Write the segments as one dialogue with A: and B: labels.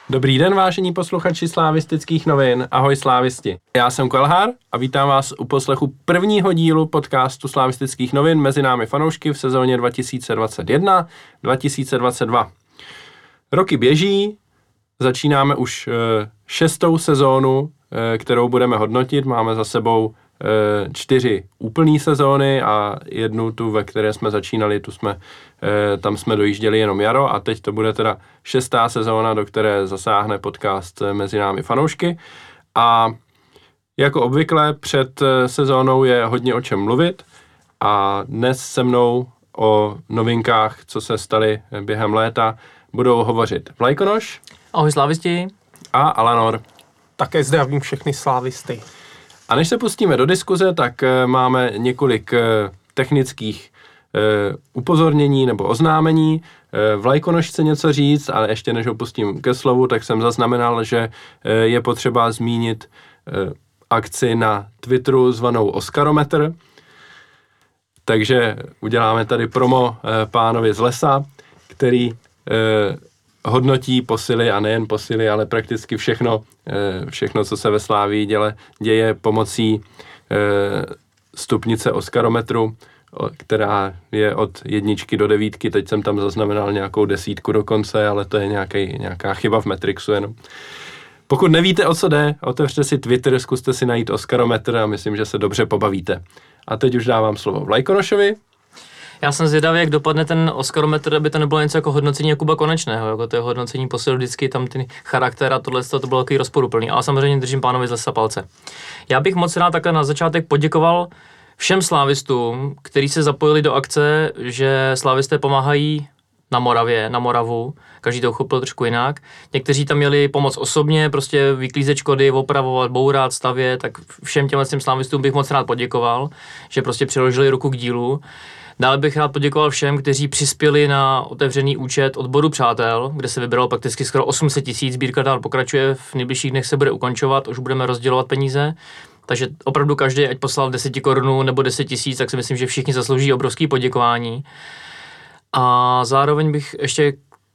A: Dobrý den, vážení posluchači Slavistických novin. Ahoj Slavisti. Já jsem Kelhar a vítám vás u poslechu prvního dílu podcastu Slavistických novin mezi námi fanoušky v sezóně 2021-2022. Roky běží, začínáme už 6. sezónu, kterou budeme hodnotit. Máme za sebou 4 úplný sezóny a jednu tu, ve které jsme začínali, tam jsme dojížděli jenom jaro a teď to bude teda 6. sezóna, do které zasáhne podcast mezi námi fanoušky. A jako obvykle před sezónou je hodně o čem mluvit a dnes se mnou o novinkách, co se staly během léta, budou hovořit Vlajkonoš.
B: Ahoj Slavisti.
A: A Alanor.
C: Také zdravím všechny slávisty.
A: A než se pustíme do diskuze, tak máme několik technických upozornění nebo oznámení. Vlajkonoš chce něco říct, ale ještě než ho pustím ke slovu, tak jsem zaznamenal, že je potřeba zmínit akci na Twitteru zvanou Oscarometr. Takže uděláme tady promo pánovi z lesa, který hodnotí posily a nejen posily, ale prakticky všechno, co se ve Slávii děje pomocí stupnice Oscarometru, která je od 1 do 9, teď jsem tam zaznamenal nějakou 10 dokonce, ale to je nějaká chyba v Matrixu jenom. Pokud nevíte, o co jde, otevřte si Twitter, zkuste si najít Oscarometr a myslím, že se dobře pobavíte. A teď už dávám slovo Vlajkonošovi.
B: Já jsem zvědavý, jak dopadne ten Oscarometr, aby to nebylo něco jako hodnocení Jakuba Konečného, jako to je hodnocení posil vždycky, tam ty charakter a tohle to bylo takový rozporuplný, ale samozřejmě držím pánovi z lesa palce. Já bych moc rád takhle na začátek poděkoval všem slávistům, kteří se zapojili do akce, že slávisté pomáhají na Moravě, na Moravu, každý to uchopil trošku jinak. Někteří tam měli pomoc osobně, prostě vyklízet škody, opravovat, bourat, stavět, tak všem těmhle slávistům bych moc rád poděkoval, že prostě přiložili ruku k dílu. Dále bych rád poděkoval všem, kteří přispěli na otevřený účet Odboru přátel, kde se vybralo prakticky skoro 800 000, sbírka dál pokračuje, v nejbližších dnech se bude ukončovat, už budeme rozdělovat peníze, takže opravdu každý, ať poslal 10 korun nebo 10 000, tak si myslím, že všichni zaslouží obrovský poděkování. A zároveň bych ještě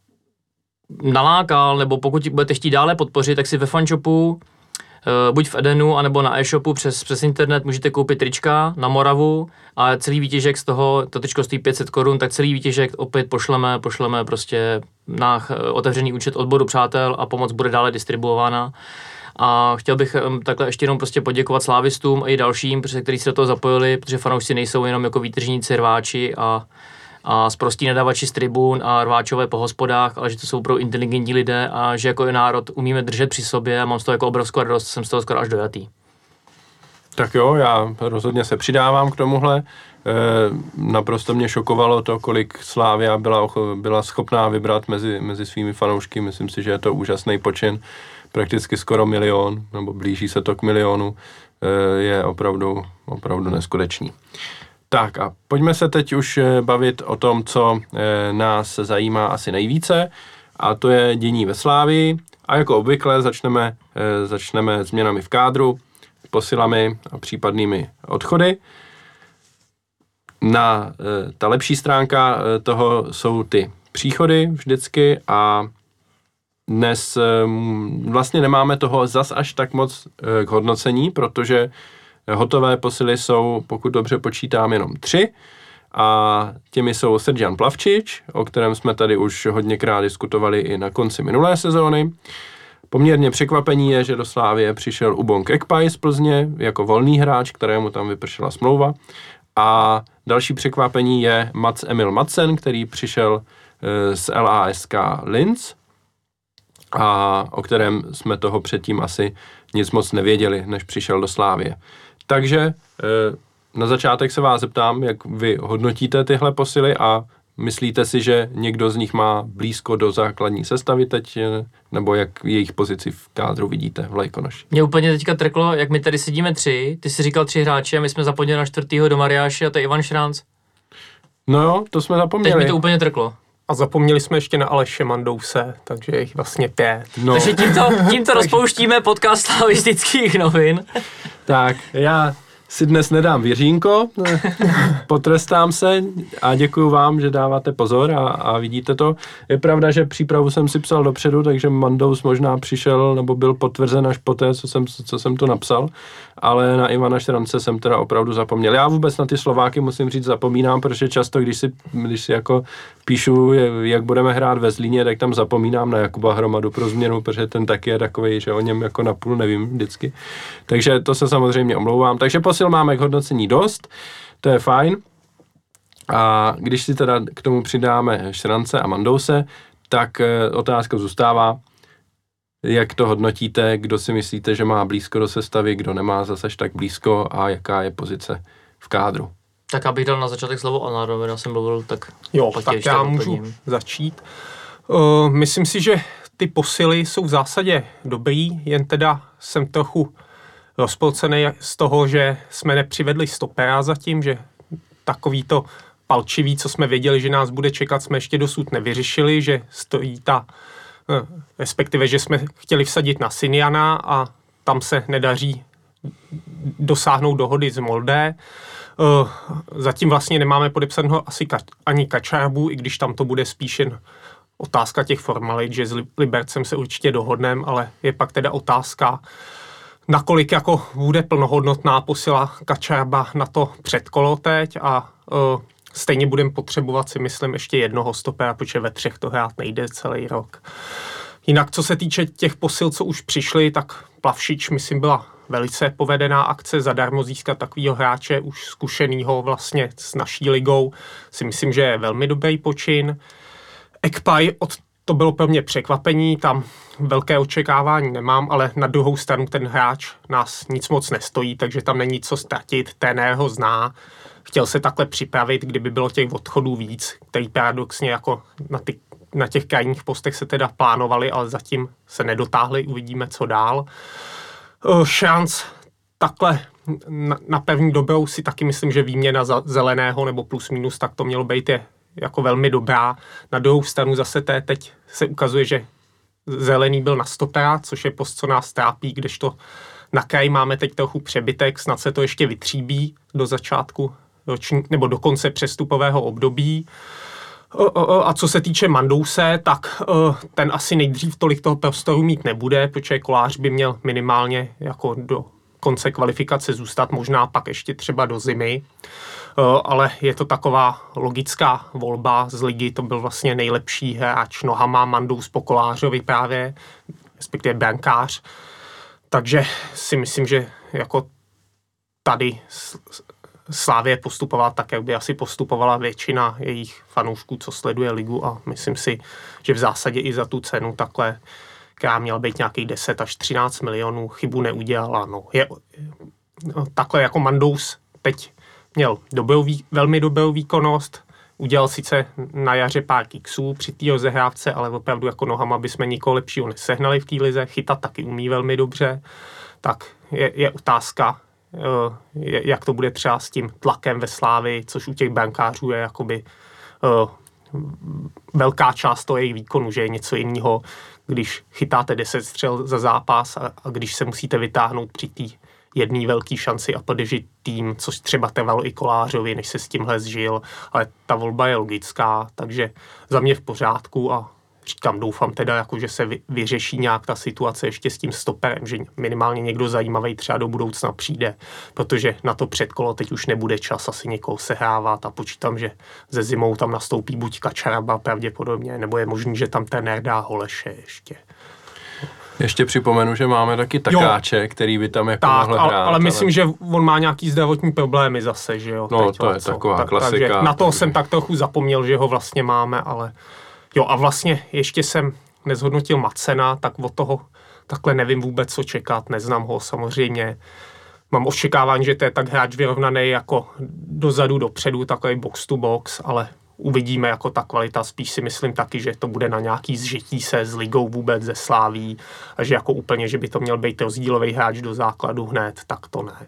B: nalákal, nebo pokud budete chtít dále podpořit, tak si ve fanshopu, buď v Edenu, anebo na e-shopu přes internet můžete koupit trička na Moravu a celý výtěžek z toho, to tričko stojí 500 korun, tak celý výtěžek opět pošleme prostě na otevřený účet Odboru přátel a pomoc bude dále distribuována. A chtěl bych takhle ještě jenom prostě poděkovat slávistům a i dalším, kteří se do toho zapojili, protože fanoušci nejsou jenom jako výtržníci, rváči a sprostí nadavači z tribun a rváčové po hospodách, ale že to jsou opravdu inteligentní lidé a že jako národ umíme držet při sobě a mám z toho jako obrovskou radost, jsem z toho skoro až dojatý.
A: Tak jo, já rozhodně se přidávám k tomuhle. Naprosto mě šokovalo to, kolik Slavia byla schopná vybrat mezi svými fanoušky. Myslím si, že je to úžasný počin. Prakticky skoro 1 000 000, nebo blíží se to k 1 000 000. Je opravdu neskutečný. Tak a pojďme se teď už bavit o tom, co nás zajímá asi nejvíce, a to je dění ve Slávii. A jako obvykle začneme změnami v kádru, posilami a případnými odchody. Ta lepší stránka toho jsou ty příchody vždycky a dnes vlastně nemáme toho zas až tak moc k hodnocení, protože hotové posily jsou, pokud dobře počítám, jenom 3 a těmi jsou Srdjan Plavčič, o kterém jsme tady už hodněkrát diskutovali i na konci minulé sezóny. Poměrně překvapení je, že do Slávie přišel Ubong Ekpaj z Plzně jako volný hráč, kterému tam vypršela smlouva. A další překvapení je Mats Emil Madsen, který přišel z LASK Linz a o kterém jsme toho předtím asi nic moc nevěděli, než přišel do Slávie. Takže na začátek se vás zeptám, jak vy hodnotíte tyhle posily a myslíte si, že někdo z nich má blízko do základní sestavy teď, nebo jak jejich pozici v kádru vidíte, Vlajkonoš?
B: Mě úplně teďka trklo, jak my tady sedíme 3, ty jsi říkal 3 hráči a my jsme zapomněli na 4. do Mariáše a to je Ivan Šranc.
A: No jo, to jsme zapomněli.
B: Teď mi to úplně trklo.
C: A zapomněli jsme ještě na Aleše Mandouse, takže jich vlastně 5.
A: No.
B: Takže tímto rozpouštíme podcast Slavistických novin.
A: Tak, já si dnes nedám věřínko, potrestám se a děkuju vám, že dáváte pozor a vidíte to. Je pravda, že přípravu jsem si psal dopředu, takže Mandous možná přišel nebo byl potvrzen až poté, co jsem to napsal, ale na Ivana Šrance jsem teda opravdu zapomněl. Já vůbec na ty Slováky musím říct zapomínám, protože často, když si jako píšu, jak budeme hrát ve Zlíně, tak tam zapomínám na Jakuba Hromadu pro změnu, protože ten taky je takovej, že o něm jako napůl nevím vždycky. Takže to se samozřejmě omlouvám. Takže posil máme k hodnocení dost, to je fajn. A když si teda k tomu přidáme Šrance a Mandouse, tak otázka zůstává, jak to hodnotíte, kdo si myslíte, že má blízko do sestavy, kdo nemá zase tak blízko a jaká je pozice v kádru.
B: Tak abych dal na začátek slovo Anárovi, já jsem mluvil, tak
C: jo, tak já můžu začít. Myslím si, že ty posily jsou v zásadě dobrý, jen teda jsem trochu rozpolcený z toho, že jsme nepřivedli stopera zatím, že takový to palčivý, co jsme věděli, že nás bude čekat, jsme ještě dosud nevyřešili, že stojí respektive, že jsme chtěli vsadit na Syniana a tam se nedaří dosáhnout dohody z Molde. Zatím vlastně nemáme podepsaného asi ani Kačarbu, i když tam to bude spíš jen otázka těch formalit, že s Libercem se určitě dohodneme, ale je pak teda otázka, nakolik jako bude plnohodnotná posila Kačarba na to předkolo teď a stejně budeme potřebovat si myslím ještě jednoho stopera, protože ve 3 to hrát nejde celý rok. Jinak co se týče těch posil, co už přišli, tak Plavšič myslím byla velice povedená akce, zadarmo získat takovýho hráče už zkušenýho vlastně s naší ligou, si myslím, že je velmi dobrý počin. Ekpaj, to bylo pro mě překvapení, tam velké očekávání nemám, ale na druhou stranu ten hráč nás nic moc nestojí, takže tam není co ztratit, trenér ho zná, chtěl se takhle připravit, kdyby bylo těch odchodů víc, který paradoxně jako na těch krajních postech se teda plánovali, ale zatím se nedotáhli, uvidíme co dál. Šranc takhle na první dobrou si taky myslím, že výměna za Zeleného nebo plus minus, tak to mělo být je jako velmi dobrá. Na druhou stranu zase teď se ukazuje, že Zelený byl na stopera, což je post, co nás trápí, kdežto na kraji máme teď trochu přebytek, snad se to ještě vytříbí do začátku nebo do konce přestupového období. A co se týče Mandouse, tak ten asi nejdřív tolik toho prostoru mít nebude, protože Kolář by měl minimálně jako do konce kvalifikace zůstat, možná pak ještě třeba do zimy. Ale je to taková logická volba z ligy, to byl vlastně nejlepší hráč nohama, Mandous po Kolářovi právě, respektive brankář. Takže si myslím, že jako tady Slavie postupovala tak, jak by asi postupovala většina jejich fanoušků, co sleduje ligu a myslím si, že v zásadě i za tu cenu takhle, která měla být nějakých 10 až 13 milionů, chybu neudělala. No. Takhle jako Mandous teď měl velmi dobrou výkonnost, udělal sice na jaře pár kiksů při té rozehrávce, ale opravdu jako nohama bychom nikoho lepšího nesehnali v té lize, chytat taky umí velmi dobře, tak je otázka, jak to bude třeba s tím tlakem ve Slávii, což u těch brankářů je jakoby velká část toho jejich výkonu, že je něco jiného, když chytáte 10 střel za zápas a když se musíte vytáhnout při té jedné velké šanci a podržit tým, což třeba trvalo i Kolářovi, než se s tímhle zžil, ale ta volba je logická, takže za mě v pořádku a říkám, doufám teda, jako, že se vyřeší nějak ta situace ještě s tím stoperem, že minimálně někdo zajímavý třeba do budoucna přijde, protože na to předkolo teď už nebude čas asi někoho sehrávat a počítám, že ze zimou tam nastoupí buď Kačaraba pravděpodobně, nebo je možný, že tam trenér dá Holeše ještě.
A: Ještě připomenu, že máme taky Takáče, který by tam jako mohl hrát.
C: Ale myslím, že on má nějaký zdravotní problémy zase, že jo.
A: No, to je taková klasika.
C: Takže na to jsem tak trochu zapomněl, že ho vlastně máme, ale jo a vlastně ještě jsem nezhodnotil Madsena, tak od toho takhle nevím vůbec, co čekat, neznám ho samozřejmě. Mám očekávání, že to je tak hráč vyrovnaný jako dozadu, dopředu, takový box to box, ale uvidíme jako ta kvalita, spíš si myslím taky, že to bude na nějaký zžití se s ligou vůbec ze Sláví a že jako úplně, že by to měl být rozdílový hráč do základu hned, tak to ne.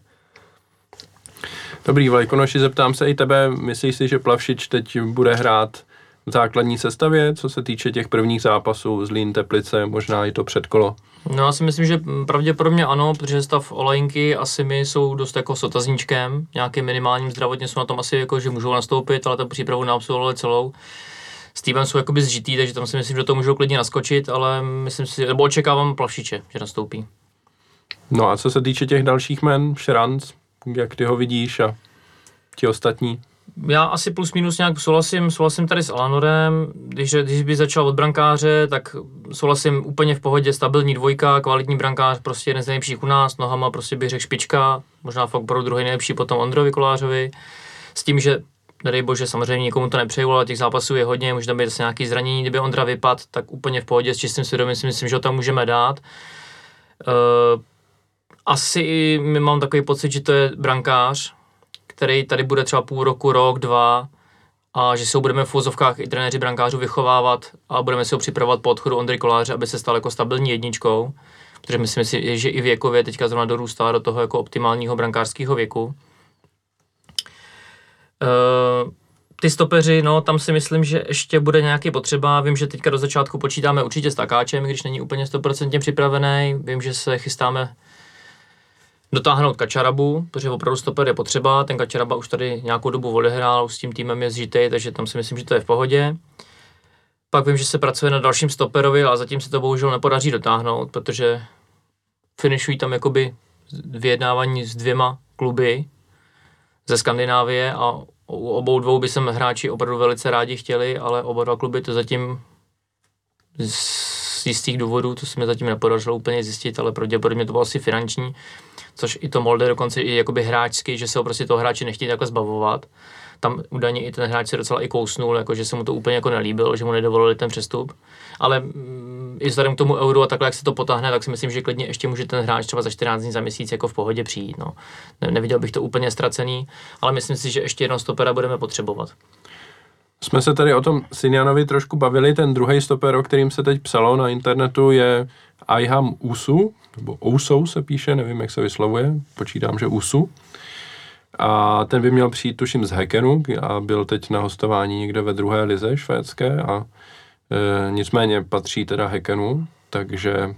A: Dobrý, Vlajkonoši, zeptám se i tebe, myslíš si, že Plavšič teď bude hrát v základní sestavě, co se týče těch prvních zápasů, Zlín, Teplice, možná i to předkolo?
B: No já si myslím, že pravděpodobně ano, protože stav Olejnky a Simy jsou dost jako s otazníčkem, nějakým minimálním zdravotně jsou na tom asi jako, že můžou nastoupit, ale ta přípravu neabsolvovali celou. S týmem jsou jakoby zžitý, takže tam si myslím, že to můžou klidně naskočit, ale myslím si, nebo očekávám Plavšiče, že nastoupí.
A: No a co se týče těch dalších men, Šranc, jak ty ho vidíš a ti ostatní?
B: Já asi plus minus nějak souhlasím tady s Alanorem, když by začal od brankáře, tak souhlasím úplně v pohodě, stabilní dvojka, kvalitní brankář, prostě jeden z nejlepších u nás, nohama prostě bych řekl špička, možná fakt pro druhý nejlepší potom Ondrovi Kolářovi, s tím, že nedej bože, samozřejmě nikomu to nepřeju, ale těch zápasů je hodně, může tam být zase nějaký zranění, kdyby Ondra vypad, tak úplně v pohodě, s čistým svědomím si myslím, že ho tam můžeme dát. Asi my mám takový pocit, že to je brankář, který tady bude třeba půl roku, rok, 2 a že si ho budeme v uvozovkách i trenéři brankářů vychovávat a budeme si ho připravovat po odchodu Ondry Koláře, aby se stal jako stabilní jedničkou, protože myslím si, že i věkově teďka zrovna dorůstá do toho jako optimálního brankářského věku. Ty stopeři, no tam si myslím, že ještě bude nějaký potřeba. Vím, že teďka do začátku počítáme určitě s Takáčem, když není úplně 100% připravený. Vím, že se chystáme dotáhnout Kačarabu, protože opravdu stoper je potřeba. Ten Kačaraba už tady nějakou dobu odehrál, s tím týmem je zžitej, takže tam si myslím, že to je v pohodě. Pak vím, že se pracuje na dalším stoperovi, ale zatím se to bohužel nepodaří dotáhnout, protože finišují tam jakoby vyjednávání s 2 kluby ze Skandinávie a u obou dvou by sem hráči opravdu velice rádi chtěli, ale oba 2 kluby to zatím z jistých důvodů, to se mi zatím nepodařilo úplně zjistit, ale pravděpodobně to bylo asi finanční, což i to Molde dokonce i jakoby hráčsky, že se ho prostě toho hráči nechtějí takhle zbavovat. Tam údajně i ten hráč se docela i kousnul, jako že se mu to úplně jako nelíbilo, že mu nedovolili ten přestup. Ale i vzhledem k tomu euru a takhle, jak se to potáhne, tak si myslím, že klidně ještě může ten hráč třeba za 14 dní, za měsíc jako v pohodě přijít. No. Neviděl bych to úplně ztracený, ale myslím si, že ještě jednoho stopera budeme potřebovat.
A: Jsme se tady o tom Sinjanovi trošku bavili, ten druhý stoper, o kterým se teď psalo na internetu, je Ayham Usu, nebo Ousou se píše, nevím, jak se vyslovuje, počítám, že Usu. A ten by měl přijít, tuším, z Häckenu a byl teď na hostování někde ve 2. lize švédské a nicméně patří teda Häckenu, takže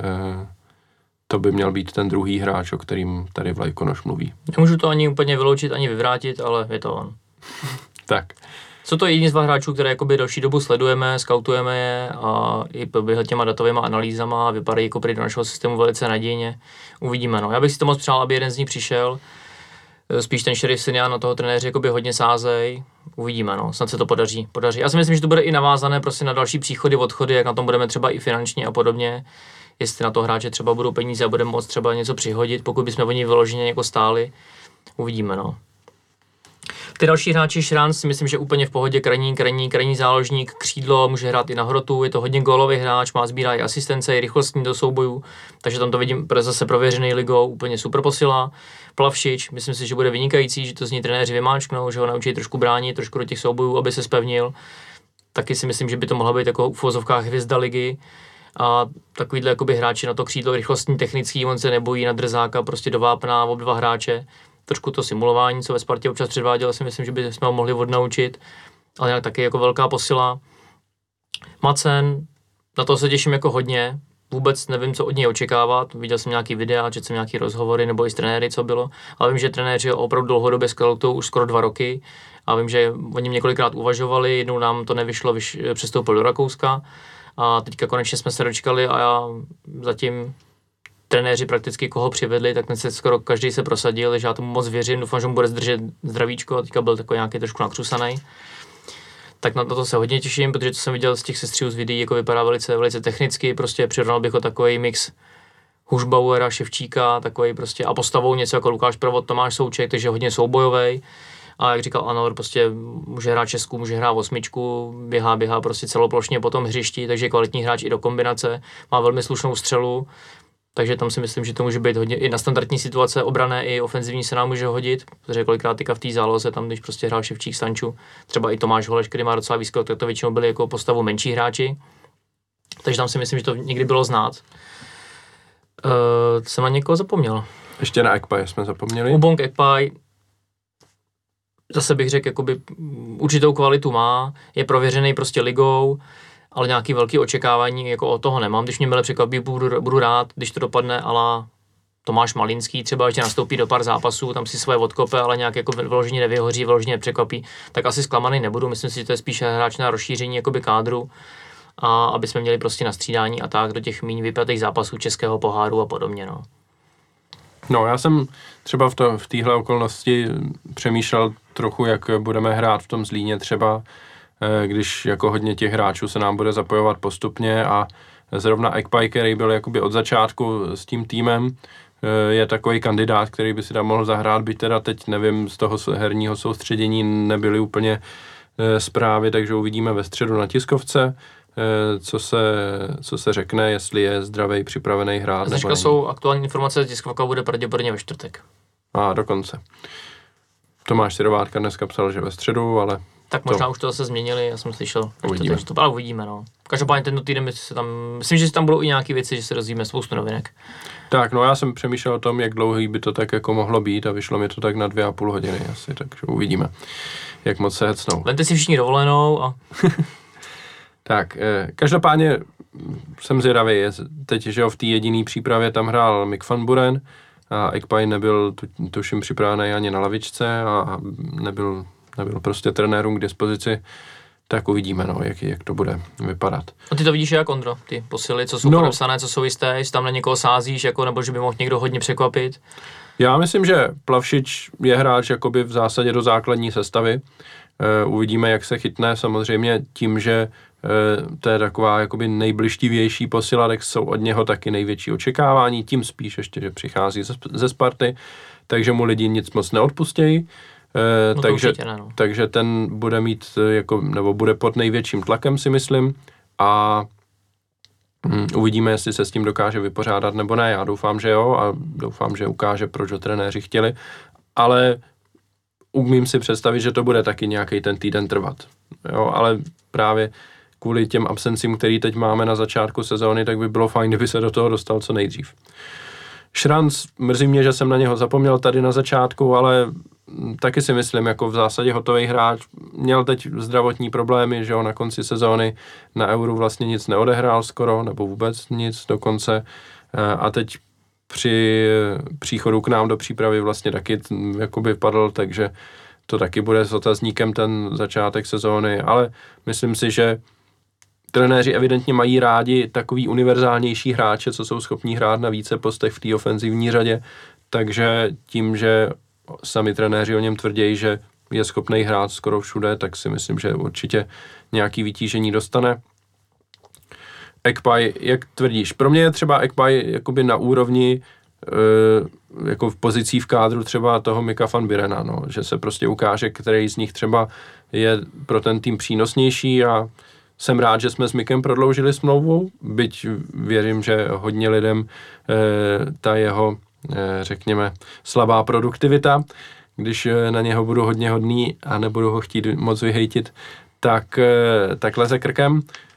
A: to by měl být ten druhý hráč, o kterým tady Vlajkonoš mluví.
B: Nemůžu to ani úplně vyloučit, ani vyvrátit, ale je to on.
A: Tak.
B: Jsou to jediní z 2 hráčů, které jakoby další dobu sledujeme, skautujeme je a i proběhl těma datovými analýzama a vypadají jako do našeho systému velice nadějně. Uvidíme, no. Já bych si to moc přál, aby jeden z nich přišel. Spíš ten Šerif Sinjan na toho trenéři jakoby hodně sázej. Uvidíme, no. Snad se to podaří. Já si myslím, že to bude i navázané prostě na další příchody, odchody, jak na tom budeme třeba i finančně a podobně. Jestli na to hráče třeba budou peníze a budeme moct třeba něco přihodit, pokud bychom o ní vyloženě jako stáli. Uvidíme, no. Ty další hráči Šranc si myslím, že úplně v pohodě, krajní záložník, křídlo, může hrát i na hrotu, je to hodně gólový hráč, má sbírá i asistence, i rychlostní do soubojů, takže tam to vidím zase prověřený ligou, úplně super posila. Plavšič, myslím si, že bude vynikající, že to z ní trenéři vymáčknou, že ho naučí trošku bránit, trošku do těch soubojů, aby se zpevnil. Taky si myslím, že by to mohla být jako v uvozovkách hvězda ligy. A takovýhle jakoby hráči na to křídlo rychlostní, technický, on se nebojí na drzáka, prostě do vápna, ob 2 hráče. Trošku to simulování, co ve Spartě občas předváděl, si myslím, že bychom ho mohli odnaučit, ale nějak taky jako velká posila. Macen, na to se těším jako hodně, vůbec nevím, co od něj očekávat, viděl jsem nějaký videa, četl jsem nějaký rozhovory nebo i s trenéry, co bylo, ale vím, že trenéři ho opravdu dlouhodobě skautují už skoro 2 roky a vím, že o něm několikrát uvažovali, jednou nám to nevyšlo, přestoupil do Rakouska a teďka konečně jsme se dočkali a já zatím trenéři prakticky koho přivedli, tak ten se skoro každý se prosadil, že já tomu moc věřím, doufám, že mu bude zdržet zdravíčko, a teďka byl takový nějaký trošku nakřusaný. Tak na to se hodně těším, protože to jsem viděl z těch sestřihů z videí, jako vypadá velice, velice technicky, prostě přirovnal bych ho takový mix Hušbauera, Ševčíka, takový prostě a postavou něco jako Lukáš Provod, Tomáš Souček, takže hodně soubojovej. A jak říkal Anor, prostě může hrát česku, může hrát 8, běhá prostě celoplošně po tom hřišti, takže kvalitní hráč i do kombinace, má velmi slušnou střelu. Takže tam si myslím, že to může být hodně, i na standardní situace obrané, i ofenzivní se nám může hodit, protože kolikrát tyka v té záloze, tam když prostě hrál Ševčík, Stanču, třeba i Tomáš Holeš, který má docela výskok, tak to většinou byli jako postavu menší hráči. Takže tam si myslím, že to někdy bylo znát. Jsem na někoho zapomněl.
A: Ještě na Ekpaj jsme zapomněli.
B: Ubong Ekpaj. zase bych řekl, jakoby určitou kvalitu má, je prověřený prostě ligou, ale nějaký velký očekávání jako od toho nemám. Když mě mile překvapí, budu rád, když to dopadne ala Tomáš Malinský, třeba ještě nastoupí do pár zápasů, tam si svoje odkope, ale nějak jako vyloženě nevyhoří, vyloženě nepřekvapí, tak asi zklamaný nebudu. Myslím si, že to je spíše hráč na rozšíření jakoby kádru, a aby jsme měli prostě na střídání a tak do těch méně vypjatých zápasů českého poháru a podobně.
A: No, já jsem třeba v téhle okolnosti přemýšlel trochu, jak budeme hrát v tom Zlíně třeba, když jako hodně těch hráčů se nám bude zapojovat postupně a zrovna Ekpaj, který byl jakoby od začátku s tím týmem, je takový kandidát, který by si tam mohl zahrát, byť teda teď nevím, z toho herního soustředění nebyly úplně zprávy, takže uvidíme ve středu na tiskovce, co se řekne, jestli je zdravý, připravený hrát.
B: Dneska jsou aktuální informace, tiskovka bude pravděpodobně ve čtvrtek.
A: A dokonce. Tomáš Sirovátka dneska psal, že ve středu, ale...
B: Tak možná už to zase změnili, já jsem slyšel.
A: Uvidíme.
B: Ale uvidíme, no. Každopádně tento týden myslím, že tam budou i nějaké věci, že se dozvíme spoustu novinek.
A: Tak, no já jsem přemýšlel o tom, jak dlouhý by to tak jako mohlo být a vyšlo mi to tak na 2,5 hodiny asi, takže uvidíme, jak moc se hecnou.
B: Vemte si všichni dovolenou a...
A: Tak, každopádně jsem zvědavý, teď, že v té jediné přípravě tam hrál Mick van Buren a Ekpaj nebyl tuším připravený ani na lavičce a nebyl prostě trenérům k dispozici, tak uvidíme, no, jak to bude vypadat.
B: A ty to vidíš jak, Ondro? Ty posily, co jsou podepsané, co jsou jisté, jestli tam na někoho sázíš, jako, nebo že by mohl někdo hodně překvapit?
A: Já myslím, že Plavšič je hráč jakoby v zásadě do základní sestavy. Uvidíme, jak se chytne, samozřejmě tím, že to je taková jakoby nejbližtivější posila, tak jsou od něho taky největší očekávání, tím spíš ještě, že přichází ze Sparty, takže mu lidi nic moc neodpustějí.
B: No
A: takže ten bude mít nebo bude pod největším tlakem, si myslím, a uvidíme, jestli se s tím dokáže vypořádat nebo ne. Já doufám, že jo, a doufám, že ukáže, proč ho trenéři chtěli, ale umím si představit, že to bude taky nějaký ten týden trvat. Jo, ale právě kvůli těm absencím, který teď máme na začátku sezóny, tak by bylo fajn, kdyby se do toho dostal co nejdřív. Šranc, mrzí mě, že jsem na něho zapomněl tady na začátku, ale taky si myslím, jako v zásadě hotový hráč. Měl teď zdravotní problémy, že jo, na konci sezóny na Euru vlastně nic neodehrál skoro, nebo vůbec nic dokonce. A teď při příchodu k nám do přípravy vlastně taky jakoby padl, takže to taky bude s otazníkem ten začátek sezóny, ale myslím si, že trenéři evidentně mají rádi takový univerzálnější hráče, co jsou schopní hrát na více postech v té ofenzivní řadě, takže tím, že sami trenéři o něm tvrdějí, že je schopný hrát skoro všude, tak si myslím, že určitě nějaký vytížení dostane. Ekpaj, jak tvrdíš? Pro mě je třeba Ekpaj jakoby na úrovni jako v pozicí v kádru třeba toho Micka van Burena, no, že se prostě ukáže, který z nich třeba je pro ten tým přínosnější a jsem rád, že jsme s Mickem prodloužili smlouvu, byť věřím, že hodně lidem ta jeho, řekněme, slabá produktivita, když na něho budu hodně hodný a nebudu ho chtít moc vyhejtit, tak leze krkem.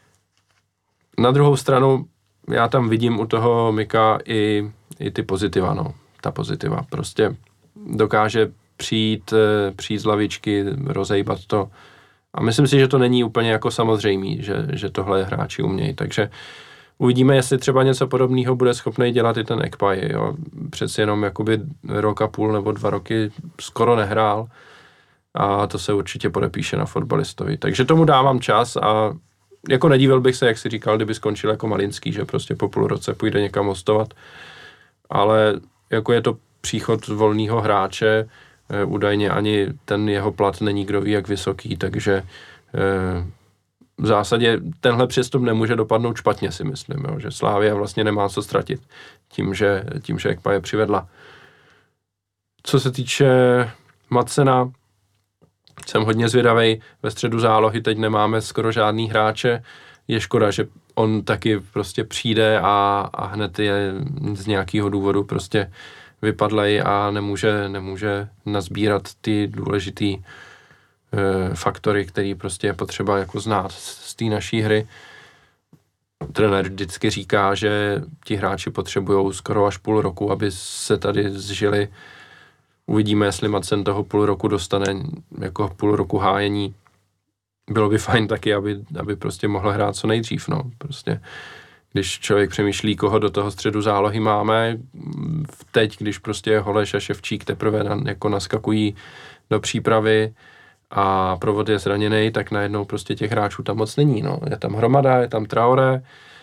A: Na druhou stranu já tam vidím u toho Micka i ty pozitiva, no. Ta pozitiva. Prostě dokáže přijít z lavičky, rozejbat to. A myslím si, že to není úplně jako samozřejmý, že tohle hráči umějí. Takže uvidíme, jestli třeba něco podobného bude schopný dělat i ten Ekpaj. Jo. Přeci jenom jakoby rok a půl nebo 2 roky skoro nehrál a to se určitě podepíše na fotbalistovi. Takže tomu dávám čas a jako nedívil bych se, jak si říkal, kdyby skončil jako Malinský, že prostě po půl roce půjde někam hostovat. Ale jako je to příchod volného hráče, údajně ani ten jeho plat není kdo ví jak vysoký, takže v zásadě tenhle přestup nemůže dopadnout špatně, si myslím, jo, že Slavia vlastně nemá co ztratit tím, že Ekpa je přivedla. Co se týče Madsena, jsem hodně zvědavej, ve středu zálohy teď nemáme skoro žádný hráče, je škoda, že on taky prostě přijde a hned je z nějakého důvodu prostě vypadlej a nemůže nazbírat ty důležitý faktory, který prostě je potřeba jako znát z té naší hry. Trenér vždycky říká, že ti hráči potřebují skoro až půl roku, aby se tady zžili. Uvidíme, jestli Madsen toho půl roku dostane jako půl roku hájení. Bylo by fajn taky, aby prostě mohl hrát co nejdřív, no. Prostě, když člověk přemýšlí, koho do toho středu zálohy máme, teď, když prostě Holeš a Ševčík teprve jako naskakují do přípravy a Provod je zraněný, tak najednou prostě těch hráčů tam moc není, no. Je tam Hromada, je tam Traoré,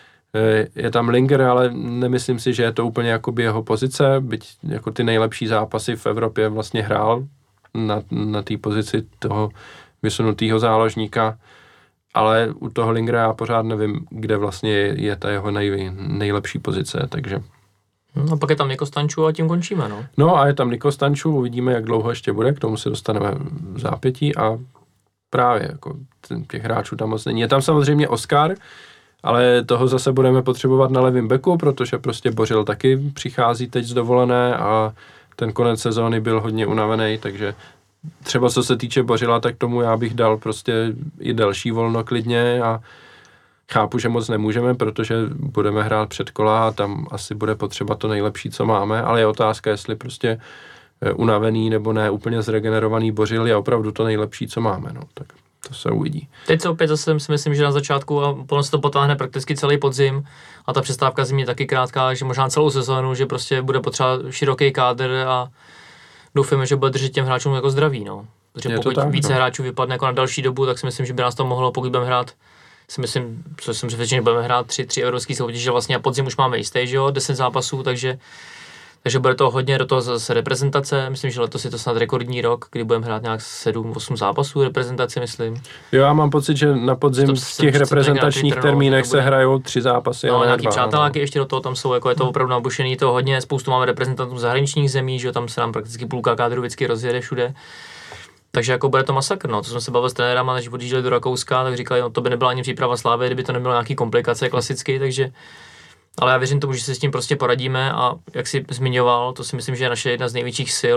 A: je tam Linger, ale nemyslím si, že je to úplně jakoby jeho pozice, byť jako ty nejlepší zápasy v Evropě vlastně hrál na té pozici toho vysunutého záložníka, ale u toho Lingera já pořád nevím, kde vlastně je ta jeho nejlepší pozice, takže...
B: No a pak je tam Niko Stanču a tím končíme, no.
A: No a je tam Niko Stanču, uvidíme, jak dlouho ještě bude, k tomu se dostaneme v zápětí a právě jako těch hráčů tam moc není. Je tam samozřejmě Oskar, ale toho zase budeme potřebovat na levém beku, protože prostě Bořil taky přichází teď z dovolené a ten konec sezóny byl hodně unavený, takže třeba co se týče Bořila, tak tomu já bych dal prostě i delší volno klidně a chápu, že moc nemůžeme, protože budeme hrát předkola a tam asi bude potřeba to nejlepší, co máme, ale je otázka, jestli prostě unavený nebo ne úplně zregenerovaný Bořil je opravdu to nejlepší, co máme, no, tak to se uvidí.
B: Teď se opět zase si myslím, že na začátku a potom se to potáhne prakticky celý podzim a ta přestávka zimní je taky krátká, že možná celou sezónu, že prostě bude potřeba široký kádr a doufáme, že bude držet těm hráčům jako zdraví, no. Protože pokud tak, více hráčů vypadne jako na další dobu, tak si myslím, že by nás to mohlo, pokud budeme hrát, si myslím, co jsem přesvědčen, že budeme hrát 3 evropské soutěže, vlastně a podzim už máme jistý, že jo, 10 zápasů, takže bude to hodně do toho zase reprezentace. Myslím, že letos je to snad rekordní rok, kdy budeme hrát nějak 7-8 zápasů reprezentaci, myslím.
A: Jo, já mám pocit, že na podzim v těch reprezentačních termínech se hrajou 3 zápasy.
B: No, nějaký přáteláky ještě do toho tam jsou, jako je to opravdu nabušený, to hodně, spoustu máme reprezentantů zahraničních zemí, že jo, tam se nám prakticky půlka kádru vždycky rozjede všude. Takže jako bude to masakr, no. To jsme se bavili s trenérama, než odjížděli do Rakouska, tak říkali, no, to by nebyla ani příprava Slávy, kdyby to nebylo nějaký komplikace klasicky, takže ale já věřím tomu, že se s tím prostě poradíme a jak jsi zmiňoval, to si myslím, že je naše jedna z největších sil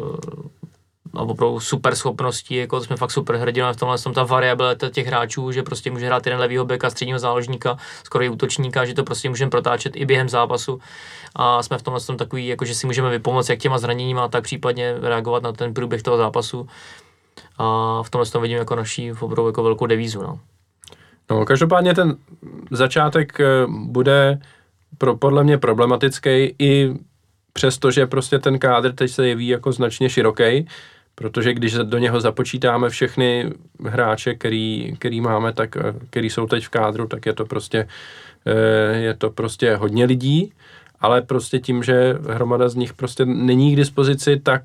B: a opravdu super schopností, jako to jsme fakt super hrdinové v tomhle, ta variabilita těch hráčů, že prostě může hrát jeden levýho beka, středního záložníka, skoro i útočníka, že to prostě můžeme protáčet i během zápasu a jsme v tomhle takový, jako že si můžeme vypomoct jak těma zraněníma, tak případně reagovat na ten průběh toho zápasu a v tomhle vidím jako naší opravdu jako velkou devízu, no.
A: No, každopádně ten začátek bude podle mě problematický i přesto, že prostě ten kádr teď se jeví jako značně široký, protože když do něho započítáme všechny hráče, který máme, tak který jsou teď v kádru, tak je to prostě hodně lidí, ale prostě tím, že hromada z nich prostě není k dispozici, tak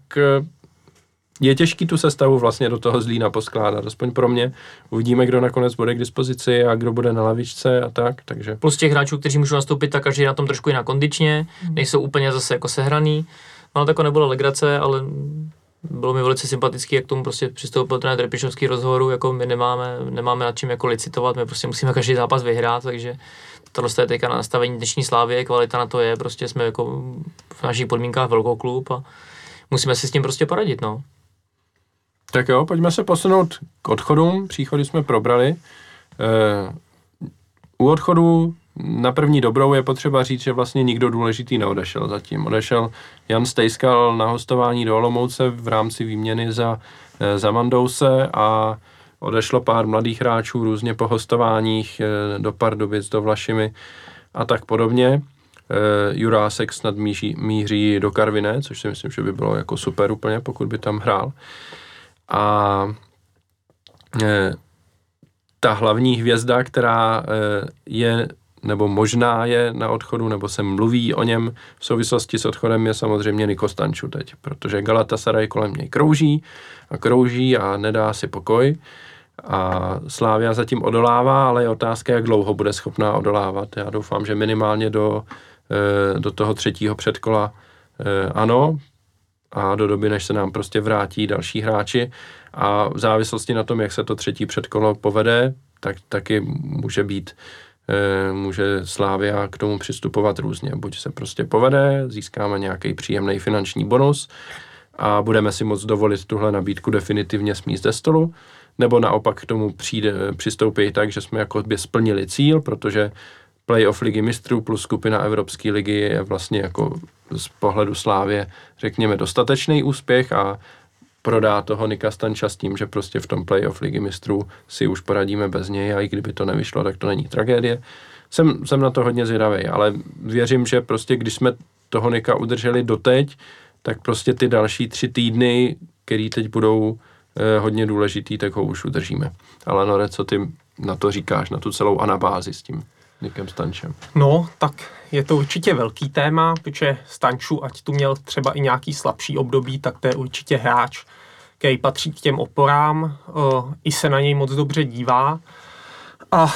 A: je těžký tu sestavu vlastně do toho Zlína poskládat, aspoň pro mě. Uvidíme, kdo nakonec bude k dispozici a kdo bude na lavičce a tak, takže.
B: Plus těch hráčů, kteří můžou nastoupit, tak každý na tom trošku jinak kondičně, nejsou úplně zase jako sehraný. No tak nebyla legrace, ale bylo mi velice sympatický, jak k tomu prostě přistoupil ten Trepišovský rozhovoru, jako my nemáme nad čím jako licitovat, my prostě musíme každý zápas vyhrát, takže tohle je teďka na nastavení dnešní Slávy, kvalita na to je, prostě jsme jako v našich podmínkách velkou klub a musíme si s tím prostě poradit, no.
A: Tak jo, pojďme se posunout k odchodům. Příchody jsme probrali. U odchodů na první dobrou je potřeba říct, že vlastně nikdo důležitý neodešel zatím. Odešel Jan Stejskal na hostování do Olomouce v rámci výměny za Mandouse a odešlo pár mladých hráčů různě po hostováních do Pardubic, do Vlašimi a tak podobně. Jurásek snad míří do Karviné, což si myslím, že by bylo jako super úplně, pokud by tam hrál. A ta hlavní hvězda, která je, nebo možná je na odchodu, nebo se mluví o něm v souvislosti s odchodem, je samozřejmě Niko Stanču teď, protože Galatasaray kolem něj krouží a nedá si pokoj. A Slavia zatím odolává, ale je otázka, jak dlouho bude schopná odolávat. Já doufám, že minimálně do toho 3. předkola ano, a do doby, než se nám prostě vrátí další hráči a v závislosti na tom, jak se to 3. předkolo povede, tak taky může Slavia k tomu přistupovat různě. Buď se prostě povede, získáme nějaký příjemný finanční bonus a budeme si moct dovolit tuhle nabídku definitivně smíst ze stolu, nebo naopak k tomu přistoupí tak, že jsme jako splnili cíl, protože playoff ligy mistrů plus skupina Evropské ligy je vlastně jako z pohledu Slávie, řekněme, dostatečný úspěch a prodá toho Nika Stanča s tím, že prostě v tom playoff Ligy mistrů si už poradíme bez něj a i kdyby to nevyšlo, tak to není tragédie. Jsem na to hodně zvědavý, ale věřím, že prostě když jsme toho Nika udrželi doteď, tak prostě ty další 3 týdny, který teď budou hodně důležitý, tak ho už udržíme. Ale Nore, co ty na to říkáš, na tu celou anabázi s tím Nikem Stančem?
C: No, tak je to určitě velký téma, protože Stanču, ať tu měl třeba i nějaký slabší období, tak to je určitě hráč, který patří k těm oporám, i se na něj moc dobře dívá. A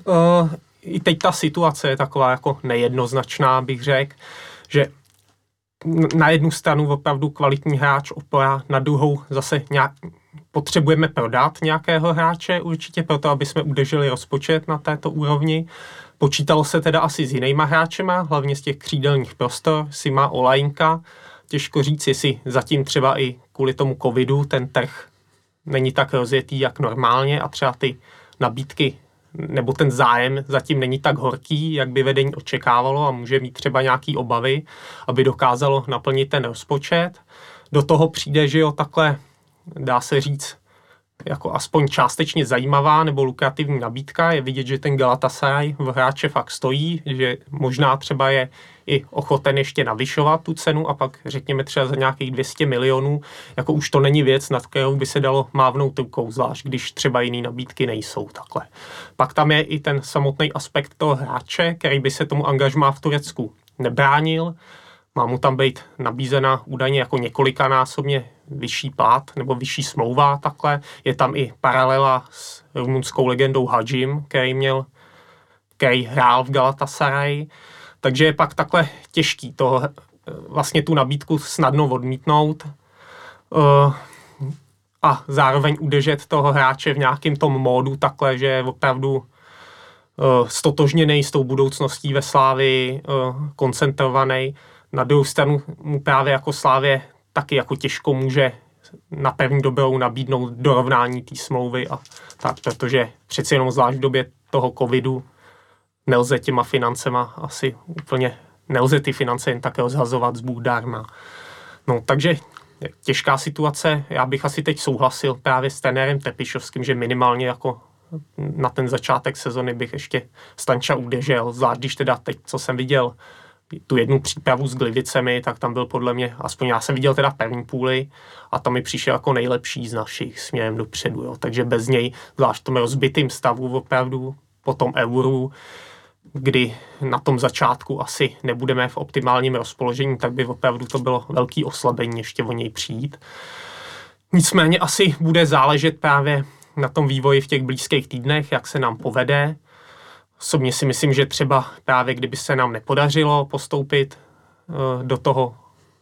C: i teď ta situace je taková jako nejednoznačná, bych řekl, že na jednu stranu opravdu kvalitní hráč opora, na druhou zase potřebujeme prodat nějakého hráče určitě proto, aby jsme udrželi rozpočet na této úrovni. Počítalo se teda asi s jinýma hráčema, hlavně z těch křídelních prostor, Sima, Olajnka. Těžko říct, jestli zatím třeba i kvůli tomu covidu ten trh není tak rozjetý jak normálně a třeba ty nabídky nebo ten zájem zatím není tak horký, jak by vedení očekávalo a může mít třeba nějaký obavy, aby dokázalo naplnit ten rozpočet. Do toho přijde, že jo, takhle dá se říct, jako aspoň částečně zajímavá nebo lukrativní nabídka. Je vidět, že ten Galatasaray v hráče fakt stojí, že možná třeba je i ochoten ještě navyšovat tu cenu a pak řekněme třeba za nějakých 200 milionů, jako už to není věc, nad kterou by se dalo mávnout rukou, zvlášť když třeba jiný nabídky nejsou takhle. Pak tam je i ten samotný aspekt toho hráče, který by se tomu angažmá v Turecku nebránil. Má mu tam být nabízena údajně jako několikanásobně vyšší plat nebo vyšší smlouva takhle. Je tam i paralela s rumunskou legendou Hadžim, který hrál v Galatasaray. Takže je pak takhle těžký to vlastně tu nabídku snadno odmítnout a zároveň udržet toho hráče v nějakém tom módu takhle, že je opravdu stotožněnej s tou budoucností ve Slávii, koncentrovaný. Na druhou stranu mu právě jako Slávě taky jako těžko může na první dobrou nabídnout dorovnání té smlouvy a tak, protože přeci jenom zvlášť v době toho covidu nelze těma financema asi úplně, nelze ty finance jen také rozhazovat z Bůh dárma. No, takže těžká situace, já bych asi teď souhlasil právě s trenérem Tepišovským, že minimálně jako na ten začátek sezony bych ještě Stanča udržel, zvlášť když teda teď, co jsem viděl, tu jednu přípravu s Glivicemi, tak tam byl podle mě, aspoň já jsem viděl teda první půli a tam mi přišel jako nejlepší z našich směrem dopředu, jo. Takže bez něj, zvlášť v tom rozbitým stavu opravdu, po tom Euru, kdy na tom začátku asi nebudeme v optimálním rozpoložení, tak by opravdu to bylo velký oslabení ještě o něj přijít. Nicméně asi bude záležet právě na tom vývoji v těch blízkých týdnech, jak se nám povede. Osobně si myslím, že třeba právě kdyby se nám nepodařilo postoupit do toho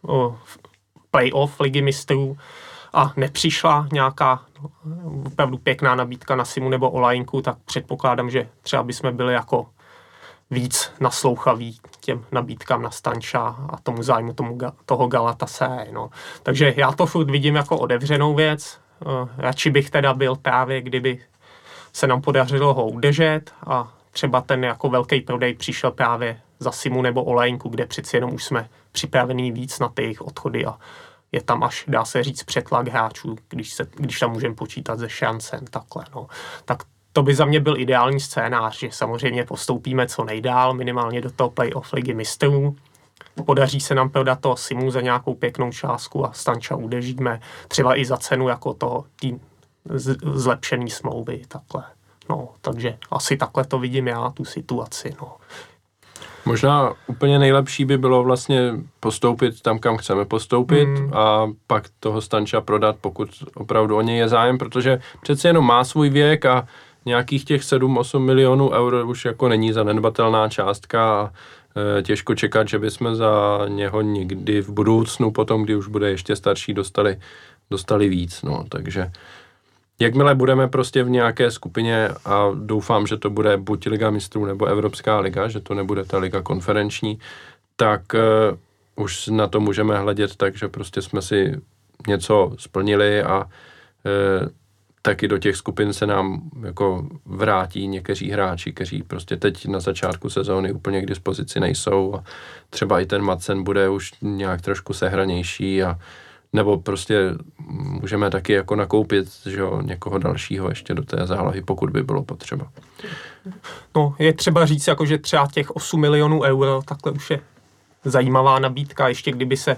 C: playoff Ligy mistrů a nepřišla nějaká opravdu pěkná nabídka na Simu nebo Olajnku, tak předpokládám, že třeba bychom byli jako víc naslouchaví těm nabídkám na Stanča a tomu zájmu toho Galatasaray. No. Takže já to furt vidím jako otevřenou věc. Radši bych teda byl právě, kdyby se nám podařilo ho udržet a třeba ten jako velký prodej přišel právě za Simu nebo Olajnku, kde přeci jenom už jsme připravení víc na ty jejich odchody a je tam až, dá se říct, přetlak hráčů, když tam můžeme počítat se šancem takhle. No. Tak to by za mě byl ideální scénář, že samozřejmě postoupíme co nejdál, minimálně do toho playoff Ligy mistrů. Podaří se nám prodat toho Simu za nějakou pěknou částku a Stanča udržíme třeba i za cenu jako toho zlepšený smlouvy takhle. No, takže asi takhle to vidím já, tu situaci, no.
A: Možná úplně nejlepší by bylo vlastně postoupit tam, kam chceme postoupit a pak toho Stanča prodat, pokud opravdu o něj je zájem, protože přece jenom má svůj věk a nějakých těch 7-8 milionů eur už jako není zanedbatelná částka a těžko čekat, že bychom za něho někdy v budoucnu, potom, kdy už bude ještě starší, dostali víc, no, takže jakmile budeme prostě v nějaké skupině a doufám, že to bude buď Liga mistrů nebo Evropská liga, že to nebude ta liga konferenční, tak už na to můžeme hledět tak, že prostě jsme si něco splnili a taky do těch skupin se nám jako vrátí někteří hráči, kteří prostě teď na začátku sezóny úplně k dispozici nejsou a třeba i ten Madsen bude už nějak trošku sehranější a nebo prostě můžeme taky jako nakoupit, že jo, někoho dalšího ještě do té zálohy, pokud by bylo potřeba.
C: No, je třeba říct, jako, že třeba těch 8 milionů euro, takhle už je zajímavá nabídka, ještě kdyby se,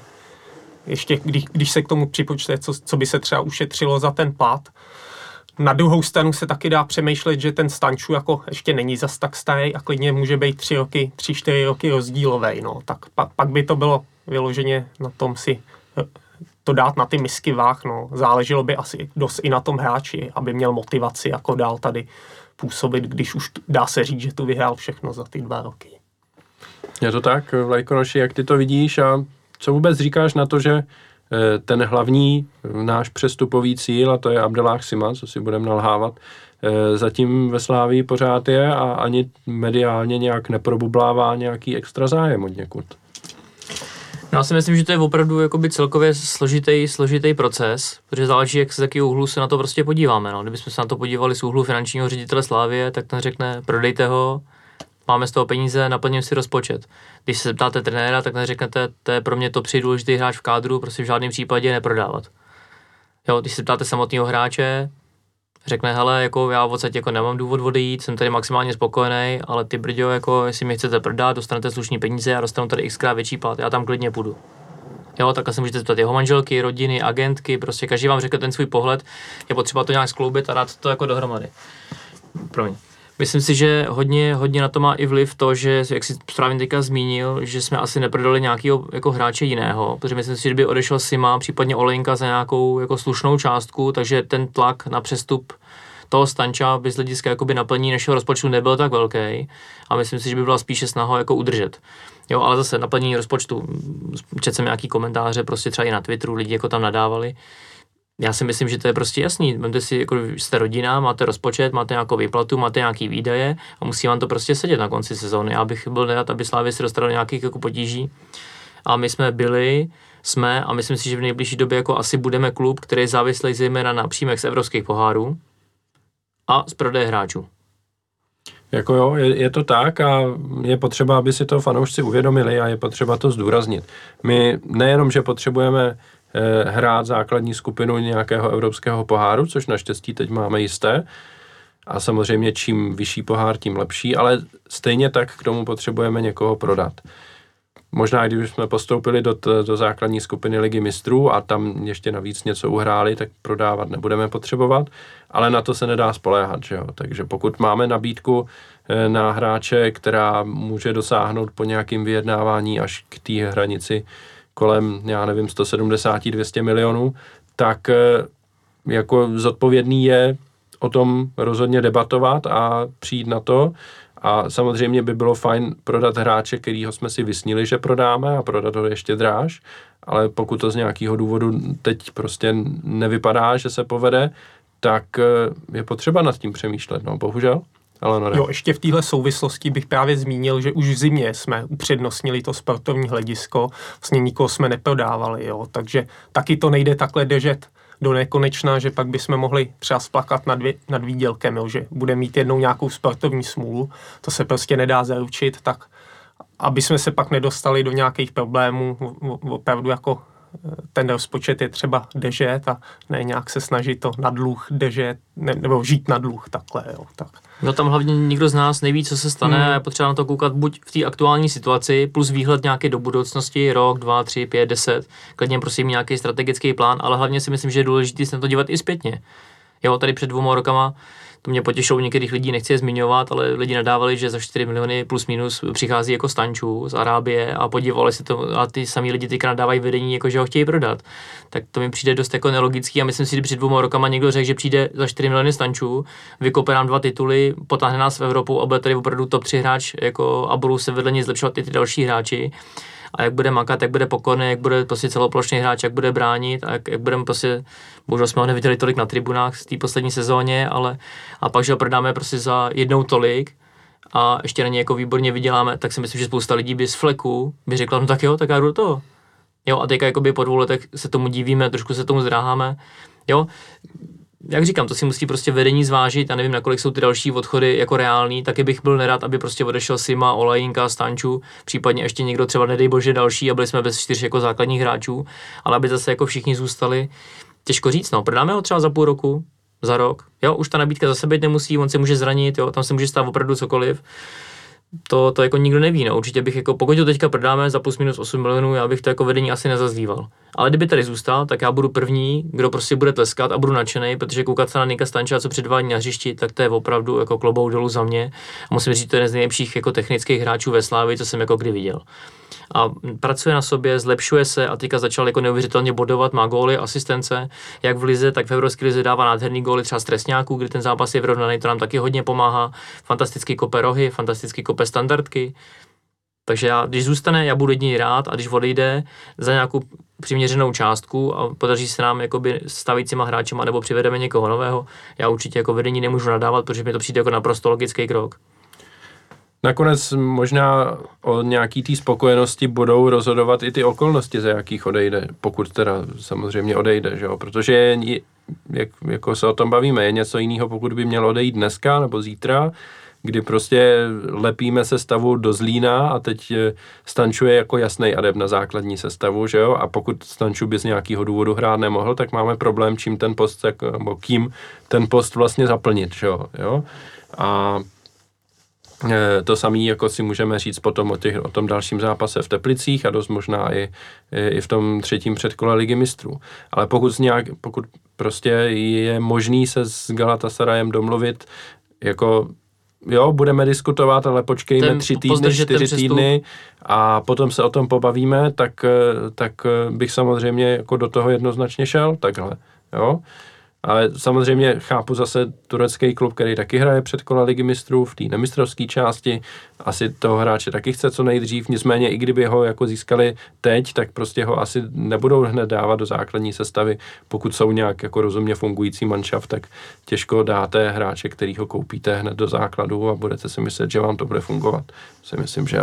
C: když se k tomu připočte, co by se třeba ušetřilo za ten plat. Na druhou stranu se taky dá přemýšlet, že ten Stanču jako ještě není zas tak starý a klidně může být 3-4 roky rozdílovej, no. Tak pak by to bylo vyloženě na tom si to dát na ty misky váh, no. Záleželo by asi dost i na tom hráči, aby měl motivaci jako dál tady působit, když už dá se říct, že tu vyhrál všechno za ty 2 roky.
A: Je to tak, Vlajkonoši, jak ty to vidíš a co vůbec říkáš na to, že ten hlavní náš přestupový cíl, a to je Abdellah Sima, co si budeme nalhávat, zatím ve Slávii pořád je a ani mediálně nějak neprobublává nějaký extra zájem od někud.
B: No, já si myslím, že to je opravdu jakoby celkově složitý proces, protože záleží, jak z jakého úhlu se na to prostě podíváme. No. Kdybychom se na to podívali z úhlu finančního ředitele Slávie, tak ten řekne, prodejte ho, máme z toho peníze, naplním si rozpočet. Když se zeptáte trenéra, tak neřeknete, to je pro mě top 3 důležitý hráč v kádru, prostě v žádném případě neprodávat. Jo, když se ptáte samotného hráče, řekne, hele, jako já v podstatě jako nemám důvod odejít, jsem tady maximálně spokojený, ale ty brďo, jako jestli mi chcete prodat, dostanete slušný peníze a dostanu tady xkrát větší plat, já tam klidně půjdu. Jo, takhle se můžete zeptat jeho manželky, rodiny, agentky, prostě každý vám řekne ten svůj pohled, je potřeba to nějak skloubit a dát to jako dohromady. Promiň. Myslím si, že hodně na to má i vliv to, že, jak jsi správně teďka zmínil, že jsme asi neprodali nějakého jako hráče jiného, protože myslím si, že kdyby odešel Sima, případně Olejnka za nějakou jako slušnou částku, takže ten tlak na přestup toho Stanča by z hlediska jakoby naplnění našeho rozpočtu nebyl tak velký a myslím si, že by byla spíše snaha jako udržet. Jo, ale zase naplnění rozpočtu, četl jsem nějaký komentáře, prostě třeba i na Twitteru, lidi jako tam nadávali. Já si myslím, že to je prostě jasný. Vemte si, jako jste rodina, máte rozpočet, máte nějakou výplatu, máte nějaký výdaje a musí vám to prostě sedět na konci sezóny. Já bych byl nerad, aby Slavia se dostala do nějakých jako potíží. A my jsme a myslím si, že v nejbližší době jako asi budeme klub, který je závislý zejména na příjmech z evropských pohárů a z prodeje hráčů.
A: Jako jo, je to tak a je potřeba, aby si to fanoušci uvědomili a je potřeba to zdůraznit. My nejenom, že potřebujeme hrát základní skupinu nějakého evropského poháru, což naštěstí teď máme jisté. A samozřejmě čím vyšší pohár, tím lepší, ale stejně tak k tomu potřebujeme někoho prodat. Možná, když jsme postoupili do základní skupiny Ligy mistrů a tam ještě navíc něco uhráli, tak prodávat nebudeme potřebovat, ale na to se nedá spoléhat, že jo? Takže pokud máme nabídku na hráče, která může dosáhnout po nějakým vyjednávání až k té hranici kolem, já nevím, 170-200 milionů, tak jako zodpovědný je o tom rozhodně debatovat a přijít na to. A samozřejmě by bylo fajn prodat hráče, kterýho jsme si vysnili, že prodáme a prodat ho ještě dráž, ale pokud to z nějakého důvodu teď prostě nevypadá, že se povede, tak je potřeba nad tím přemýšlet, no bohužel. Ale
C: jo, ještě v téhle souvislosti bych právě zmínil, že už v zimě jsme upřednostnili to sportovní hledisko, vlastně nikoho jsme neprodávali, jo, takže taky to nejde takhle držet do nekonečna, že pak bychom mohli třeba splakat nad výdělkem, jo, že bude mít jednou nějakou sportovní smůlu, to se prostě nedá zaručit, tak aby jsme se pak nedostali do nějakých problémů, opravdu jako ten rozpočet je třeba držet a ne nějak se snažit to na dluh držet, nebo žít na dluh takhle, jo, tak.
B: No tam hlavně nikdo z nás neví, co se stane a je potřeba na to koukat buď v té aktuální situaci, plus výhled nějaký do budoucnosti, rok, 2, 3, 5, 10, klidně prosím nějaký strategický plán, ale hlavně si myslím, že je důležité se na to dívat i zpětně. Jo, tady před 2 rokama, to mě potěšilo některých lidí, nechci je zmiňovat, ale lidi nadávali, že za 4 miliony plus minus přichází jako Stanču z Arábie a podívali se to a ty samý lidi teďka nadávají vedení, jako že ho chtějí prodat. Tak to mi přijde dost jako nelogický a myslím si, že před 2 rokama někdo řekl, že přijde za 4 miliony Stanču, vykope nám 2 tituly, potáhne nás v Evropu a bude tady opravdu top 3 hráč jako, a budou se vedle něj zlepšovat i ty další hráči. A jak bude makat, jak bude pokorný, jak bude prostě celoplošný hráč, jak bude bránit a jak budeme prostě, bohužel jsme ho neviděli tolik na tribunách v té poslední sezóně, ale a pak, že ho prodáme prostě za jednou tolik a ještě na něj jako výborně vyděláme, tak si myslím, že spousta lidí by z fleku by řekla, no tak jo, tak já jdu do toho. Jo, a teďka jakoby po 2 letech se tomu divíme, trošku se tomu zdráháme. Jo, jak říkám, to si musí prostě vedení zvážit, já nevím, nakolik jsou ty další odchody jako reální, taky bych byl nerad, aby prostě odešel Sima, Olajinka, Stanču, případně ještě někdo třeba, nedej bože, další a byli jsme bez 4 jako základních hráčů, ale aby zase jako všichni zůstali, těžko říct, no, prodáme ho třeba za půl roku, za rok, jo, už ta nabídka zase být nemusí, on se může zranit, jo, tam se může stát opravdu cokoliv. To jako nikdo neví, no. Určitě bych jako, pokud to teďka prodáme za plus minus 8 milionů, já bych to jako vedení asi nezazlíval. Ale kdyby tady zůstal, tak já budu první, kdo prostě bude tleskat a budu nadšenej, protože koukat se na Nika Stanča, co předvádí na hřišti, tak to je opravdu jako klobouk dolů za mě. A musím říct, to je jeden z nejlepších jako technických hráčů ve Slávii, co jsem jako kdy viděl. A pracuje na sobě, zlepšuje se a teďka začal jako neuvěřitelně bodovat, má góly, asistence, jak v lize, tak v Evropské lize dává nádherný góly třeba z trestňáků, kdy ten zápas je vyrovnaný, to nám taky hodně pomáhá. Fantasticky kope rohy, fantasticky kope standardky. Takže já, když zůstane, já budu jediný rád a když odejde za nějakou přiměřenou částku a podaří se nám jakoby stavícíma hráčema nebo přivedeme někoho nového, já určitě jako vedení nemůžu nadávat, protože mi to přijde jako naprosto logický krok.
A: Nakonec možná o nějaký té spokojenosti budou rozhodovat i ty okolnosti, za jakých odejde, pokud teda samozřejmě odejde, že jo? Protože jak jako se o tom bavíme, je něco jiného, pokud by měl odejít dneska nebo zítra, kdy prostě lepíme sestavu do Zlína a teď Stanču je jako jasný adept na základní sestavu, že jo? A pokud Stanču by z nějakého důvodu hrát nemohl, tak máme problém, čím ten post, nebo kým ten post vlastně zaplnit, že jo? A to samé jako si můžeme říct potom o tom dalším zápase v Teplicích a dost možná i v tom 3. předkole Ligy mistrů. Ale pokud prostě je možný se s Galatasarajem domluvit, jako jo, budeme diskutovat, ale počkejme 3 týdny, 4 týdny a potom se o tom pobavíme, tak bych samozřejmě jako do toho jednoznačně šel, takhle, jo. Ale samozřejmě chápu zase turecký klub, který taky hraje předkola Ligy mistrů v té nemistrovské části. Asi toho hráče taky chce co nejdřív, nicméně i kdyby ho jako získali teď, tak prostě ho asi nebudou hned dávat do základní sestavy. Pokud jsou nějak jako rozumně fungující manšaft, tak těžko dáte hráče, který ho koupíte hned do základu a budete si myslet, že vám to bude fungovat. Si myslím, že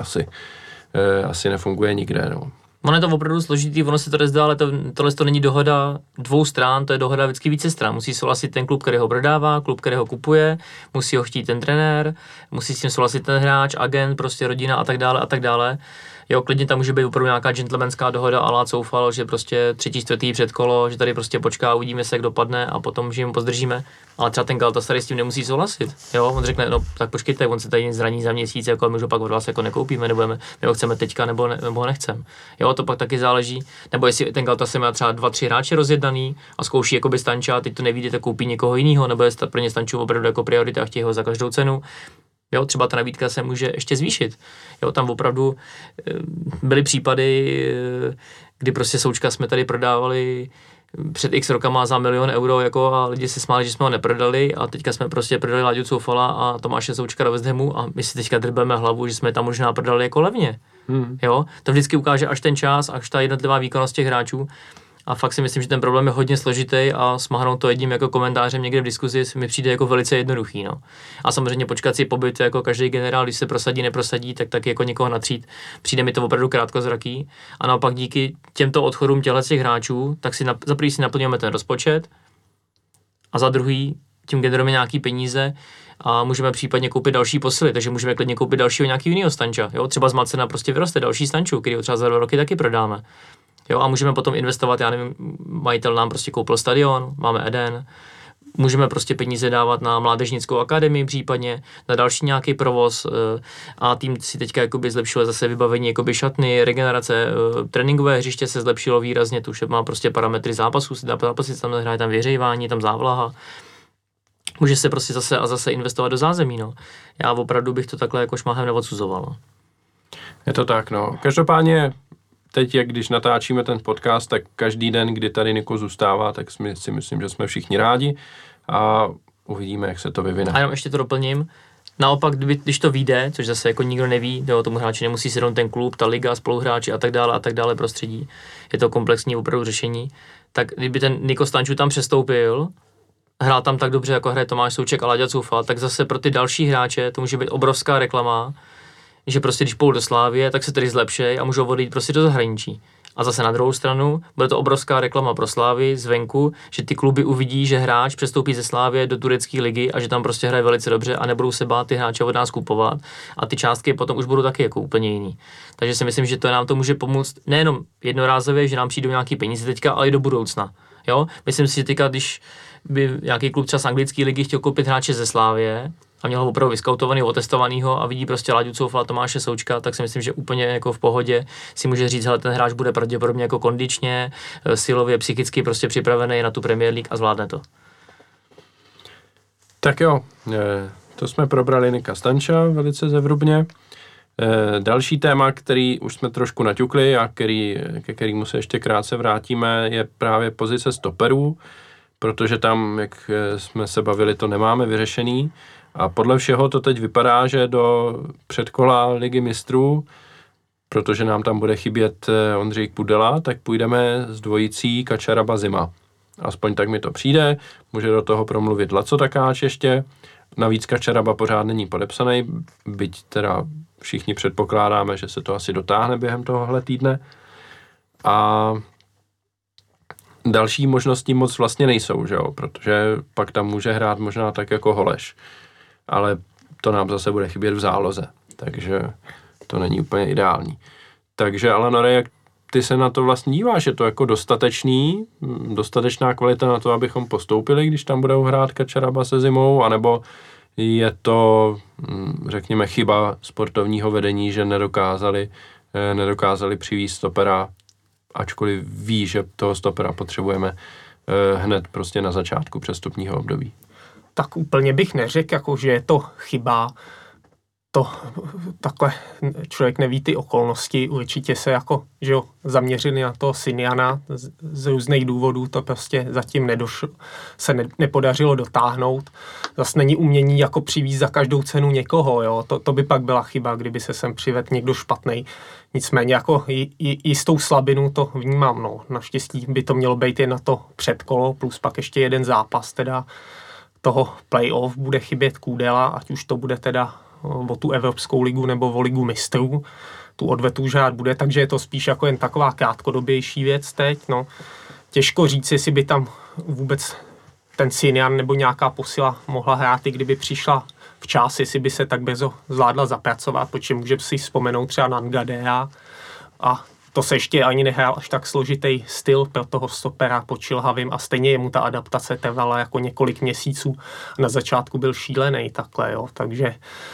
A: asi nefunguje nikde, no.
B: Ono je to opravdu složitý, ono se to zdá, ale tohle to není dohoda 2 stran, to je dohoda vždycky více stran. Musí souhlasit ten klub, který ho prodává, klub, který ho kupuje, musí ho chtít ten trenér, musí s tím souhlasit ten hráč, agent, prostě rodina a tak dále a tak dále. Jo, klidně tam může být opravdu nějaká gentlemanská dohoda a Coufal, že prostě 3., 4. předkolo, že tady prostě počká, uvidíme se, jak dopadne a potom, že jim pozdržíme. Ale třeba ten Galatasaray s tím nemusí souhlasit. Jo, on řekne, no tak počkejte, on se tady zraní za měsíc, jako my ho pak od vás jako nekoupíme, my ho chceme teďka nebo ho nechcem. Jo, to pak taky záleží, nebo jestli ten Galatasaray má třeba 2, 3 hráče rozjednaný a zkouší jakoby Stanča, teď to nevíde, tak koupí někoho jiného, nebo je pro ně Stanču opravdu jako priorita a chtějí ho za každou cenu. Jo, třeba ta nabídka se může ještě zvýšit. Jo, tam opravdu byly případy, kdy prostě Součka jsme tady prodávali před x rokama za 1 000 000 euro jako a lidi se smáli, že jsme ho neprodali a teďka jsme prostě prodali Láďu Coufala a Tomáše Součka do West Hamu a my si teďka drbeme hlavu, že jsme tam možná prodali jako levně. Jo, to vždycky ukáže až ten čas, až ta jednotlivá výkonnost těch hráčů. A fakt si myslím, že ten problém je hodně složitý a smáhnout to jedním jako komentářem někde v diskuzi mi přijde jako velice jednoduchý. No. A samozřejmě počkat si pobyt jako každý generál, když se prosadí, neprosadí, tak jako někoho natřít. Přijde mi to opravdu krátkozraký. A naopak díky těmto odchodům těch hráčů, tak za první si naplňujeme ten rozpočet a za druhý tím generujeme nějaký peníze a můžeme případně koupit další posily, takže můžeme klidně koupit dalšího nějakého jiného Stanča. Jo? Třeba z Macena prostě vyroste další Stanču, který ho třeba za 2 roky taky prodáme. Jo, a můžeme potom investovat, já nevím, majitel nám prostě koupil stadion, máme Eden, můžeme prostě peníze dávat na mládežnickou akademii případně, na další nějaký provoz a tým si teďka jakoby zlepšilo zase vybavení jakoby šatny, regenerace, tréninkové hřiště se zlepšilo výrazně, tu už má prostě parametry zápasů, zápasy tam hraje, tam vyhřívání, tam závlaha. Může se prostě zase investovat do zázemí, no. Já opravdu bych to takhle jako šmahem neodsuzoval.
A: Je to tak, no. Každopádně teď, jak když natáčíme ten podcast, tak každý den, kdy tady Niko zůstává, tak si myslím, že jsme všichni rádi a uvidíme, jak se to vyvine.
B: A jenom ještě to doplním. Naopak, když to vyjde, což zase jako nikdo neví, jo, tomu hráči nemusí sednout ten klub, ta liga, spoluhráči a tak dále prostředí, je to komplexní opravdu řešení, tak kdyby ten Niko Stanču tam přestoupil, hrál tam tak dobře, jako hraje Tomáš Souček a Láďa Coufal, tak zase pro ty další hráče to může být obrovská reklama, že prostě když půjdou do Slávie, tak se tady zlepšej a můžou odejít prostě do zahraničí. A zase na druhou stranu bude to obrovská reklama pro Slávy zvenku, že ty kluby uvidí, že hráč přestoupí ze Slávie do turecké ligy a že tam prostě hraje velice dobře a nebudou se bát ty hráče od nás kupovat a ty částky potom už budou taky jako úplně jiný. Takže si myslím, že to nám to může pomoct nejenom jednorázově, že nám přijdou nějaký peníze teďka, ale i do budoucna. Jo? Myslím si, že teďka, když by nějaký klub třeba z anglické ligy chtěl koupit hráče ze Slávie a měl ho opravdu vyskautovaný, otestovanýho a vidí prostě Láďu Coufala, Tomáše Součka, tak si myslím, že úplně jako v pohodě si může říct, hele, ten hráč bude pravděpodobně jako kondičně, silově, psychicky prostě připravený na tu Premier League a zvládne to.
A: Tak jo, to jsme probrali Nika Stanča velice zevrubně. Další téma, který už jsme trošku naťukli a ke kterému se ještě krátce vrátíme, je právě pozice stoperů, protože tam, jak jsme se bavili, to nemáme vyřešený. A podle všeho to teď vypadá, že do předkola Ligy mistrů, protože nám tam bude chybět Ondřej Kudela, tak půjdeme s dvojicí Kačaraba Zima. Aspoň tak mi to přijde, může do toho promluvit Laco Takáč ještě. Navíc Kačaraba pořád není podepsaný, byť teda všichni předpokládáme, že se to asi dotáhne během tohohle týdne. A další možnosti moc vlastně nejsou, že jo? Protože pak tam může hrát možná tak jako Holeš. Ale to nám zase bude chybět v záloze, takže to není úplně ideální. Takže Alanore, jak ty se na to vlastně díváš? Je to jako dostatečná kvalita na to, abychom postoupili, když tam budou hrát Kačaraba se Zimou, anebo je to, řekněme, chyba sportovního vedení, že nedokázali přivést stopera, ačkoliv ví, že toho stopera potřebujeme hned prostě na začátku přestupního období.
C: Tak úplně bych neřekl, jako, že je to chyba. To takhle člověk neví ty okolnosti, určitě se jako, že jo, zaměřili na toho Syniana z různých důvodů, to prostě zatím nepodařilo dotáhnout. Zase není umění jako přivízt za každou cenu někoho, jo, to by pak byla chyba, kdyby se sem přivedl někdo špatnej. Nicméně jako jistou slabinu to vnímám, no. Naštěstí by to mělo být jen na to předkolo, plus pak ještě jeden zápas, teda toho playoff bude chybět Kudela, ať už to bude teda o tu Evropskou ligu nebo o Ligu mistrů. Tu odvetu už hrát bude, takže je to spíš jako jen taková krátkodobější věc teď. No. Těžko říct, jestli by tam vůbec ten Synian nebo nějaká posila mohla hrát, i kdyby přišla včas, jestli by se tak brzo zvládla zapracovat, protože může si vzpomenout třeba na Ngadea a to se ještě ani nehrál až tak složitý styl pro toho stopera pod Čilhavým a stejně jemu ta adaptace trvala jako několik měsíců. Na začátku byl šílený takhle, jo, takže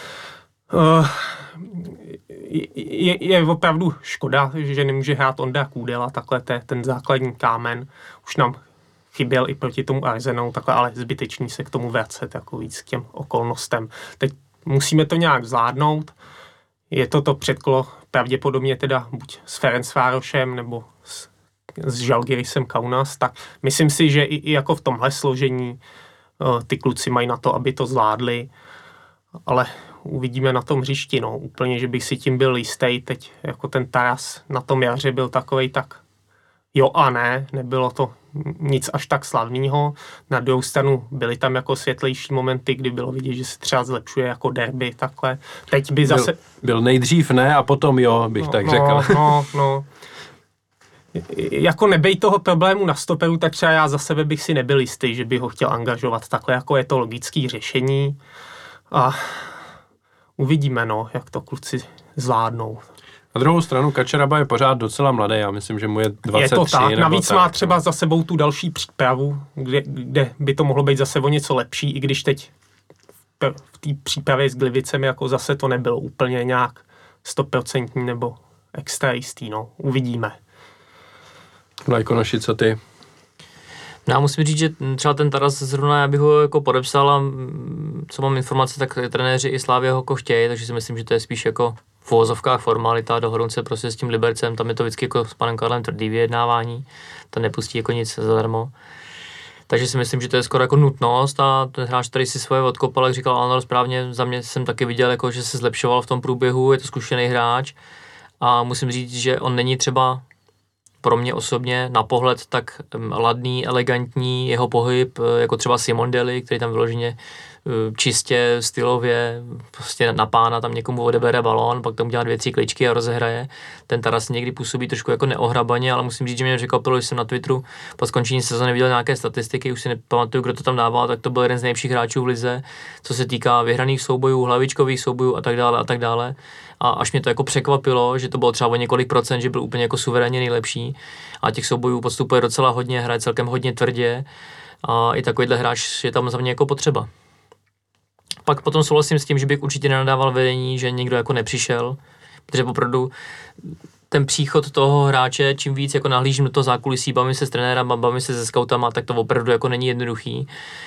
C: je opravdu škoda, že nemůže hrát Ondra Kudela, takhle ten základní kámen. Už nám chyběl i proti tomu Arsenalu, takhle, ale zbytečný se k tomu vracet jako víc k těm okolnostem. Teď musíme to nějak zvládnout. Je to předkolo pravděpodobně teda buď s Ferencvárošem nebo s Žalgirisem Kaunas, tak myslím si, že i jako v tomhle složení ty kluci mají na to, aby to zvládli, ale uvidíme na tom hřišti, no. Úplně, že bych si tím byl jistý, teď jako ten Taras na tom jaře byl takovej tak jo a ne, nebylo to nic až tak slavného. Na druhou stranu byly tam jako světlejší momenty, kdy bylo vidět, že se třeba zlepšuje jako derby, takhle. Teď by zase...
A: Byl nejdřív ne a potom jo, bych tak řekl.
C: No. Jako nebej toho problému na stoperu, tak třeba já za sebe bych si nebyl jistý, že bych ho chtěl angažovat. Takhle jako je to logické řešení a uvidíme, no, jak to kluci zvládnou.
A: Na druhou stranu Kačaraba je pořád docela mladý, já myslím, že mu je 23.
C: Je to tak, navíc
A: tak,
C: má třeba za sebou tu další přípravu, kde by to mohlo být zase o něco lepší, i když teď v té přípravě s Glivicem jako zase to nebylo úplně nějak 100% nebo extra jistý, no, uvidíme.
A: Vlajkonoši, co ty?
B: Já musím říct, že třeba ten Taras zrovna, já bych ho jako podepsal a co mám informace, tak trenéři i Slávě ho jako chtějí, takže si myslím, že to je spíš jako v uvozovkách formalita, dohodnout se prostě s tím Libercem, tam je to vždycky jako s panem Karlem tvrdý vyjednávání, to nepustí jako nic zadarmo. Takže si myslím, že to je skoro jako nutnost a ten hráč, který si svoje odkopal, jak říkal Alnor správně, za mě jsem taky viděl, jako, že se zlepšoval v tom průběhu, je to zkušený hráč a musím říct, že on není třeba pro mě osobně na pohled tak ladný, elegantní, jeho pohyb, jako třeba Simon Deli, který tam vyloženě čistě, stylově, prostě na pána tam někomu odebere balón, pak tam dělá 2-3 kličky a rozehraje. Ten Taras někdy působí trošku jako neohrabaně, ale musím říct, že mě překvapilo, že jsem na Twitteru po skončení sezóny viděl nějaké statistiky, už si nepamatuju, kdo to tam dával, tak to byl jeden z nejlepších hráčů v lize, co se týká vyhraných soubojů, hlavičkových soubojů a tak dále a tak dále. A až mě to jako překvapilo, že to bylo třeba o několik procent, že byl úplně jako suverénně nejlepší a těch soubojů postupuje docela hodně, hraje celkem hodně tvrdě a i takovýhle hráč je tam za mě jako potřeba. Pak potom souhlasím s tím, že bych určitě nenadával vedení, že někdo jako nepřišel, protože opravdu ten příchod toho hráče, čím víc jako nahlížím do toho zákulisí, bavím se s trenérem, bavím se se scoutama, tak to opravdu jako není jednoduchý.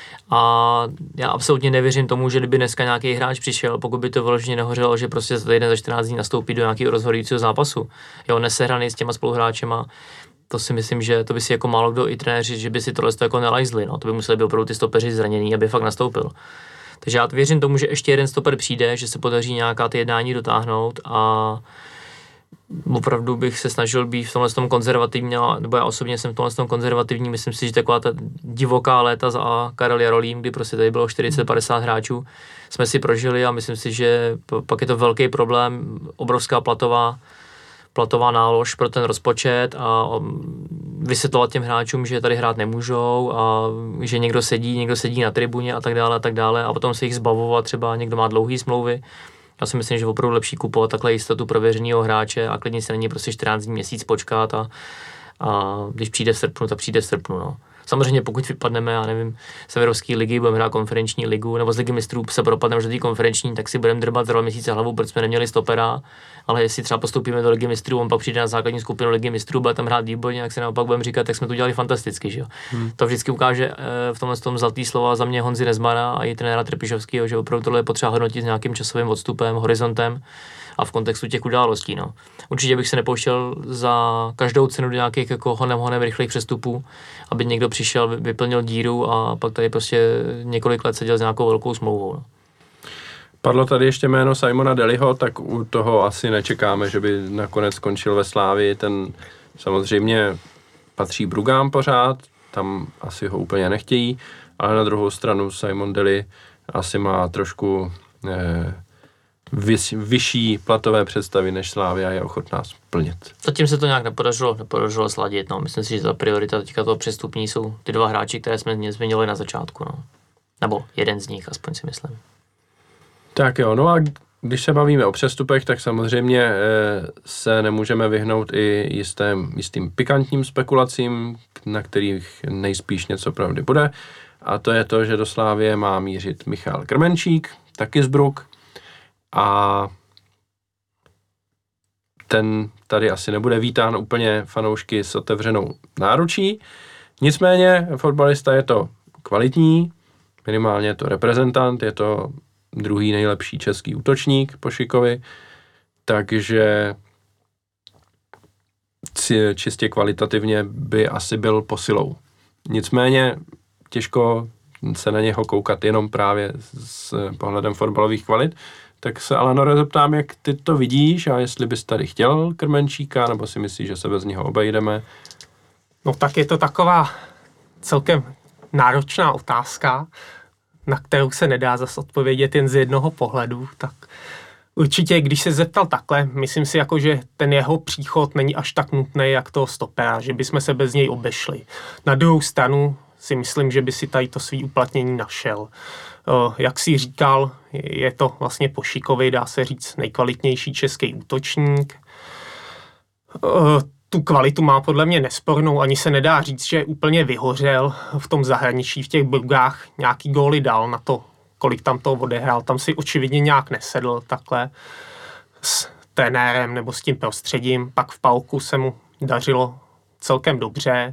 B: A já absolutně nevěřím tomu, že kdyby dneska nějaký hráč přišel, pokud by to vyloženě nehořelo, že prostě za týden, za 14 dní nastoupí do nějakého rozhodujícího zápasu. Jo, nesehraný s těma spoluhráčema, to si myslím, že to by si jako málo kdo i trenéři, že by si tohle jako nelajzli, no, to by museli být opravdu ty stopeři zraněný, aby fakt nastoupil. Takže já věřím tomu, že ještě jeden stoper přijde, že se podaří nějaká ty jednání dotáhnout a opravdu bych se snažil být v tomhle tom konzervativní, nebo já osobně jsem v tomhle tom konzervativní, myslím si, že taková ta divoká léta za Karel Jarolím, kdy prostě tady bylo 40-50 hráčů, jsme si prožili a myslím si, že pak je to velký problém, obrovská platová nálož pro ten rozpočet a vysvětlovat těm hráčům, že tady hrát nemůžou a že někdo sedí na tribuně a tak dále a potom se jich zbavovat, třeba někdo má dlouhý smlouvy. Já si myslím, že opravdu lepší kupovat takhle jistotu prověřenýho hráče a klidně se na něj prostě 14 dní, měsíc počkat a když přijde v srpnu, tak přijde v srpnu, no. Samozřejmě pokud vypadneme, já nevím, z Evropské ligy, budeme hrát konferenční ligu, nebo z ligy mistrů se propadneme do té konferenční, tak si budeme drbat 2 měsíce hlavu, protože jsme neměli stopera, ale jestli třeba postupíme do ligy mistrů, on pak přijde na základní skupinu ligy mistrů, bude tam hrát výborně, jak se naopak budeme říkat, tak jsme to dělali fantasticky, že jo. To vždycky ukáže v tomhle tom zlatý slova za mě Honzy Nezmara a i trenéra Trpišovského, že opravdu tohle je potřeba hodnotit s nějakým časovým odstupem, horizontem a v kontextu těch událostí, no. Určitě bych se nepouštěl za každou cenu do nějakých jako honem rychlých přestupů, aby někdo přišel, vyplnil díru a pak tady prostě několik let seděl s nějakou velkou smlouvou, no.
A: Padlo tady ještě jméno Simona Deliho, tak u toho asi nečekáme, že by nakonec skončil ve Slávii. Ten samozřejmě patří Brugám pořád, tam asi ho úplně nechtějí, ale na druhou stranu Simon Deli asi má trošku vyšší platové představy než Slavia je ochotná splnit.
B: Zatím se to nějak nepodařilo sladit, no. Myslím si, že ta priorita teďka toho přestupní jsou ty 2 hráči, které jsme změnili na začátku, no. Nebo jeden z nich, aspoň si myslím.
A: Tak jo, no a když se bavíme o přestupech, tak samozřejmě se nemůžeme vyhnout i jistým pikantním spekulacím, na kterých nejspíš něco pravdy bude. A to je to, že do Slávie má mířit Michal Krmenčík, taky z Bruk. A ten tady asi nebude vítán úplně fanoušky s otevřenou náručí. Nicméně fotbalista je to kvalitní, minimálně je to reprezentant, je to druhý nejlepší český útočník po Šikovi, takže čistě kvalitativně by asi byl posilou. Nicméně těžko se na něho koukat jenom právě s pohledem fotbalových kvalit, tak se Alanore zeptám, jak ty to vidíš a jestli bys tady chtěl Krmenčíka, nebo si myslíš, že se bez něho obejdeme?
C: No tak je to taková celkem náročná otázka, na kterou se nedá zase odpovědět jen z jednoho pohledu, tak určitě, když se zeptal takhle, myslím si jako, že ten jeho příchod není až tak nutný, jak toho stopera, že bychom se bez něj obešli. Na druhou stranu si myslím, že by si tady to svý uplatnění našel. Jak si říkal, je to vlastně po Šikovi, dá se říct, nejkvalitnější český útočník. Tu kvalitu má podle mě nespornou, ani se nedá říct, že úplně vyhořel v tom zahraničí, v těch Brugách nějaký góly dal na to, kolik tam toho odehrál. Tam si očividně nějak nesedl takhle s trenérem nebo s tím prostředím. Pak v Pauku se mu dařilo celkem dobře.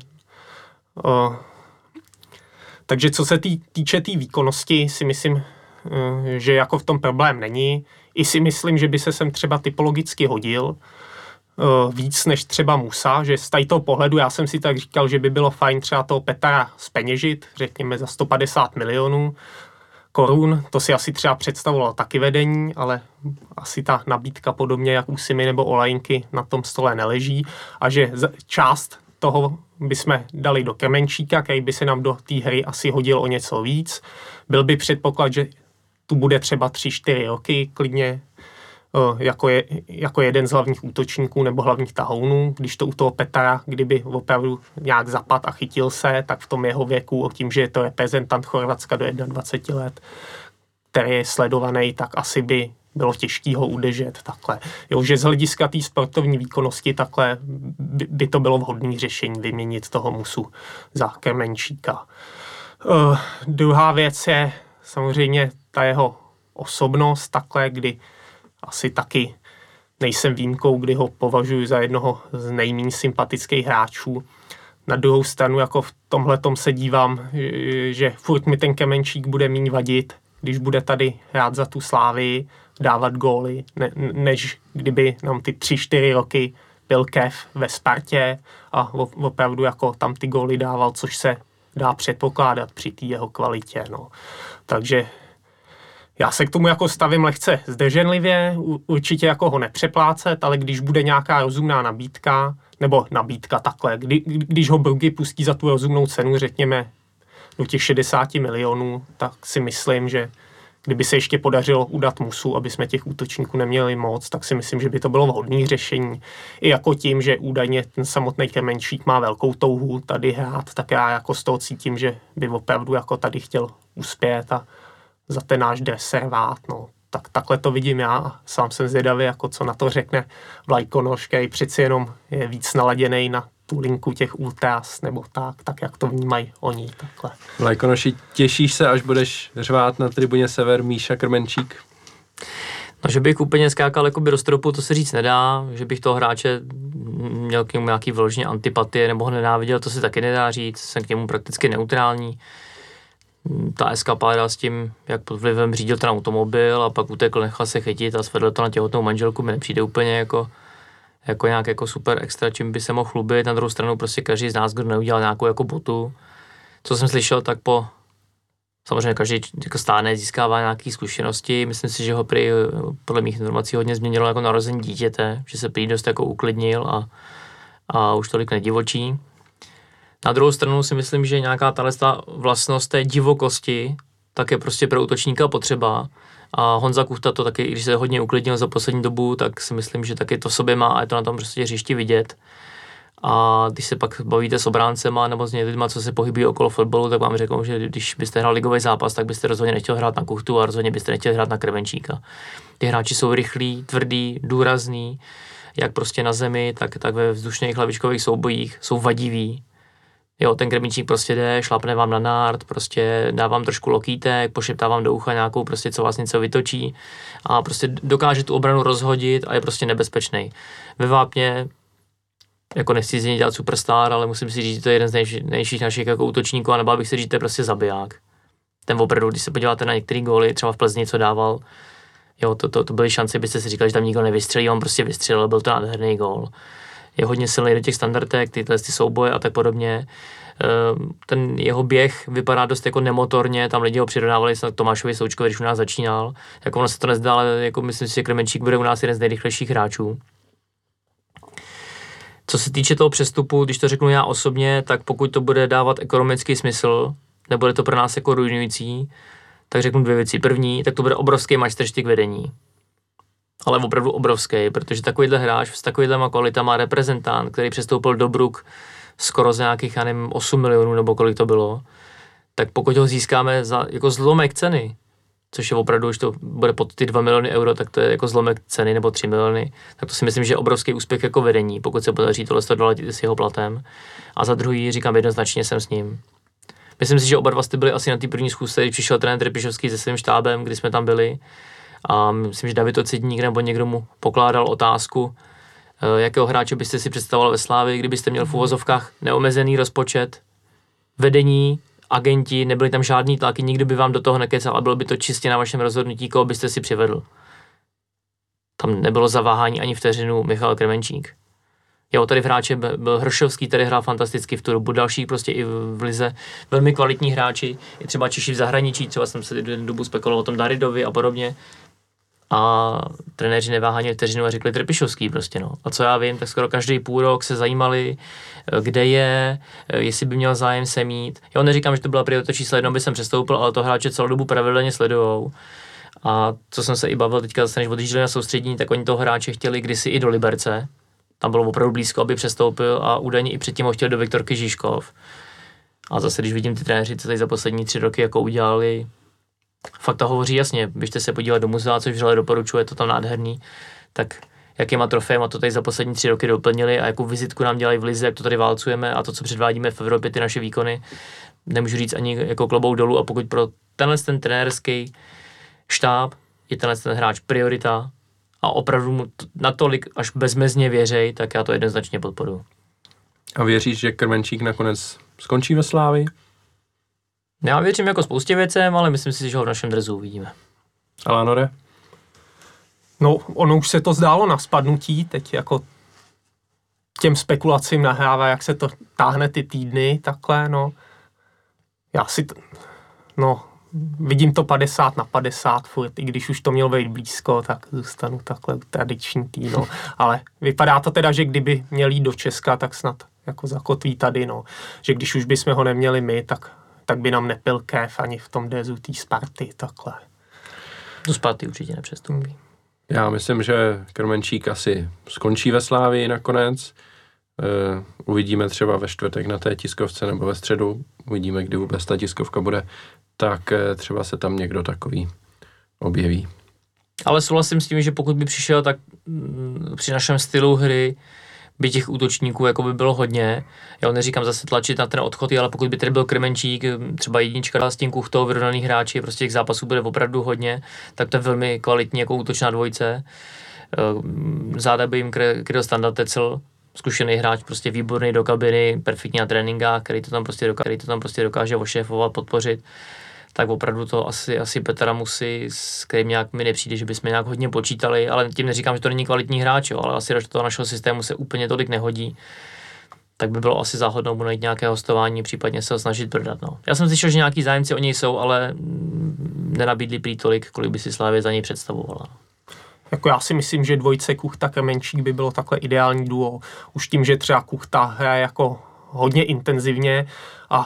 C: Takže co se týče té výkonnosti, si myslím, že jako v tom problém není. I si myslím, že by se sem třeba typologicky hodil víc než třeba Musa, že z toho pohledu já jsem si tak říkal, že by bylo fajn třeba toho Petara zpeněžit, řekněme za 150 milionů korun. To si asi třeba představovalo taky vedení, ale asi ta nabídka podobně jak u Simy nebo Olajinky na tom stole neleží a že část toho bychom dali do Kremenčíka, který by se nám do té hry asi hodil o něco víc. Byl by předpoklad, že tu bude třeba 3-4 roky, klidně jako jeden z hlavních útočníků nebo hlavních tahounů. Když to u toho Petara, kdyby opravdu nějak zapad a chytil se, tak v tom jeho věku, tím, že je to reprezentant Chorvatska do 21 let, který je sledovaný, tak asi by bylo těžké ho udržet takhle. Jo, že z hlediska té sportovní výkonnosti takhle by to bylo vhodné řešení vyměnit toho Musu za Kremenčíka. Druhá věc je samozřejmě ta jeho osobnost takhle, kdy asi taky nejsem výjimkou, kdy ho považuji za jednoho z nejméně sympatických hráčů. Na druhou stranu jako v tomhletom se dívám, že furt mi ten Kremenčík bude míň vadit, když bude tady hrát za tu Slávii, dávat góly, než kdyby nám ty 3-4 roky byl Kev ve Spartě a opravdu jako tam ty góly dával, což se dá předpokládat při té jeho kvalitě. No. Takže já se k tomu jako stavím lehce zdrženlivě, určitě jako ho nepřeplácet, ale když bude nějaká rozumná nabídka, nebo nabídka takhle, když ho Bruggy pustí za tu rozumnou cenu, řekněme do těch 60 milionů, tak si myslím, že kdyby se ještě podařilo udat Musu, aby jsme těch útočníků neměli moc, tak si myslím, že by to bylo vhodné řešení. I jako tím, že údajně ten samotný Kremenčík má velkou touhu tady hrát, tak já jako z toho cítím, že by opravdu jako tady chtěl uspět a za ten náš dres rvát, no. Tak takhle to vidím já a sám jsem zvědavý, jako co na to řekne Vlajkonoš, který přeci jenom je víc naladěnej na tu linku těch ultras, nebo tak jak to vnímají oni, takhle.
A: Vlajkonoši, těšíš se, až budeš řvát na tribuně Sever Míša Kremenčík?
B: No, že bych úplně skákal jakoby do stropu, to se říct nedá, že bych toho hráče měl k němu nějaký vyloženě antipatie nebo ho nenáviděl, to se taky nedá říct, jsem k němu prakticky neutrální. Ta eskapáda s tím, jak pod vlivem řídil ten automobil a pak utekl, nechal se chytit a svedl to na těhotnou manželku, mi nepřijde úplně jako nějak jako super extra, čím by se mohl chlubit. Na druhou stranu prostě každý z nás, kdo neudělal nějakou jako botu. Co jsem slyšel, tak samozřejmě každý jako stánec získává nějaké zkušenosti. Myslím si, že ho podle mých informací hodně změnilo jako narození dítěte, že se prý dost jako uklidnil a už tolik nedivočí. Na druhou stranu si myslím, že nějaká tato vlastnost té divokosti tak je prostě pro útočníka potřeba. A Honza Kuchta to taky, když se hodně uklidnil za poslední dobu, tak si myslím, že taky to v sobě má a je to na tom prostě hřišti vidět. A když se pak bavíte s obráncema nebo s lidma, co se pohybují okolo fotbalu, tak vám řeknou, že když byste hrál ligový zápas, tak byste rozhodně nechtěl hrát na Kuchtu a rozhodně byste nechtěl hrát na Kremenčíka. Ty hráči jsou rychlí, tvrdí, důrazní, jak prostě na zemi, tak ve vzdušných hlavičkových soubojích jsou vadiví. Jo, ten Kremenčík prostě jde, šlapne vám na nárt, prostě dá vám trošku lokýtek, pošeptá vám do ucha nějakou prostě, co vás něco vytočí a prostě dokáže tu obranu rozhodit a je prostě nebezpečný. Ve vápně, jako nechci z něj dělat superstar, ale musím si říct, že to je jeden z nejších našich jako útočníků a nebo bych si říct, to je prostě zabiják. Ten opravdu, když se podíváte na některé góly, třeba v Plzni, co dával, jo, to byly šance, byste si říkali, že tam nikdo nevystřelí, on prostě vystřelil, byl to nádherný gól. Je hodně silný do těch standardek, ty souboje a tak podobně. Ten jeho běh vypadá dost jako nemotorně, tam lidi ho přirovnávali se Tomášovi Součkovi, když u nás začínal. Jako ono se to nezdá, ale jako myslím si, že Kremenčík bude u nás jeden z nejrychlejších hráčů. Co se týče toho přestupu, když to řeknu já osobně, tak pokud to bude dávat ekonomický smysl, nebude to pro nás jako ruinující, tak řeknu dvě věci. První, tak to bude obrovský majsterštyk vedení. Ale opravdu obrovský, protože takovýhle hráč s takovýhlema kvalitama, reprezentant, který přestoupil do Bruk skoro z nějakých, já nevím, 8 milionů nebo kolik to bylo, tak pokud ho získáme za jako zlomek ceny, což je opravdu, už to bude pod ty 2 miliony euro, tak to je jako zlomek ceny nebo 3 miliony, tak to si myslím, že je obrovský úspěch jako vedení, pokud se podaří tohle doladit s jeho platem. A za druhý říkám jednoznačně, jsem s ním. Myslím si, že oba dva jste byli asi na té první schůzce, když přišel trenér Trpišovský se svým štábem, kdy jsme tam byli. A myslím, že David Ocedník nebo někdo mu pokládal otázku, jakého hráče byste si představoval ve Slávii, kdybyste měl v uvozovkách neomezený rozpočet, vedení, agenti, nebyly tam žádný tlaky, nikdo by vám do toho nekecal a bylo by to čistě na vašem rozhodnutí, koho byste si přivedl. Tam nebylo zaváhání ani vteřinu Michal Kremenčík. Jo, tady v hráče byl Hršovský, tady hrál fantasticky v tu dobu, další prostě i v lize, velmi kvalitní hráči, i třeba Češi v zahraničí, třeba jsem se jednu dobu spekuloval o tom Daridovi a podobně. a trenéři neváhali vteřinu a řekli Trpišovský prostě, no. A co já vím, tak skoro každý půl rok se zajímali, kde je, jestli by měl zájem se mít. Já neříkám, že to byla priorita číslo 1, by jsem přestoupil, ale to hráče celou dobu pravidelně sledujou. A co jsem se i bavil teďka zase, než odjížděli na soustředění, tak oni toho hráče chtěli kdysi i do Liberce. Tam bylo opravdu blízko, aby přestoupil a údajně i předtím ho chtěli do Viktorky Žižkov. A zase, když vidím ty trenéři, co tady za poslední 3 roky jako udělali, fakt to hovoří jasně. Běžte se podívat do muzea, což vřele doporučuje, je to tam nádherný. Tak jakýma trofejma to tady za poslední 3 roky doplnili a jakou vizitku nám dělají v lize, jak to tady válcujeme a to, co předvádíme v Evropě, ty naše výkony, nemůžu říct ani jako klobouk dolů. A pokud pro ten trenérský štáb je ten hráč priorita a opravdu mu natolik až bezmezně věřej, tak já to jednoznačně podporuji.
A: A věříš, že Krmenčík nakonec skončí ve Slávii?
B: Já věřím jako spoustě věcem, ale myslím si, že ho v našem drezu uvidíme.
A: Alanore?
C: No, ono už se to zdálo na spadnutí, teď jako těm spekulacím nahrává, jak se to táhne ty týdny, takhle, no. Já si, vidím to 50/50 furt, i když už to mělo být blízko, tak zůstanu takhle tradiční tým, no. Ale vypadá to teda, že kdyby měl jít do Česka, tak snad jako zakotví tady, no. Že když už bychom ho neměli my, tak by nám nepil kév ani v tom dezu té Sparty, takhle.
B: Do Sparty určitě nepřestoupí.
A: Já myslím, že Krmenčík asi skončí ve Slávii nakonec. Uvidíme třeba ve čtvrtek na té tiskovce nebo ve středu. Uvidíme, kdy vůbec ta tiskovka bude. Tak třeba se tam někdo takový objeví.
B: Ale souhlasím s tím, že pokud by přišel, tak při našem stylu hry by těch útočníků jako by bylo hodně. Já neříkám zase tlačit na ten odchod, ale pokud by tady byl Krmenčík, třeba jednička s tím Kuchtou, vyrovnaný hráči, prostě těch zápasů bude opravdu hodně, tak to je velmi kvalitní jako útočná dvojice. Záda by jim kryl Standa Tecl, zkušený hráč, prostě výborný do kabiny, perfektní na tréninkách, který to tam prostě dokáže ošéfovat, podpořit. Tak opravdu to asi Petra musí, s kterým nějak mi nepřijde, že bychom nějak hodně počítali, ale tím neříkám, že to není kvalitní hráč, jo, ale asi do toho našeho systému se úplně tolik nehodí. Tak by bylo asi záhodno mu najít nějaké hostování, případně se ho snažit prodat. No. Já jsem slyšel, že nějaký zájemci o něj jsou, ale nenabídli prý tolik, kolik by si Slavia za něj představovala.
C: Jako já si myslím, že dvojice Kuchta Krmenčík by bylo takhle ideální duo. Už tím, že třeba Kuchta hraje jako hodně intenzivně a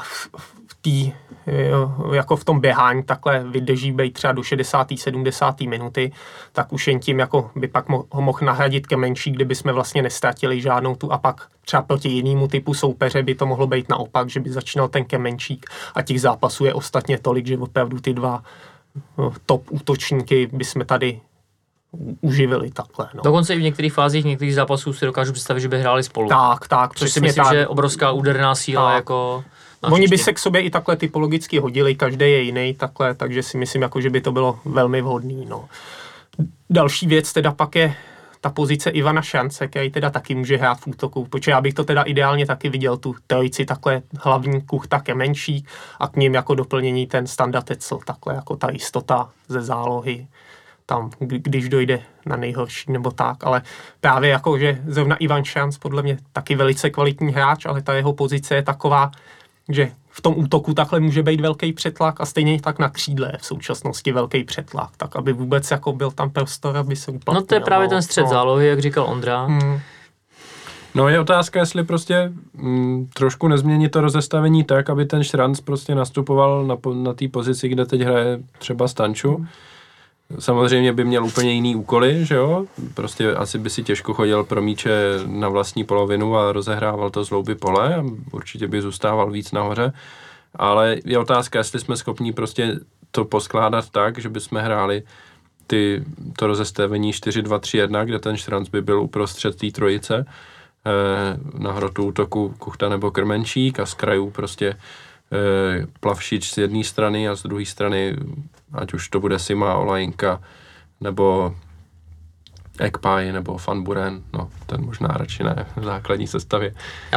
C: jako v tom běhání takhle vydrží být třeba do 60. 70. minuty, tak už jen tím jako by pak ho mohl nahradit Krmenčík, kdyby jsme vlastně nestratili žádnou tu a pak třeba proti jinému typu soupeře by to mohlo být naopak, že by začínal ten Krmenčík a těch zápasů je ostatně tolik, že opravdu ty dva top útočníky by jsme tady uživili takhle. No.
B: Dokonce i v některých fázích některých zápasů si dokážu představit, že by hráli spolu.
C: Tak,
B: což si myslím, že je obrovská úderná síla. Jako
C: oni by se k sobě i takhle typologicky hodili, každý je jiný takhle, takže si myslím, jako, že by to bylo velmi vhodný. No. Další věc teda pak je ta pozice Ivana Šance, který teda taky může hrát v útoku, protože já bych to teda ideálně taky viděl tu trojici takhle hlavní Kuchta Krmenčík a k ním jako doplnění ten Standa Tecl, takhle jako ta jistota ze zálohy tam, když dojde na nejhorší nebo tak, ale právě jako, že zrovna Ivan Šanc podle mě taky velice kvalitní hráč, ale ta jeho pozice je taková, že v tom útoku takhle může být velký přetlak a stejně tak na křídle v současnosti velký přetlak, tak aby vůbec jako byl tam prostor, aby se uplatnil.
B: No to je právě ten střed zálohy, jak říkal Ondra.
A: No je otázka, jestli prostě trošku nezměnit to rozestavení tak, aby ten Šranc prostě nastupoval na té pozici, kde teď hraje třeba Stanču. Samozřejmě by měl úplně jiný úkoly, že jo? Prostě asi by si těžko chodil pro míče na vlastní polovinu a rozehrával to z hlouby pole a určitě by zůstával víc nahoře. Ale je otázka, jestli jsme schopni prostě to poskládat tak, že bychom hráli to rozestavení 4-2-3-1, kde ten Šranc by byl uprostřed té trojice, na hrotu útoku Kuchta nebo Krmenčík a z krajů prostě Plavšič z jedné strany a z druhé strany, ať už to bude Sima, Olajinka, nebo Ekpaj, nebo Van Buren, no ten možná radši ne v základní sestavě.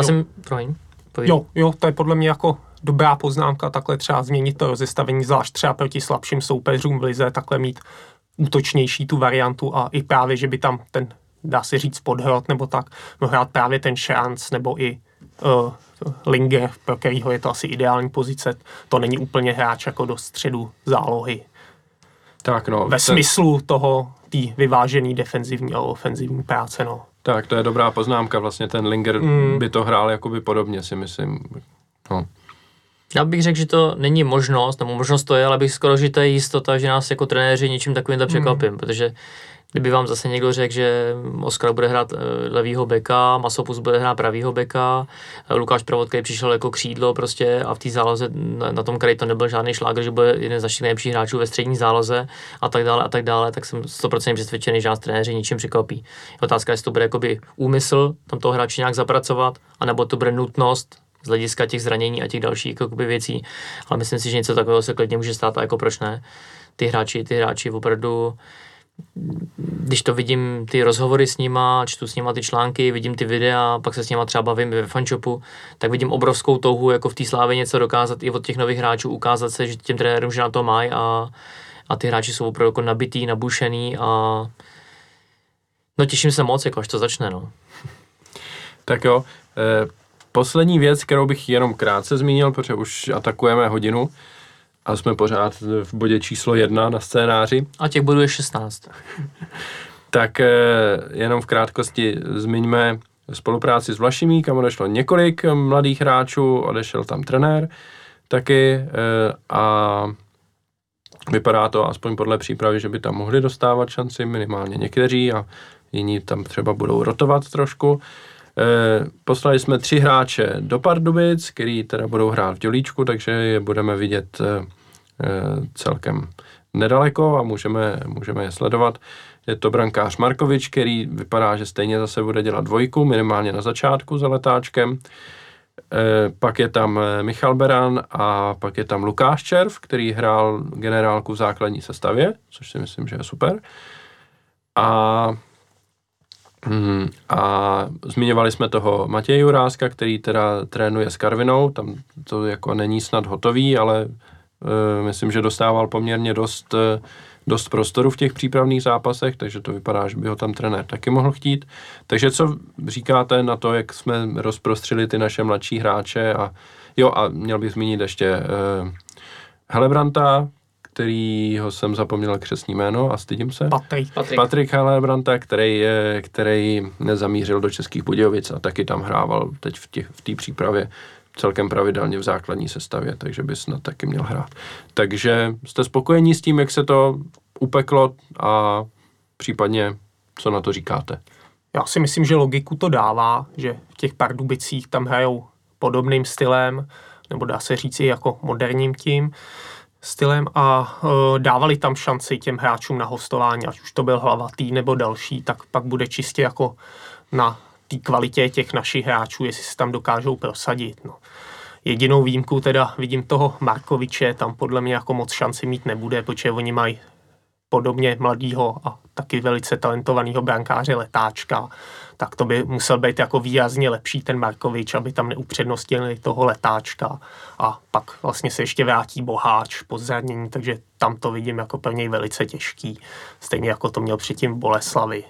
C: Jo, to je podle mě jako dobrá poznámka, takhle třeba změnit to rozestavení, zvlášť třeba proti slabším soupeřům v lize, takhle mít útočnější tu variantu a i právě, že by tam ten, dá se říct, podhrot nebo tak, hrát právě ten Šranc nebo i Linger, pro kterýho je to asi ideální pozice. To není úplně hráč jako do středu zálohy.
A: Tak no.
C: Ve smyslu toho té vyvážený defenzivní a ofenzivní práce, no.
A: Tak, to je dobrá poznámka, vlastně ten Linger by to hrál jakoby podobně, si myslím. No.
B: Já bych řekl, že to není možnost, nebo možnost to je, ale bych skoro, že to je jistota, že nás jako trenéři něčím takovým překvapím, protože kdyby vám zase někdo řekl, že Oskar bude hrát levýho beka, Masopus bude hrát pravýho beka, Lukáš Pravod, přišel jako křídlo prostě a v té záloze na tom kraji to nebyl žádný šlágr, že bude jeden z našich nejlepších hráčů ve střední záloze a tak dále, tak jsem 100% přesvědčený, že nás trenéři ničím překvapí. Otázka je, jestli to bude jakoby úmysl tam toho hráče nějak zapracovat, anebo to bude nutnost z hlediska těch zranění a těch dalších jakoby věcí, ale myslím si, že něco takového se klidně může stát a jako proč ne. Ty hráči opravdu, když to vidím, ty rozhovory s nima, čtu s nima ty články, vidím ty videa, pak se s nima třeba bavím ve fanshopu, tak vidím obrovskou touhu jako v té Slávě něco dokázat i od těch nových hráčů, ukázat se, že těm trenérům, že na to mají a ty hráči jsou opravdu jako nabitý, nabušený a no těším se moc, jako až to začne, no.
A: Tak jo, poslední věc, kterou bych jenom krátce zmínil, protože už atakujeme hodinu a jsme pořád v bodě číslo 1 na scénáři.
B: A těch bodů je 16.
A: Tak jenom v krátkosti zmiňme spolupráci s Vlašimi, kam odešlo několik mladých hráčů, odešel tam trenér taky a vypadá to aspoň podle přípravy, že by tam mohli dostávat šanci minimálně někteří a jiní tam třeba budou rotovat trošku. Poslali jsme 3 hráče do Pardubic, který teda budou hrát v Dělíčku, takže je budeme vidět celkem nedaleko a můžeme je sledovat. Je to brankář Markovič, který vypadá, že stejně zase bude dělat dvojku, minimálně na začátku za letáčkem. Pak je tam Michal Beran a pak je tam Lukáš Červ, který hrál generálku v základní sestavě, což si myslím, že je super. A zmiňovali jsme toho Matěje Juráska, který teda trénuje s Karvinou, tam to jako není snad hotový, ale myslím, že dostával poměrně dost prostoru v těch přípravných zápasech, takže to vypadá, že by ho tam trenér taky mohl chtít. Takže co říkáte na to, jak jsme rozprostřili ty naše mladší hráče a měl bych zmínit ještě Helebranta, kterýho jsem zapomněl křestní jméno a stydím se. Patrik Helebranta, který nezamířil do Českých Budějovic a taky tam hrával teď v té přípravě celkem pravidelně v základní sestavě, takže by snad taky měl hrát. Takže jste spokojení s tím, jak se to upeklo a případně co na to říkáte?
C: Já si myslím, že logiku to dává, že v těch Pardubicích tam hrajou podobným stylem, nebo dá se říct i jako moderním tím stylem a dávali tam šanci těm hráčům na hostování, ať už to byl Hlavatý nebo další, tak pak bude čistě jako na té kvalitě těch našich hráčů, jestli se tam dokážou prosadit. No. Jedinou výjimku teda vidím toho Markoviče, tam podle mě jako moc šanci mít nebude, protože oni mají podobně mladýho a taky velice talentovaného brankáře Letáčka, tak to by musel být jako výrazně lepší ten Markovič, aby tam neupřednostnili toho Letáčka a pak vlastně se ještě vrátí Boháč po zranění, takže tam to vidím jako pro něj velice těžký, stejně jako to měl předtím v Boleslavi.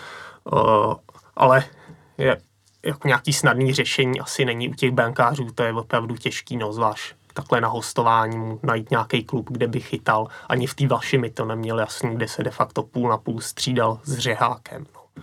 C: Ale jako nějaký snadný řešení asi není u těch brankářů, to je opravdu těžký, no, zvlášť takhle na hostování najít nějaký klub, kde by chytal. Ani v té Vlašimi to neměl jasný, kde se de facto půl na půl střídal s Řehákem. No.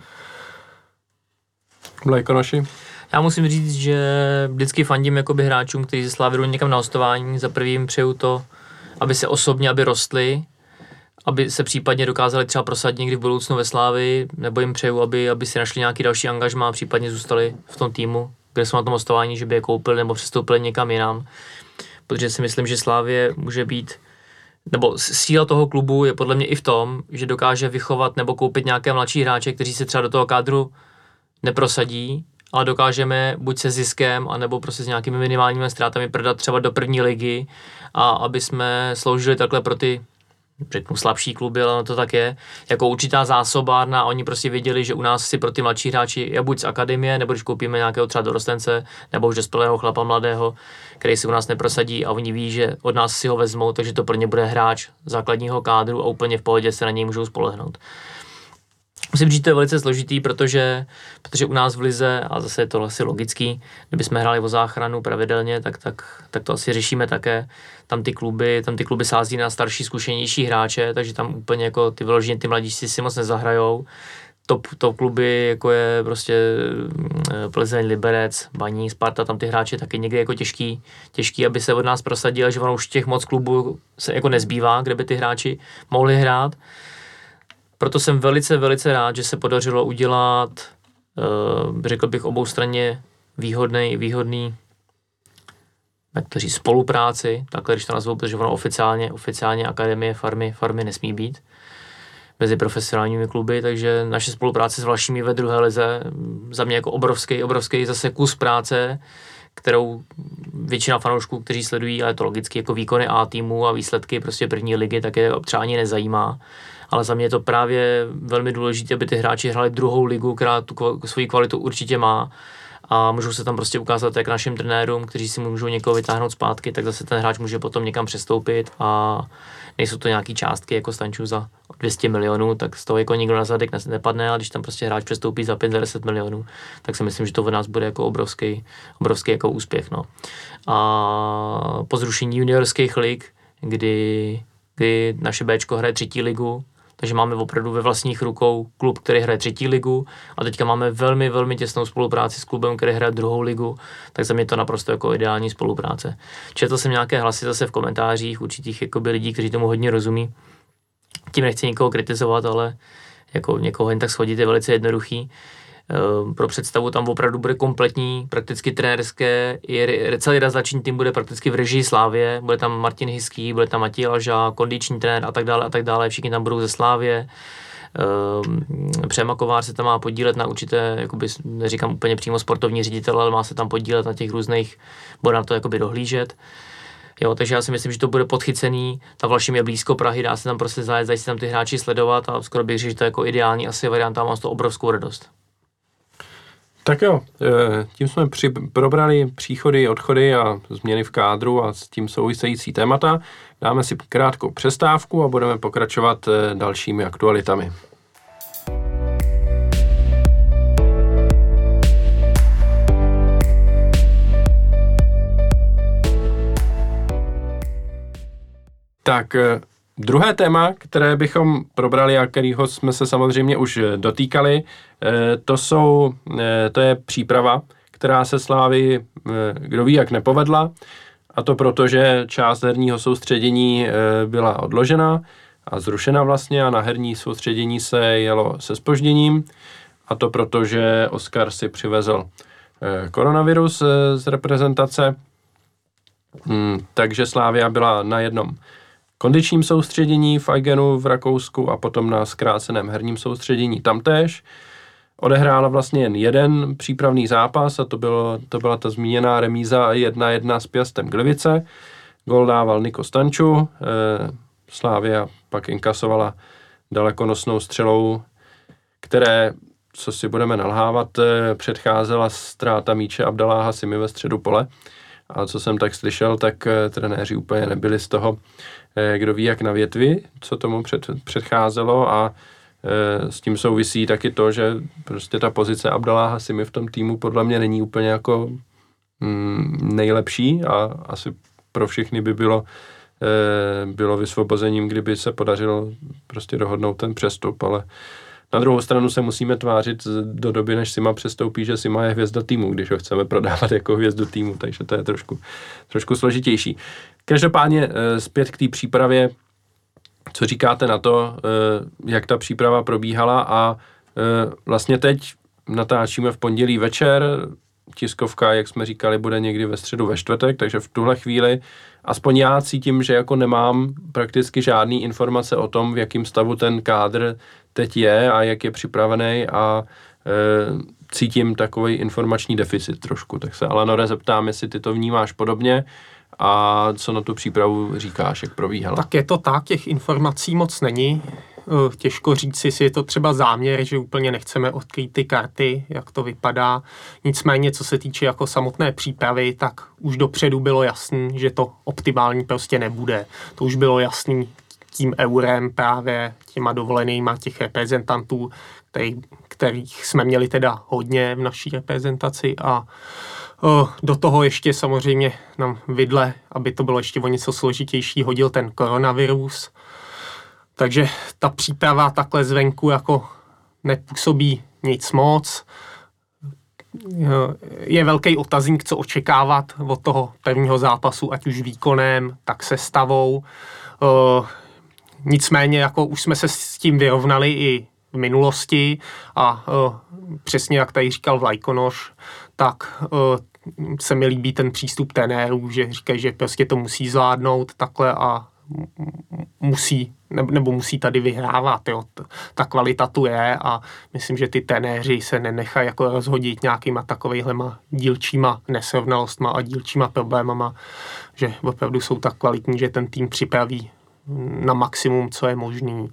A: Blejkonoši?
B: Já musím říct, že vždycky fandím jakoby hráčům, kteří se Slávy jdou někam na hostování. Za prvým přeju to, aby se osobně, aby rostli, aby se případně dokázali třeba prosadit někdy v budoucnu ve Slávy, nebo jim přeju, aby si našli nějaký další angažmá a případně zůstali v tom týmu, kde jsou na tom hostování, že by je koupili nebo přestoupili někam jinam. Protože si myslím, že Slávě může být, nebo síla toho klubu je podle mě i v tom, že dokáže vychovat nebo koupit nějaké mladší hráče, kteří se třeba do toho kádru neprosadí, ale dokážeme buď se ziskem, anebo prostě s nějakými minimálními ztrátami prodat třeba do první ligy a aby jsme sloužili takhle pro ty, řeknu, slabší kluby, ale to tak je, jako určitá zásobárna a oni prostě věděli, že u nás si pro ty mladší hráči je buď z akademie, nebo když koupíme nějakého třeba dorostence, nebo už dospělého chlapa mladého, který si u nás neprosadí a oni ví, že od nás si ho vezmou, takže to pro ně bude hráč základního kádru a úplně v pohodě se na něj můžou spolehnout. Musím říct, to je velice složitý, protože u nás v lize, a zase je to asi logický, kdybychom hráli o záchranu pravidelně, tak to asi řešíme také. Tam ty kluby sází na starší, zkušenější hráče, takže tam úplně jako ty vyloženě ty mladíci si moc nezahrajou. Top kluby, jako je prostě Plzeň, Liberec, Baník, Sparta, tam ty hráče taky někdy jako těžký, aby se od nás prosadili, že ono už těch moc klubů se jako nezbývá, kde by ty hráči mohli hrát. Proto jsem velice, velice rád, že se podařilo udělat, řekl bych, oboustranně výhodný jak to říct, spolupráci, takhle když to nazvu, protože ono oficiálně akademie farmy nesmí být mezi profesionálními kluby, takže naše spolupráce s Vlašimi ve druhé lize za mě jako obrovský zase kus práce, kterou většina fanoušků, kteří sledují, ale to logicky jako výkony A týmu a výsledky prostě první ligy, tak je třeba ani nezajímá. Ale za mě je to právě velmi důležité, aby ty hráči hráli druhou ligu, která tu svoji kvalitu určitě má. A můžou se tam prostě ukázat jak našim trenérům, kteří si můžou někoho vytáhnout zpátky, tak zase ten hráč může potom někam přestoupit a nejsou to nějaký částky jako Stančů za 200 milionů, tak z toho jako nikdo na zadek nepadne, ale když tam prostě hráč přestoupí za 5-10 milionů, tak si myslím, že to v nás bude jako obrovský jako úspěch. No. A po zrušení juniorských lig, kdy naše Bčko hraje 3. ligu, takže máme opravdu ve vlastních rukou klub, který hraje 3. ligu a teďka máme velmi, velmi těsnou spolupráci s klubem, který hraje 2. ligu, tak za mě to naprosto jako ideální spolupráce. Četl jsem nějaké hlasy zase v komentářích určitých jakoby lidí, kteří tomu hodně rozumí. Tím nechci nikoho kritizovat, ale jako někoho jen tak shodit je velice jednoduchý. Pro představu tam opravdu bude kompletní, prakticky trenérské, celý realizační tým bude prakticky v režii Slávie, bude tam Martin Hyský, bude tam Matěj Laža, kondiční trenér a tak dále, všichni tam budou ze Slávie. Přema Kovář se tam má podílet na určité, jakoby, neříkám úplně přímo sportovní ředitel, ale má se tam podílet na těch různých, bude na to jakoby dohlížet. Jo, takže já si myslím, že to bude podchycený, ta Vlašim je blízko Prahy, dá se tam prostě zajet, dají se tam ty hráči sledovat a skoro bych řekl, že to je jako ideální asi varianta, mám z toho obrovskou radost.
A: Tak jo, tím jsme probrali příchody, odchody a změny v kádru a s tím související témata. Dáme si krátkou přestávku a budeme pokračovat dalšími aktualitami. Tak, druhé téma, které bychom probrali a kterého jsme se samozřejmě už dotýkali, to je příprava, která se Slávy, kdo ví jak nepovedla, a to proto, že část herního soustředění byla odložena a zrušena vlastně a na herní soustředění se jelo se zpožděním, a to proto, že Oskar si přivezl koronavirus z reprezentace, takže Slavia byla na jednom kondičním soustředění v Aigenu v Rakousku a potom na zkráceném herním soustředění tamtéž. Odehrála vlastně jen jeden přípravný zápas a to byla ta zmíněná remíza 1-1 s Piastem Gliwice. Gól dával Niko Stanču, Slavia pak inkasovala dalekonosnou střelou, které, co si budeme nalhávat, předcházela ztráta míče Abdaláha Simi ve středu pole. A co jsem tak slyšel, tak trenéři úplně nebyli z toho, kdo ví jak na větvi, co tomu předcházelo, a s tím souvisí taky to, že prostě ta pozice Abdaláha Simi v tom týmu podle mě není úplně jako nejlepší a asi pro všechny by bylo vysvobozením, kdyby se podařilo prostě dohodnout ten přestup, ale na druhou stranu se musíme tvářit do doby, než Sima přestoupí, že Sima je hvězda týmu, když ho chceme prodávat jako hvězdu týmu, takže to je trošku složitější. Každopádně zpět k té přípravě, co říkáte na to, jak ta příprava probíhala, a vlastně teď natáčíme v pondělí večer, tiskovka, jak jsme říkali, bude někdy ve středu, ve čtvrtek, takže v tuhle chvíli aspoň já cítím, že jako nemám prakticky žádný informace o tom, v jakém stavu ten kádr teď je a jak je připravený, a cítím takový informační deficit trošku. Tak se Alanore zeptám, jestli ty to vnímáš podobně a co na tu přípravu říkáš, jak probíhala.
C: Tak je to tak, těch informací moc není. Těžko říct, jestli je to třeba záměr, že úplně nechceme odkrýt ty karty, jak to vypadá. Nicméně, co se týče jako samotné přípravy, tak už dopředu bylo jasný, že to optimální prostě nebude. To už bylo jasný tím eurem, právě těma dovolenýma těch reprezentantů, kterých jsme měli teda hodně v naší reprezentaci a do toho ještě samozřejmě nám vidle, aby to bylo ještě o něco složitější, hodil ten koronavirus. Takže ta příprava takhle zvenku jako nepůsobí nic moc. Je velký otazník, co očekávat od toho prvního zápasu, ať už výkonem, tak sestavou. Nicméně jako už jsme se s tím vyrovnali i v minulosti a přesně jak tady říkal Vlajkonoš, tak se mi líbí ten přístup trenérů, že říkají, že prostě to musí zvládnout takhle a musí, nebo musí tady vyhrávat. Jo. Ta kvalita tu je a myslím, že ty trenéři se nenechají jako rozhodit nějakýma takovejhlema dílčíma nesrovnalostma a dílčíma problémama, že opravdu jsou tak kvalitní, že ten tým připraví na maximum, co je možný.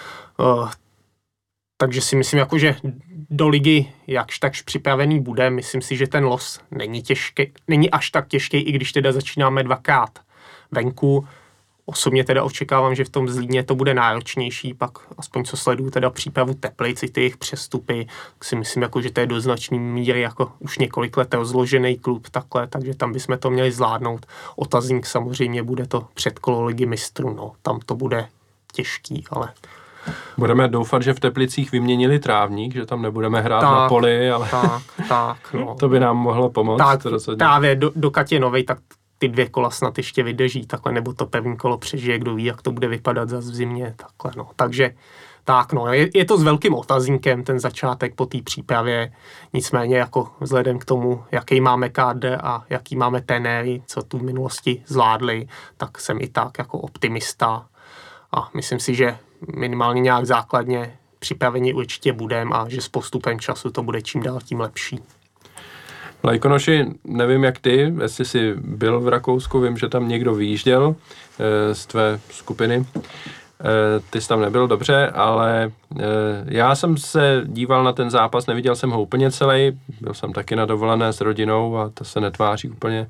C: Takže si myslím, jako, že do ligy jakž takž připravený bude. Myslím si, že ten los není až tak těžký, i když teda začínáme dvakrát venku. Osobně teda očekávám, že v tom Zlíně to bude náročnější, pak aspoň co sleduju teda přípravu Teplic, ty jejich přestupy, tak si myslím, jako, že to je do značné míry jako už několik let rozložený klub takhle, takže tam bychom to měli zvládnout. Otazník samozřejmě bude to předkolo ligy mistrů, no, tam to bude těžký, ale...
A: Budeme doufat, že v Teplicích vyměnili trávník, že tam nebudeme hrát na poli, ale
C: tak, no.
A: To by nám mohlo pomoct.
C: Tak, právě dokud je novej, tak ty 2 kola snad ještě vydrží takhle, nebo to první kolo přežije, kdo ví, jak to bude vypadat zase v zimě, takhle, no. Takže tak, no, je to s velkým otazníkem ten začátek po té přípravě, nicméně jako vzhledem k tomu, jaký máme kádr a jaký máme trenéry, co tu v minulosti zvládli, tak jsem i tak jako optimista a myslím si, že minimálně nějak základně připraveni určitě budeme a že s postupem času to bude čím dál tím lepší.
A: Lajkonoši, nevím jak ty, jestli jsi byl v Rakousku, vím, že tam někdo vyjížděl z tvé skupiny. Ty jsi tam nebyl, dobře, ale já jsem se díval na ten zápas, neviděl jsem ho úplně celý, byl jsem taky na dovolené s rodinou a to se netváří úplně,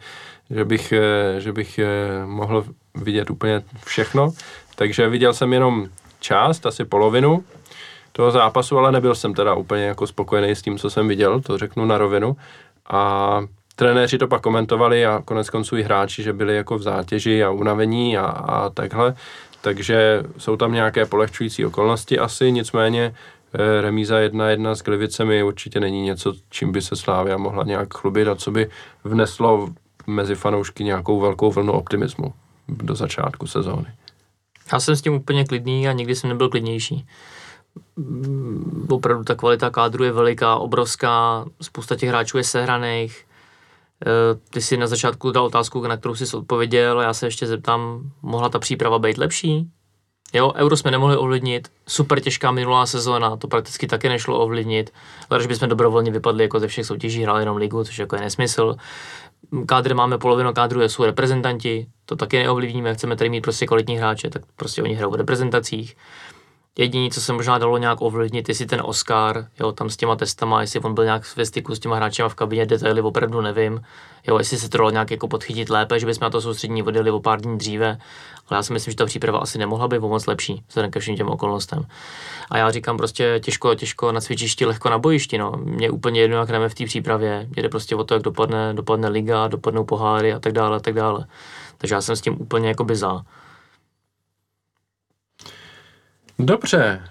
A: že bych mohl vidět úplně všechno. Takže viděl jsem jenom část, asi polovinu toho zápasu, ale nebyl jsem teda úplně jako spokojený s tím, co jsem viděl, to řeknu na rovinu. A trenéři to pak komentovali a konec konců i hráči, že byli jako v zátěži a unavení a takhle. Takže jsou tam nějaké polehčující okolnosti asi, nicméně remíza 1-1 s Glivicemi určitě není něco, čím by se Slavia mohla nějak chlubit a co by vneslo mezi fanoušky nějakou velkou vlnu optimismu do začátku sezóny.
B: Já jsem s tím úplně klidný a nikdy jsem nebyl klidnější. Opravdu ta kvalita kádru je veliká, obrovská, spousta těch hráčů je sehraných. Ty si na začátku dal otázku, na kterou jsi odpověděl, já se ještě zeptám, mohla ta příprava být lepší? Jo, Euro jsme nemohli ovlivnit, super těžká minulá sezóna, to prakticky taky nešlo ovlivnit, ale že bychom dobrovolně vypadli jako ze všech soutěží, hráli jenom ligu, což jako je nesmysl. Kádry máme, polovinu kádru jsou reprezentanti, to taky neovlivníme, chceme tady mít prostě kvalitní hráče, tak prostě oni hrajou v reprezentacích. Jediné, co se možná dalo nějak ovlivnit, jestli ten Oscar, jo, tam s těma testama, jestli on byl nějak ve styku s těma hráčema v kabině, detaily opravdu nevím, jo, jestli se to dalo nějak jako podchytit lépe, že bychom na to soustředění odjeli o pár dní dříve, ale já si myslím, že ta příprava asi nemohla být o moc lepší, vzhledem ke všem těm okolnostem. A já říkám prostě těžko na cvičišti, lehko na bojišti, no. Mně úplně jedno, jak jdeme v té přípravě, jde prostě o to, jak dopadne liga, dopadnou poháry a tak dále, a tak dále. Takže já jsem s tím úplně jakoby za.
A: Dobře.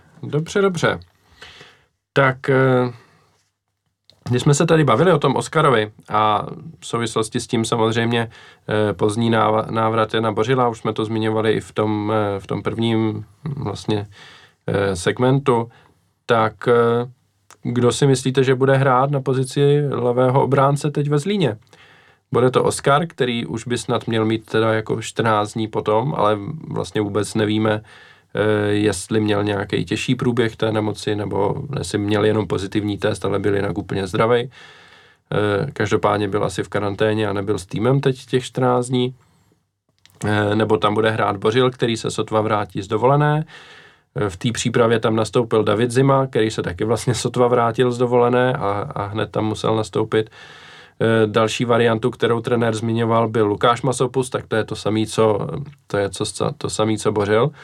A: Tak, když jsme se tady bavili o tom Oscarovi a v souvislosti s tím samozřejmě pozdní návrat Jana Bořila, už jsme to zmiňovali i v tom prvním vlastně segmentu, tak kdo si myslíte, že bude hrát na pozici levého obránce teď ve Zlíně? Bude to Oscar, který už by snad měl mít teda jako 14 dní potom, ale vlastně vůbec nevíme, jestli měl nějaký těžší průběh té nemoci, nebo jestli měl jenom pozitivní test, ale byl jinak úplně zdravý. Každopádně byl asi v karanténě a nebyl s týmem teď těch 14 dní. Nebo tam bude hrát Bořil, který se sotva vrátí z dovolené. V té přípravě tam nastoupil David Zima, který se taky vlastně sotva vrátil z dovolené a hned tam musel nastoupit. Další variantu, kterou trenér zmiňoval, byl Lukáš Masopust, tak to je to samé, co Bořil.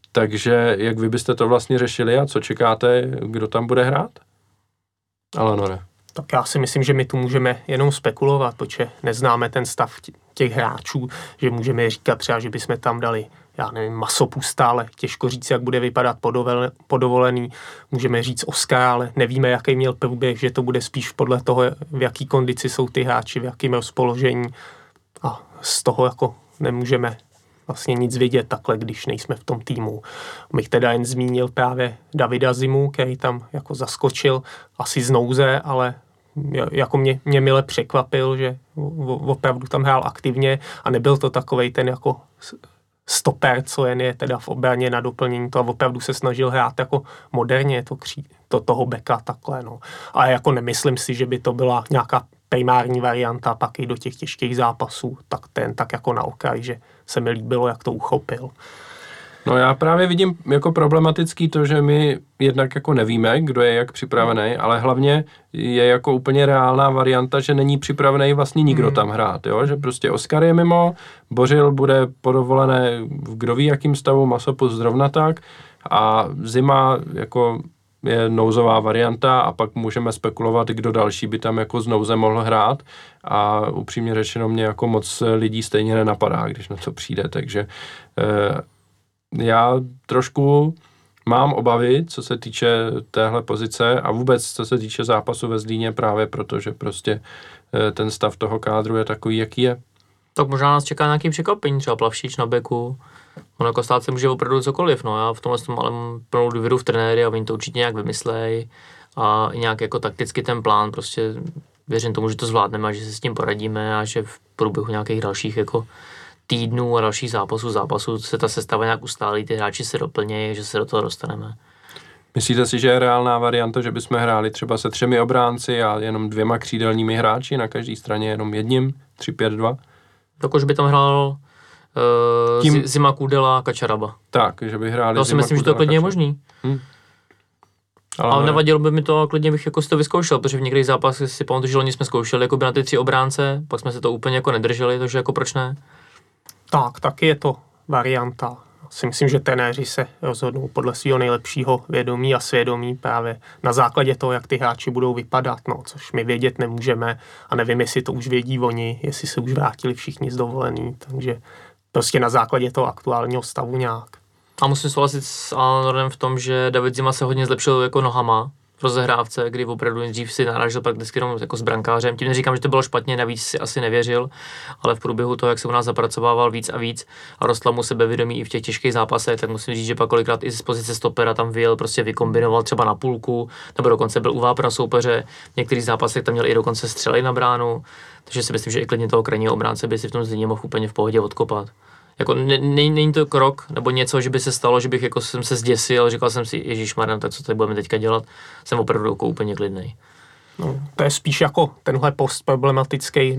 A: Takže jak vy byste to vlastně řešili a co čekáte, kdo tam bude hrát? Alanore.
C: Tak já si myslím, že my tu můžeme jenom spekulovat, protože neznáme ten stav těch hráčů, že můžeme říkat třeba, že bychom tam dali, já nevím, Masopust, ale těžko říct, jak bude vypadat po dovolený. Můžeme říct Oskara, ale nevíme, jaký měl průběh, že to bude spíš podle toho, v jaký kondici jsou ty hráči, v jakém rozpoložení. A z toho jako nemůžeme vlastně nic vědět takhle, když nejsme v tom týmu. Bych teda jen zmínil právě Davida Zimu, který tam jako zaskočil asi z nouze, ale jako mě mile překvapil, že opravdu tam hrál aktivně a nebyl to takovej ten jako stoper, co jen je teda v obraně na doplnění to a opravdu se snažil hrát jako moderně toho beka takhle, no. Ale jako nemyslím si, že by to byla nějaká primární varianta pak i do těch těžkých zápasů, tak ten tak jako na okraj, že se mi líbilo, jak to uchopil.
A: No já právě vidím jako problematický to, že my jednak jako nevíme, kdo je jak připravený, ale hlavně je jako úplně reálná varianta, že není připravený vlastně nikdo tam hrát, jo? Že prostě Oskar je mimo, Bořil bude po dovolené v kdo ví jakým stavu, Masopust zrovna tak a Zima jako je nouzová varianta a pak můžeme spekulovat, kdo další by tam jako z nouze mohl hrát a upřímně řečeno mě jako moc lidí stejně nenapadá, když na to přijde, takže já trošku mám obavy, co se týče téhle pozice a vůbec co se týče zápasu ve Zlíně právě protože prostě ten stav toho kádru je takový, jaký je.
B: Tak možná nás čeká nějaký překvapení, třeba Plavšič na beku. On jako stát se může opravdu cokoliv, no já v tomhle tom ale mám plnou důvěru v trenéry a oni to určitě nějak vymyslej a i nějak jako takticky ten plán, prostě věřím tomu, že to zvládneme a že se s tím poradíme a že v průběhu nějakých dalších jako týdnů a dalších zápasů se ta sestava nějak ustálí, ty hráči se doplnějí, že se do toho dostaneme.
A: Myslíte si, že je reálná varianta, že bychom hráli třeba se 3 obránci a jenom 2 křídelními hráči, na každé straně jenom jedním, 3-5-2?
B: Jakože by tam hrál Zima, Kudela, Kačaraba.
A: Tak, že by hráli
B: Já si myslím, že to klidně je možný. Ale nevadilo by mi to a klidně bych jako si to vyzkoušel, protože v některých zápasech si pamatuju, že loni jsme zkoušeli jako by na ty 3 obránce, pak jsme se to úplně jako nedrželi, takže jako proč ne?
C: Tak, taky je to varianta. Si myslím, že trenéři se rozhodnou podle svého nejlepšího vědomí a svědomí právě na základě toho, jak ty hráči budou vypadat, no, což my vědět nemůžeme a nevím, jestli to už vědí oni, jestli se už vrátili všichni z dovolený, takže prostě na základě toho aktuálního stavu nějak.
B: A musím souhlasit s Alanorem v tom, že David Zima se hodně zlepšil jako nohama v rozehrávce, kdy opravdu dřív si narážel prakticky jenom jako s brankářem. Tím neříkám, že to bylo špatně, navíc si asi nevěřil, ale v průběhu toho, jak se u nás zapracovával víc a víc a rostla mu sebevědomí i v těch těžkých zápasech, tak musím říct, že pak kolikrát i z pozice stopera tam vyjel, prostě vykombinoval třeba na půlku, nebo dokonce byl u vápna soupeře. V některých zápasech tam měl i dokonce střely na bránu, takže si myslím, že i klidně toho krajního obránce by si v tom Zlíně mohl úplně v pohodě odkopat. Jako není to krok, nebo něco, že by se stalo, že bych jako jsem se zděsil, říkal jsem si, ježišmarja, tak co tady budeme teďka dělat, jsem opravdu jako úplně klidnej.
C: No, to je spíš jako tenhle post problematický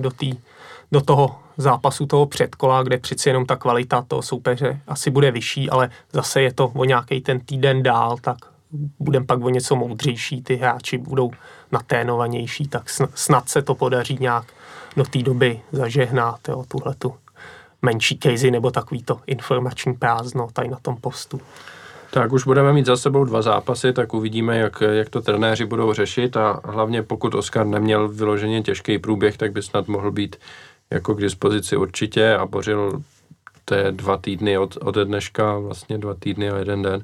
C: do toho zápasu toho předkola, kde přeci jenom ta kvalita toho soupeře asi bude vyšší, ale zase je to o nějaký ten týden dál, tak budeme pak o něco moudřejší, ty hráči budou naténovanější, tak snad se to podaří nějak do té doby zažehnat, jo, tuhletu menší casey nebo takový to informační prázdno tady na tom postu.
A: Tak už budeme mít za sebou 2 zápasy, tak uvidíme, jak to trenéři budou řešit a hlavně pokud Oskar neměl vyloženě těžký průběh, tak by snad mohl být jako k dispozici určitě a Bořil to je 2 týdny ode dneška, vlastně 2 týdny a 1 den,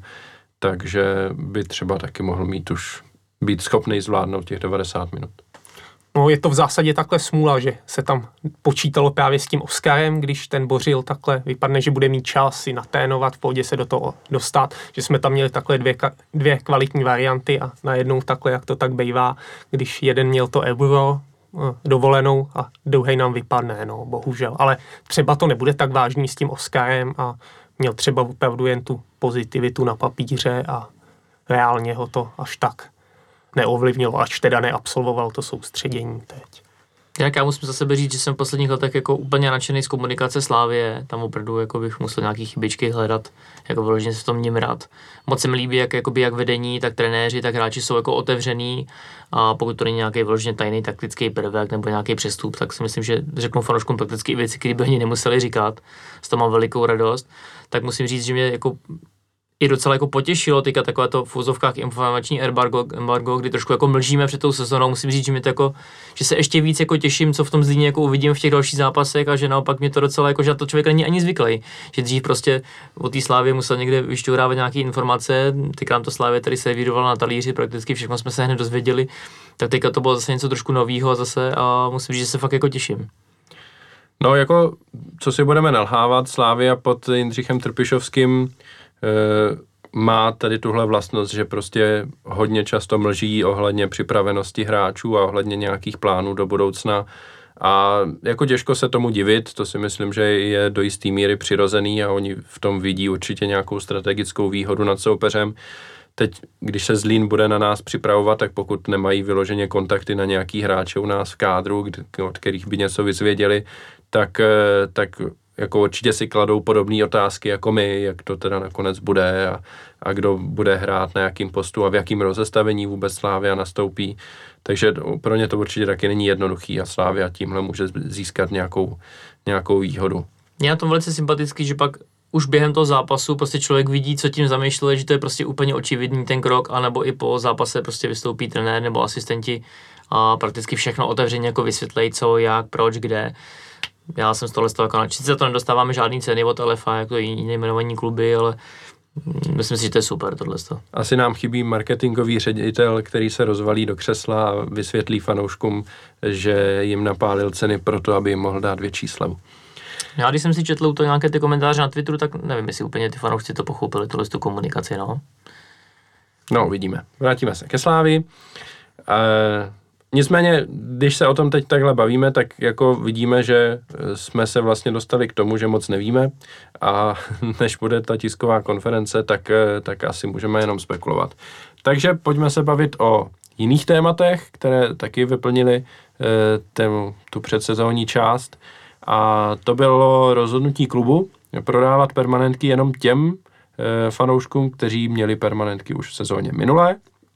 A: takže by třeba taky mohl mít už být schopný zvládnout těch 90 minut.
C: No, je to v zásadě takhle smůla, že se tam počítalo právě s tím Oskarem, když ten Bořil takhle vypadne, že bude mít čas si naténovat, v pohodě se do toho dostat, že jsme tam měli takhle 2 kvalitní varianty a najednou takhle, jak to tak bývá, když jeden měl to euro dovolenou a druhý nám vypadne, no, bohužel. Ale třeba to nebude tak vážný s tím Oskarem a měl třeba opravdu jen tu pozitivitu na papíře a reálně ho to až tak neovlivnilo, ač teda neabsolvoval to soustředění teď.
B: Jak já musím za sebe říct, že jsem v posledních letech jako úplně nadšený z komunikace Slávie, tam opravdu jako bych musel nějaký chybičky hledat, jako vyloženě se v tom rád. Moc se mi líbí, jak vedení, tak trenéři, tak hráči jsou jako otevřený a pokud to není nějaký vyloženě tajný taktický prvek nebo nějaký přestup, tak si myslím, že řeknu fanouškům prakticky věci, které by ani nemuseli říkat, z toho mám velikou radost, tak musím říct, že mě jako i docela jako potěšilo teďka takové to v úzovkách informační embargo, kdy trošku jako mlžíme před tou sezónou. Musím říct, že mi to jako, že se ještě víc jako těším, co v tom Zlíně jako uvidím v těch dalších zápasech a že naopak mě to docela jako, že na to člověk není ani zvyklý. Že dřív prostě o té Slávě musel někde vyšťourávat nějaké informace, tykrát to Slávě tady servírovala na talíři, prakticky všechno jsme se hned dozvěděli, tak teďka to bylo zase něco trošku novýho zase a musím říct, že se fakt jako těším.
A: No jako, co si budeme nalhávat, Slavia pod Jindřichem Trpišovským má tady tuhle vlastnost, že prostě hodně často mlží ohledně připravenosti hráčů a ohledně nějakých plánů do budoucna a jako těžko se tomu divit, to si myslím, že je do jistý míry přirozený a oni v tom vidí určitě nějakou strategickou výhodu nad soupeřem. Teď, když se Zlín bude na nás připravovat, tak pokud nemají vyloženě kontakty na nějaký hráče u nás v kádru, od kterých by něco vyzvěděli, tak jako určitě si kladou podobné otázky jako my, jak to teda nakonec bude a kdo bude hrát na jakým postu a v jakým rozestavení vůbec Slavia nastoupí. Takže pro ně to určitě taky není jednoduchý a Slavia tímhle může získat nějakou výhodu.
B: Je na tom velice sympatický, že pak už během toho zápasu prostě člověk vidí, co tím zamýšleli, že to je prostě úplně očividný ten krok, anebo i po zápase prostě vystoupí trenér nebo asistenti a prakticky všechno otevřeně jako vysvětlejí, co, jak, proč, kde. Já jsem z tohle jako sice to nedostáváme žádný ceny od LFA, jako jiné jmenovaní kluby, ale myslím si, že to je super tohle.
A: Asi nám chybí marketingový ředitel, který se rozvalí do křesla a vysvětlí fanouškům, že jim napálil ceny proto, aby jim mohl dát větší slavu.
B: Já když jsem si četl to nějaké ty komentáře na Twitteru, tak nevím, jestli úplně ty fanoušci to pochopili, tohle tu komunikaci, no.
A: No, uvidíme. Vrátíme se ke Slávii. Nicméně, když se o tom teď takhle bavíme, tak jako vidíme, že jsme se vlastně dostali k tomu, že moc nevíme a než bude ta tisková konference, tak asi můžeme jenom spekulovat. Takže pojďme se bavit o jiných tématech, které taky vyplnily tu předsezónní část a to bylo rozhodnutí klubu prodávat permanentky jenom těm fanouškům, kteří měli permanentky už v sezóně minulé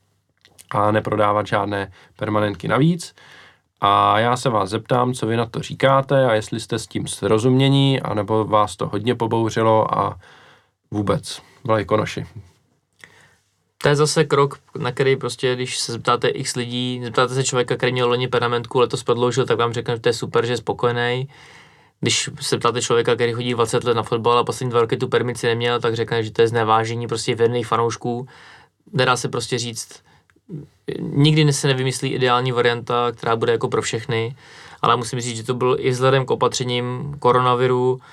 A: a neprodávat žádné permanentky navíc. A já se vás zeptám, co vy na to říkáte a jestli jste s tím srozumění, anebo vás to hodně pobouřilo a vůbec vlajkonoši.
B: To je zase krok, na který prostě, když se zeptáte x lidí, zeptáte se člověka, který měl loni permanentku, letos prodloužil, tak vám řekne, že to je super, že je spokojený. Když se ptáte člověka, který chodí 20 let na fotbal a poslední 2 roky tu permici neměl, tak řekne, že to je znevážení prostě věrných fanoušků. Nedá se prostě říct, nikdy se nevymyslí ideální varianta, která bude jako pro všechny, ale musím říct, že to byl i vzhledem k opatřením koronaviru,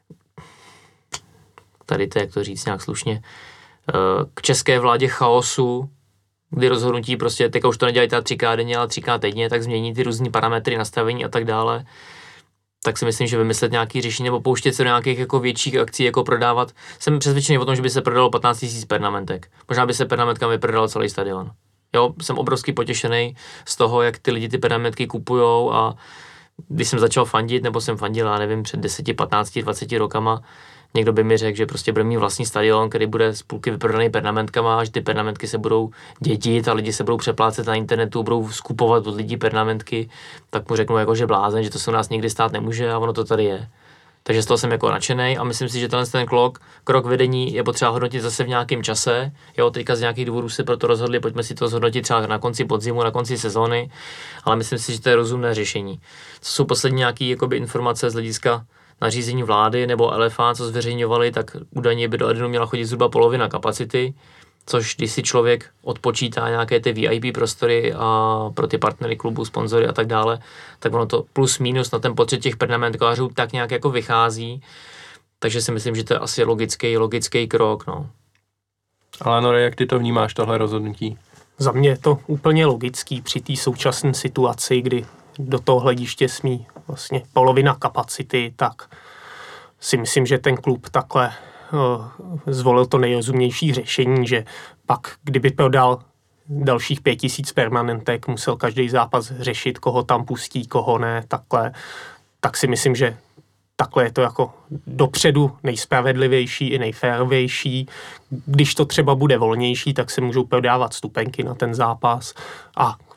B: tady to, jak to říct nějak slušně, k české vládě chaosu, kdy rozhodnutí prostě, teďka už to nedělají teda 3x denně, ale 3x týdně, tak změní ty různý parametry, nastavení a tak dále, tak si myslím, že vymyslet nějaký řešení nebo pouštět se do nějakých jako větších akcí, jako prodávat. Jsem přesvědčený o tom, že by se prodalo 15 000 permanentek. Možná by se permanentkami vyprodal celý stadion. Jo, jsem obrovsky potěšený z toho, jak ty lidi ty permanentky kupujou a když jsem začal fandit, nebo jsem fandil, já nevím, před 10, 15, 20 rokama, někdo by mi řekl, že prostě bude mít vlastní stadion, který bude z půlky vyprodaný permanentkama a že ty permanentky se budou dědit a lidi se budou přeplácet na internetu, budou skupovat od lidí permanentky, tak mu řeknu jako, že blázen, že to se u nás nikdy stát nemůže a ono to tady je. Takže z toho jsem jako nadšenej a myslím si, že ten krok vedení je potřeba hodnotit zase v nějakém čase. Jo, teďka z nějakých důvodů se proto rozhodli, pojďme si to zhodnotit třeba na konci podzimu, na konci sezóny, ale myslím si, že to je rozumné řešení. Co jsou poslední nějaké jakoby informace z hlediska nařízení vlády nebo LFA, co zveřejňovali, tak údajně by do Edenu měla chodit zhruba polovina kapacity, což když si člověk odpočítá nějaké ty VIP prostory a pro ty partnery klubu, sponzory a tak dále, tak ono to plus minus na ten počet těch permanentkářů tak nějak jako vychází. Takže si myslím, že to je asi logický krok. No.
A: Ale Nore, jak ty to vnímáš, tohle rozhodnutí?
C: Za mě je to úplně logický při té současné situaci, kdy do toho hlediště smí vlastně polovina kapacity, tak si myslím, že ten klub takhle zvolil to nejrozumnější řešení, že pak, kdyby prodal dalších 5 000 permanentek, musel každý zápas řešit, koho tam pustí, koho ne, takhle, tak si myslím, že takhle je to jako dopředu nejspravedlivější i nejférovější. Když to třeba bude volnější, tak se můžou prodávat stupenky na ten zápas a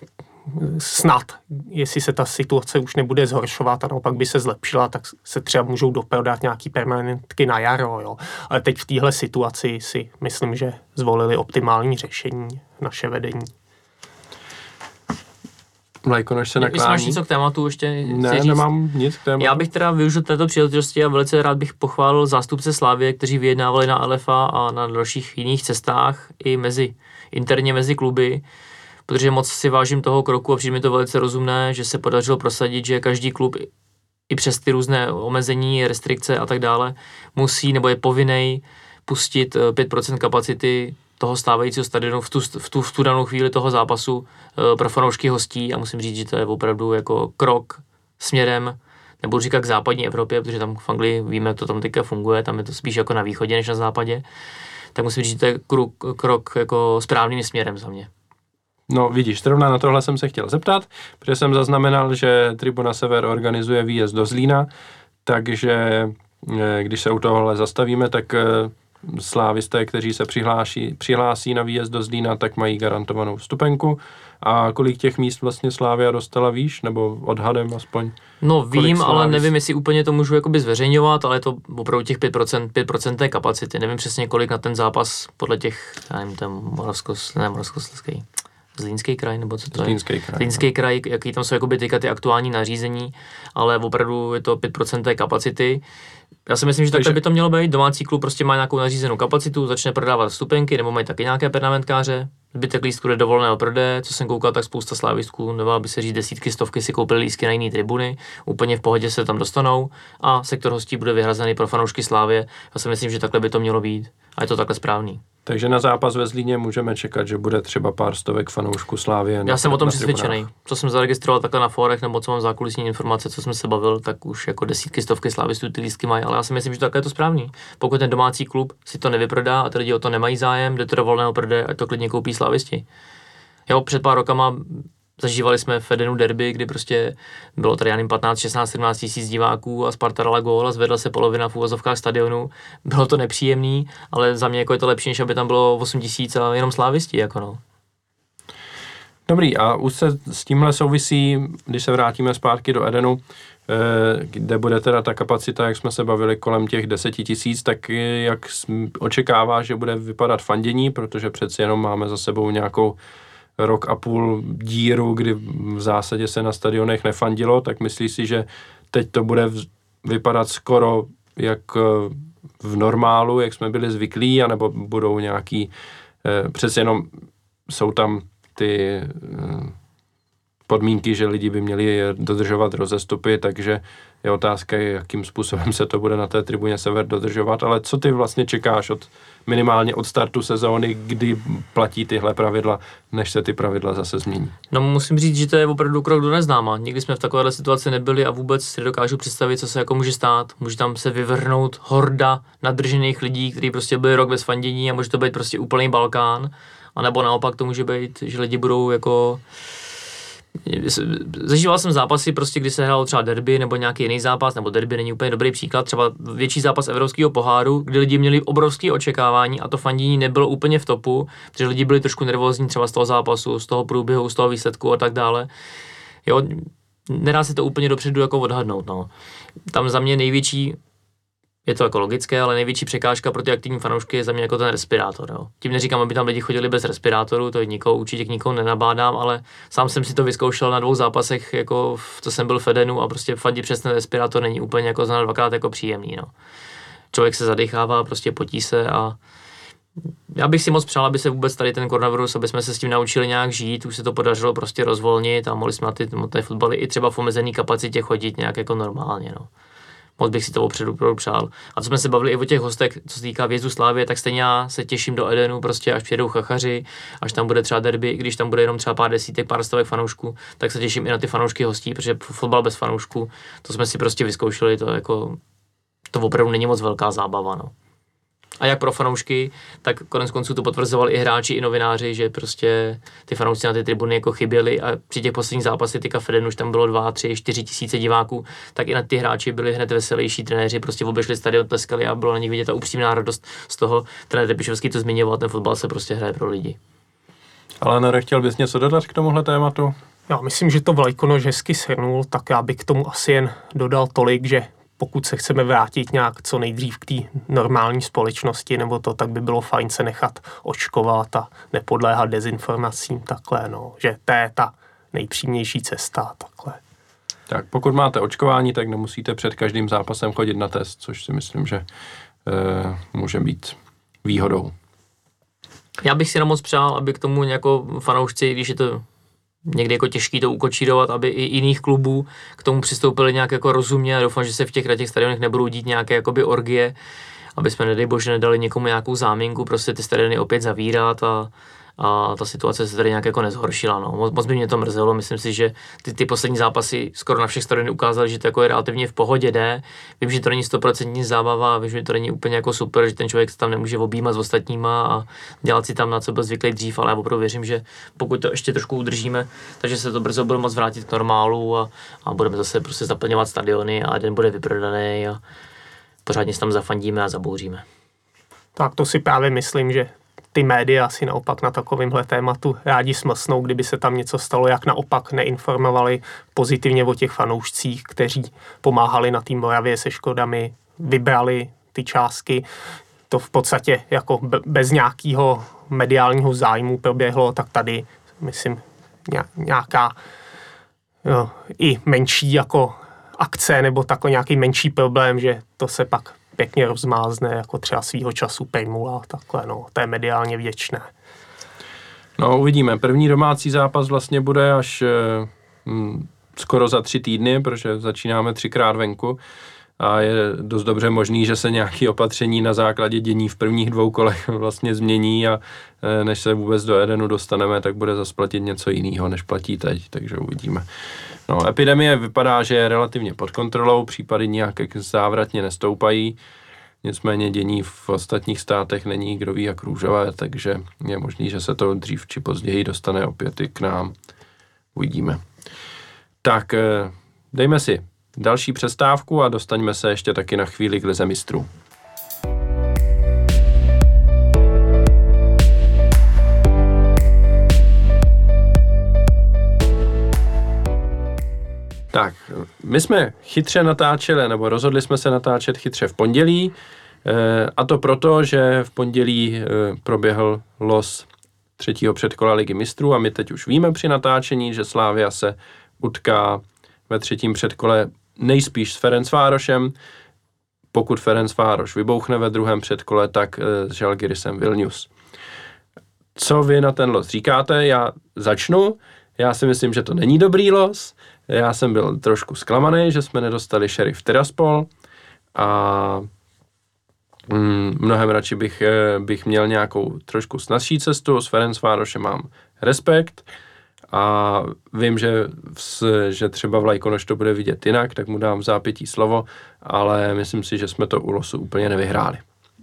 C: snad, jestli se ta situace už nebude zhoršovat a naopak by se zlepšila, tak se třeba můžou doprodat nějaký permanentky na jaro, jo. Ale teď v téhle situaci si myslím, že zvolili optimální řešení naše vedení.
A: Vlajkonoš se naklání.
B: Máš něco k tématu ještě?
A: Ne, nemám nic k tématu.
B: Já bych teda využil této příležitosti a velice rád bych pochválil zástupce Slavie, kteří vyjednávali na LFA a na dalších jiných cestách i interně mezi kluby, protože moc si vážím toho kroku a přijde mi to velice rozumné, že se podařilo prosadit, že každý klub i přes ty různé omezení, restrikce a tak dále musí nebo je povinnej pustit 5% kapacity toho stávajícího stadionu v tu danou chvíli toho zápasu pro fanoušky hostí a musím říct, že to je opravdu jako krok směrem, nebudu říkat k západní Evropě, protože tam v Anglii víme, jak to tam teďka funguje, tam je to spíš jako na východě než na západě, tak musím říct, že to je krok jako správným směrem za mě.
A: No vidíš, zrovna na tohle jsem se chtěl zeptat, protože jsem zaznamenal, že Tribuna Sever organizuje výjezd do Zlína, takže když se u tohohle zastavíme, tak slávisté, kteří se přihlásí na výjezd do Zlína, tak mají garantovanou vstupenku. A kolik těch míst vlastně Slavia dostala, víš? Nebo odhadem aspoň?
B: No vím, ale nevím, jestli úplně to můžu jakoby zveřejňovat, ale je to opravdu těch 5% té kapacity. Nevím přesně, kolik na ten zápas podle těch, já nevím, ten Moravskoslezský. Zlínský kraj, nebo co to je? Zlínský kraj, jaký tam jsou jakoby ty aktuální nařízení, ale opravdu je to 5% té kapacity. Já si myslím, že takhle by to mělo být. Domácí klub prostě má nějakou nařízenou kapacitu, začne prodávat vstupenky, nebo mají taky nějaké pernamentkáře. Zbytek lístků je dovoleného prodeje, co jsem koukal, tak spousta slávistů, nebo by se říct desítky, stovky si koupili lístky na jiné tribuny, úplně v pohodě se tam dostanou a sektor hostí bude vyhrazený pro fanoušky Slávie. Já si myslím, že takhle by to mělo být a je to takhle správný.
A: Takže na zápas ve Zlíně můžeme čekat, že bude třeba pár stovek fanoušků Slávie.
B: Já jsem o tom přesvědčený. Co jsem zaregistroval takhle na fórech, nebo co mám zákulisní informace, co jsme se bavil, tak už jako desítky, stovky slávistů ty lístky mají, ale já si myslím, že takhle je to správný. Pokud ten domácí klub si to nevyprodá a ty lidi o to nemají zájem, jde to do volného prodeje, ať to klidně koupí slávisti. Jo, před pár rokama zažívali jsme v Edenu derby, kdy prostě bylo tady 15, 16, 17 tisíc diváků a Sparta dala gól a zvedla se polovina v úvozovkách stadionu. Bylo to nepříjemný, ale za mě jako je to lepší, než aby tam bylo 8 tisíc a jenom slávisti, jako no.
A: Dobrý, a už se s tímhle souvisí, když se vrátíme zpátky do Edenu, kde bude teda ta kapacita, jak jsme se bavili, kolem těch 10 tisíc, tak jak očekává, že bude vypadat fandění, protože přeci jenom máme za sebou nějakou rok a půl díru, kdy v zásadě se na stadionech nefandilo, tak myslíš si, že teď to bude vypadat skoro jak v normálu, jak jsme byli zvyklí, anebo budou nějaký, přeci jenom jsou tam ty podmínky, že lidi by měli dodržovat rozestupy, takže je otázka, jakým způsobem se to bude na té tribuně Sever dodržovat, ale co ty vlastně čekáš minimálně od startu sezóny, kdy platí tyhle pravidla, než se ty pravidla zase změní?
B: No musím říct, že to je opravdu krok do neznáma. Nikdy jsme v takovéhle situaci nebyli a vůbec si dokážu představit, co se jako může stát. Může tam se vyvrhnout horda nadržených lidí, kteří prostě byli rok bez fandění a může to být prostě úplný Balkán, anebo naopak to může být, že lidi budou jako... Zažíval jsem zápasy, prostě, kdy se hrál třeba derby nebo nějaký jiný zápas, nebo derby není úplně dobrý příklad, třeba větší zápas Evropského poháru, kdy lidi měli obrovské očekávání a to fandění nebylo úplně v topu, protože lidi byli trošku nervózní třeba z toho zápasu, z toho průběhu, z toho výsledku a tak dále. Jo, nedá se to úplně dopředu jako odhadnout, no. Tam za mě největší, je to jako logické, ale největší překážka pro ty aktivní fanoušky je za mě jako ten respirátor. Jo. Tím neříkám, aby tam lidi chodili bez respirátoru, to určitě k nikomu nenabádám, ale sám jsem si to vyzkoušel na 2 zápasech, jako co jsem byl v Edenu a prostě fandit přes ten respirátor není úplně jako za 2krát jako příjemný. No. Člověk se zadechává, prostě potí se a já bych si moc přál, aby se vůbec tady ten koronavirus, aby jsme se s tím naučili nějak žít, už se to podařilo prostě rozvolnit a mohli jsme na ty fotbaly i třeba v omezený kapacitě chodit nějak jako normálně. No. Moc bych si to opravdu přál. A co jsme se bavili i o těch hostech, co se týká výjezdu Slávie, tak stejně já se těším do Edenu, prostě až přijedou chachaři, až tam bude třeba derby, i když tam bude jenom třeba pár desítek, pár stovek fanoušků, tak se těším i na ty fanoušky hostí, protože fotbal bez fanoušků, to jsme si prostě vyzkoušeli, to opravdu není moc velká zábava, no. A jak pro fanoušky, tak konec konců to potvrzovali i hráči, i novináři, že prostě ty fanoušci na ty tribuny jako chyběli a při těch posledních zápasech teďka v Edenu už tam bylo 2, 3, 4 tisíce diváků, tak i na ty hráči byli hned veselější, trenéři prostě obešli stadion, tleskali a bylo na nich vidět ta upřímná radost z toho. Trenér Trpišovský to zmiňoval, ten fotbal se prostě hraje pro lidi.
A: Ale nechtěl bys něco dodat k tomuhle tématu?
C: Já myslím, že to Vlajkonoš hezky shrnul, tak já bych k tomu asi jen dodal tolik, že pokud se chceme vrátit nějak co nejdřív k té normální společnosti nebo to, tak by bylo fajn se nechat očkovat a nepodléhat dezinformacím takhle, no, že to je ta nejpřímější cesta takhle.
A: Tak pokud máte očkování, tak nemusíte před každým zápasem chodit na test, což si myslím, že může být výhodou.
B: Já bych si moc přál, aby k tomu jako fanoušci, když je to někdy jako těžký to ukočírovat, aby i jiných klubů k tomu přistoupili nějak jako rozumně a doufám, že se v těch stadionech nebudou dít nějaké jakoby orgie, aby jsme nedej bože nedali někomu nějakou záminku, prostě ty stadiony opět zavírat a ta situace se tady nějak jako nezhoršila. No. Moc by mě to mrzelo, myslím si, že ty poslední zápasy skoro na všech stadionech ukázaly, že to jako je relativně v pohodě jde. Vím, že to není 100% zábava, vím, že to není úplně jako super, že ten člověk se tam nemůže objímat s ostatníma a dělat si tam, na co byl zvyklý dřív, ale já opravdu věřím, že pokud to ještě trošku udržíme, takže se to brzo bude moct vrátit k normálu a budeme zase prostě zaplňovat stadiony a den bude vyprodaný a pořádně se tam zafandíme a zabouříme.
C: Tak to si právě myslím, že ty média si naopak na takovémhle tématu rádi smlsnou, kdyby se tam něco stalo, jak naopak neinformovali pozitivně o těch fanoušcích, kteří pomáhali na té Moravě se Škodami, vybrali ty částky. To v podstatě jako bez nějakého mediálního zájmu proběhlo, tak tady, myslím, nějaká i menší jako akce nebo takový nějaký menší problém, že to se pak pěkně rozmázne, jako třeba svýho času Pejmula, takhle, no, to je mediálně vděčné.
A: No, uvidíme. První domácí zápas vlastně bude až skoro za 3 týdny, protože začínáme 3krát venku a je dost dobře možný, že se nějaké opatření na základě dění v prvních 2 kolech vlastně změní a než se vůbec do Edenu dostaneme, tak bude zase platit něco jiného, než platí teď, takže uvidíme. No, epidemie vypadá, že je relativně pod kontrolou, případy nějak závratně nestoupají, nicméně dění v ostatních státech není kdo ví jak růžové, takže je možný, že se to dřív či později dostane opět i k nám. Uvidíme. Tak dejme si další přestávku a dostaňme se ještě taky na chvíli k Lize mistrů. Tak, my jsme chytře natáčeli, nebo rozhodli jsme se natáčet chytře v pondělí, a to proto, že v pondělí proběhl los 3. předkola Ligy mistrů a my teď už víme při natáčení, že Slavia se utká ve 3. předkole nejspíš s Ferencvárošem. Pokud Ferencvároš vybouchne ve 2. předkole, tak s Žalgirisem Vilnius. Co vy na ten los říkáte? Já začnu. Já si myslím, že to není dobrý los. Já jsem byl trošku zklamaný, že jsme nedostali Sheriff Tiraspol a mnohem radši bych měl nějakou trošku snazší cestu. S Ferencvárošem mám respekt a vím, že třeba Vlajkonoš to bude vidět jinak, tak mu dám vzápětí slovo, ale myslím si, že jsme to u losu úplně nevyhráli.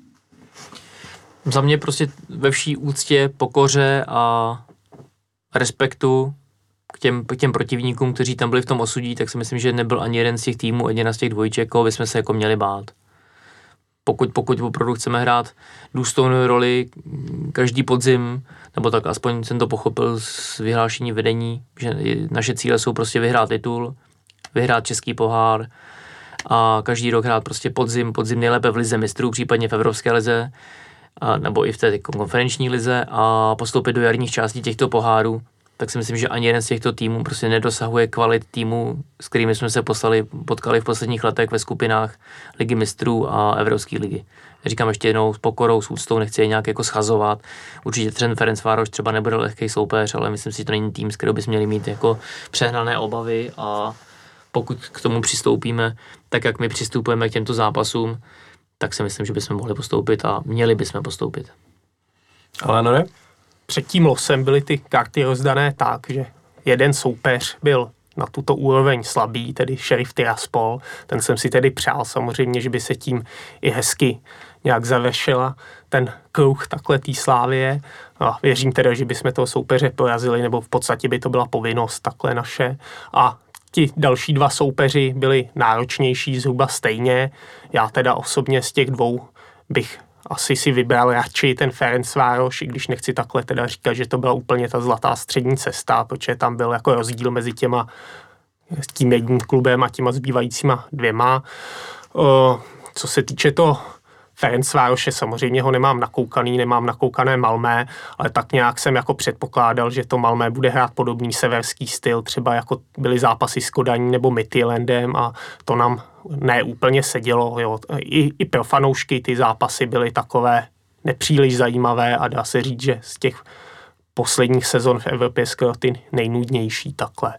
B: Za mě prostě ve vší úctě, pokoře a respektu k těm protivníkům, kteří tam byli v tom osudí, tak si myslím, že nebyl ani jeden z těch týmů, ani jedna z těch dvojček, koho bychom se jako měli bát. Pokud opravdu chceme hrát důstojnou roli každý podzim, nebo tak aspoň jsem to pochopil z vyhlášení vedení, že naše cíle jsou prostě vyhrát titul, vyhrát český pohár a každý rok hrát prostě podzim nejlépe v lize mistrů, případně v Evropské lize, nebo i v té konferenční lize a postoupit do jarních částí těchto pohárů, tak si myslím, že ani jeden z těchto týmů prostě nedosahuje kvalit týmů, s kterými jsme se potkali v posledních letech ve skupinách Ligy mistrů a Evropské ligy. Říkám ještě jednou s pokorou, s úctou, nechci je nějak jako schazovat. Určitě ten Ferencvároš třeba nebude lehký soupeř, ale myslím si, že to není tým, s kterým bychom měli mít jako přehnané obavy a pokud k tomu přistoupíme, tak jak my přistupujeme k těmto zápasům, tak si myslím, že bychom mohli postoupit a měli bychom postoupit.
A: Ale no ne?
C: Před tím losem byly ty karty rozdané tak, že jeden soupeř byl na tuto úroveň slabý, tedy Sheriff Tiraspol. Ten jsem si tedy přál samozřejmě, že by se tím i hezky nějak završila ten kruh takhle té Slávie. A věřím teda, že bychom toho soupeře porazili, nebo v podstatě by to byla povinnost takhle naše. A ti další 2 soupeři byli náročnější zhruba stejně. Já teda osobně z těch 2 bych asi si vybral radši ten Ferencvároš, i když nechci takhle teda říkat, že to byla úplně ta zlatá střední cesta, protože tam byl jako rozdíl mezi tím jedním klubem a těma zbývajícíma dvěma. Co se týče toho Ferencvároše, samozřejmě ho nemám nakoukané Malmé, ale tak nějak jsem jako předpokládal, že to Malmé bude hrát podobný severský styl, třeba jako byly zápasy s Kodaní nebo Midtjyllandem a to nám neúplně sedělo. Jo. I pro fanoušky ty zápasy byly takové nepříliš zajímavé a dá se říct, že z těch posledních sezon v Evropě skoro ty nejnudnější takhle.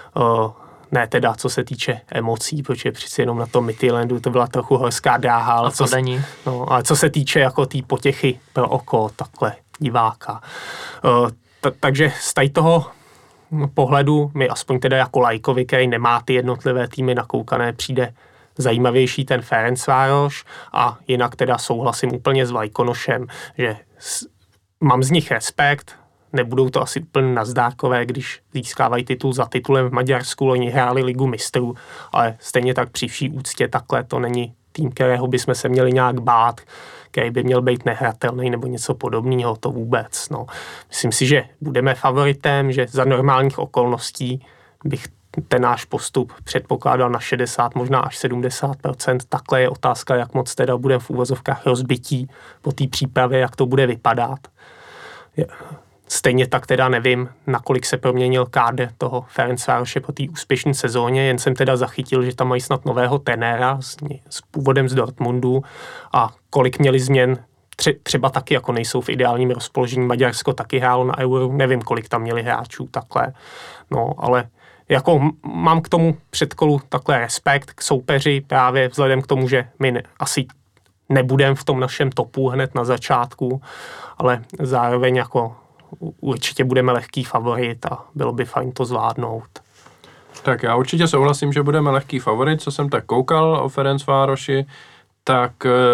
C: Ne teda, co se týče emocí, protože přeci jenom na tom Midtjyllandu to byla trochu horská dráha, ale co se týče jako té potěchy pro oko, takhle diváka. Takže z toho pohledu mi aspoň teda jako lajkovi, který nemá ty jednotlivé týmy nakoukané, přijde zajímavější ten Ferencvároš a jinak teda souhlasím úplně s Vlajkonošem, že mám z nich respekt. Nebudou to asi úplně nazdárkové, když získávají titul za titulem v Maďarsku, oni hráli Ligu mistrů, ale stejně tak při vší úctě takhle to není tým, kterého bychom se měli nějak bát, který by měl být nehratelný nebo něco podobného, to vůbec. No. Myslím si, že budeme favoritem, že za normálních okolností bych ten náš postup předpokládal na 60, možná až 70%. Takhle je otázka, jak moc teda budeme v úvozovkách rozbití po té přípravě, jak to bude vypadat. Stejně tak teda nevím, nakolik se proměnil kádr toho Ferencvároše po té úspěšné sezóně, jen jsem teda zachytil, že tam mají snad nového trenéra s původem z Dortmundu a kolik měli změn, třeba taky jako nejsou v ideálním rozpoložení. Maďarsko taky hrálo na Euro, nevím, kolik tam měli hráčů takhle, no ale jako mám k tomu předkolu takhle respekt k soupeři právě vzhledem k tomu, že my asi nebudeme v tom našem topu hned na začátku, ale zároveň jako určitě budeme lehký favorit a bylo by fajn to zvládnout.
A: Tak já určitě souhlasím, že budeme lehký favorit, co jsem tak koukal o Ferencvároši, tak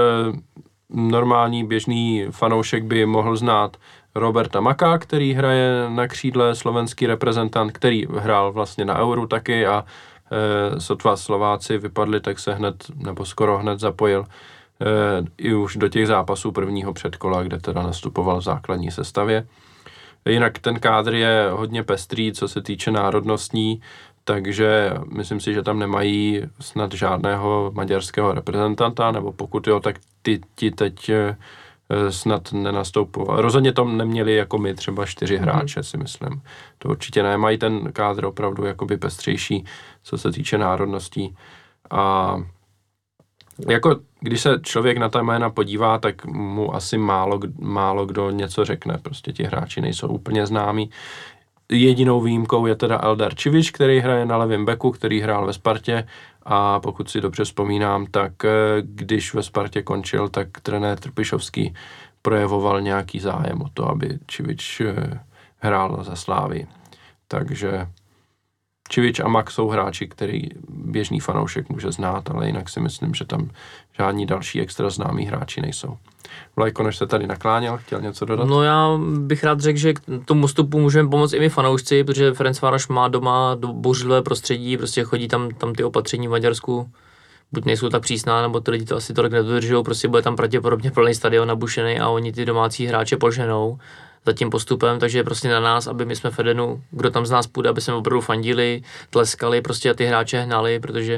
A: normální běžný fanoušek by mohl znát Roberta Maka, který hraje na křídle, slovenský reprezentant, který hrál vlastně na Euru taky a sotva Slováci vypadli, tak se hned, nebo skoro hned zapojil i už do těch zápasů prvního předkola, kde teda nastupoval v základní sestavě. Jinak ten kádr je hodně pestrý, co se týče národnostní, takže myslím si, že tam nemají snad žádného maďarského reprezentanta, nebo pokud jo, tak ti teď snad nenastoupovali. Rozhodně tam neměli jako my třeba 4 hráče, si myslím. To určitě ne, mají ten kádr opravdu jakoby pestřejší, co se týče národností. A jako když se člověk na ta jména podívá, tak mu asi málo kdo něco řekne. Prostě ti hráči nejsou úplně známí. Jedinou výjimkou je teda Eldar Čivič, který hraje na levém beku, který hrál ve Spartě a pokud si dobře vzpomínám, tak když ve Spartě končil, tak trenér Trpišovský projevoval nějaký zájem o to, aby Čivič hrál za Slávii. Takže Čivič a Mak jsou hráči, který běžný fanoušek může znát, ale jinak si myslím, že tam žádní další extra známí hráči nejsou. Vlajkonoš se tady nakláněl, chtěl něco dodat?
B: No já bych rád řekl, že k tomu vstupu můžeme pomoct i my fanoušci, protože Ferencvároš má doma bouřlivé prostředí, prostě chodí tam ty opatření v Maďarsku, buď nejsou tak přísná, nebo ty lidi to asi tolik nedodržují, prostě bude tam pravděpodobně plný stadion nabušený a oni ty domácí hráče poženou za tím postupem, takže je prostě na nás, aby my jsme v Edenu, kdo tam z nás půjde, aby jsme opravdu fandili, tleskali, prostě a ty hráče hnali, protože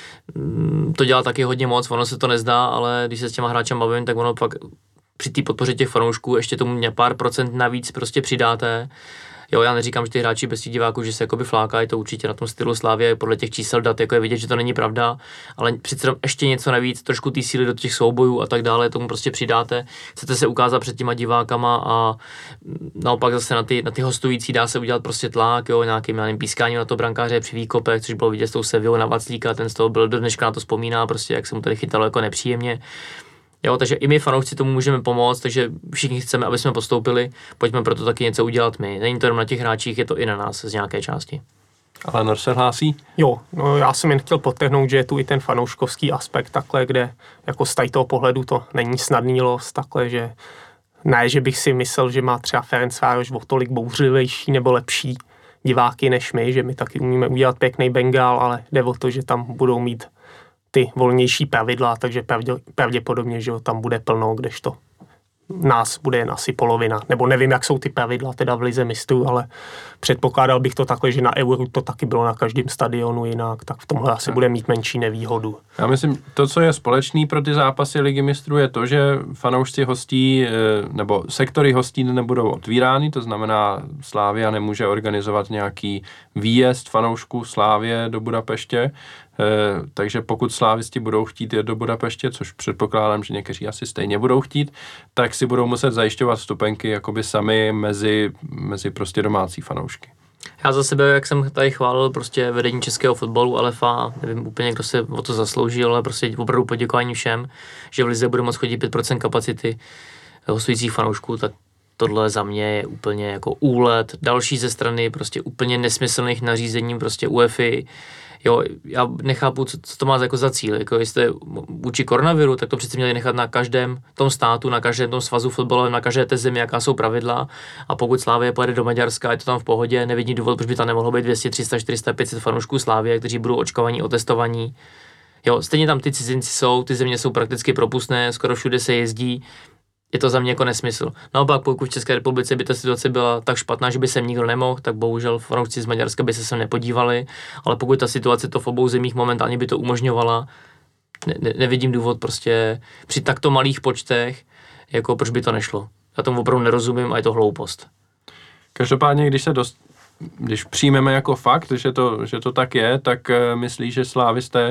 B: to dělá taky hodně moc, ono se to nezdá, ale když se s těma hráčem bavím, tak ono pak při té podpoře těch fanoušků ještě tomu pár procent navíc prostě přidáte. Jo, já neříkám, že ty hráči bez těch diváků, že se jakoby flákají, to určitě na tom stylu Slavie podle těch čísel dat, jako je vidět, že to není pravda, ale přece ještě něco navíc, trošku té síly do těch soubojů a tak dále, tomu prostě přidáte. Chcete se ukázat před těma divákama a naopak zase na ty hostující dá se udělat prostě tlak, jo, nějakým pískáním na to brankáře při výkopech, což bylo vidět s tou Sevillou na Vaclíka, ten z toho byl do dneška na to vzpomíná, prostě jak se mu tady chytalo jako nepříjemně. Jo, takže i my fanoušci tomu můžeme pomoct, takže všichni chceme, aby jsme postoupili, pojďme proto taky něco udělat my. Není to jenom na těch hráčích, je to i na nás z nějaké části.
A: Ale Nor se hlásí?
C: Jo, no já jsem jen chtěl podtrhnout, že je tu i ten fanouškovský aspekt takhle, kde jako z toho pohledu to není snadný los, takhle, že ne, že bych si myslel, že má třeba Ferencvároš o tolik bouřlivější nebo lepší diváky než my, že my taky umíme udělat pěkný Bengál, ale jde o to, že tam budou mít ty volnější pravidla, takže pravděpodobně, že tam bude plno, kdežto nás bude jen asi polovina. Nebo nevím, jak jsou ty pravidla teda v lize mistrů, ale předpokládal bych to takhle, že na Euru to taky bylo na každém stadionu jinak, tak v tomhle asi bude mít menší nevýhodu.
A: Já myslím, to, co je společný pro ty zápasy ligy mistrů, je to, že fanoušci hostí, nebo sektory hostí nebudou otvírány, to znamená Slavia nemůže organizovat nějaký výjezd fanoušků Slavie do Budapeště, takže pokud slávisti budou chtít jet do Budapeště, což předpokládám, že někteří asi stejně budou chtít, tak si budou muset zajišťovat vstupenky jakoby sami mezi prostě domácí fanoušky.
B: Já za sebe, jak jsem tady chválil prostě vedení českého fotbalu, Alefa, nevím úplně, kdo se o to zasloužil, ale prostě opravdu poděkování všem, že v lize bude moct chodit 5% kapacity hostujících fanoušků, tak tohle za mě je úplně jako úlet. Další ze strany prostě úplně nesmyslných nařízení prostě UEFI. Jo, já nechápu, co to má jako za cíl. Jako jestli je vůči koronaviru, tak to přece měli nechat na každém tom státu, na každém tom svazu fotbalovém, na každé té zemi, jaká jsou pravidla. A pokud Slavie pojede do Maďarska, je to tam v pohodě, nevidí důvod, proč by tam nemohlo být 200, 300, 400, 500 fanoušků Slavie, kteří budou očkovaní, otestovaní. Jo, stejně tam ty cizinci jsou, ty země jsou prakticky propustné, skoro všude se jezdí. Je to za mě jako nesmysl. Naopak, pokud v České republice by ta situace byla tak špatná, že by sem nikdo nemohl, tak bohužel fanoušci z Maďarska by se sem nepodívali, ale pokud ta situace to v obou zemích momentálně by to umožňovala, nevidím důvod prostě při takto malých počtech, jako proč by to nešlo. Já tomu opravdu nerozumím a je to hloupost.
A: Každopádně, když přijmeme jako fakt, že to tak je, tak myslíš, že slávisté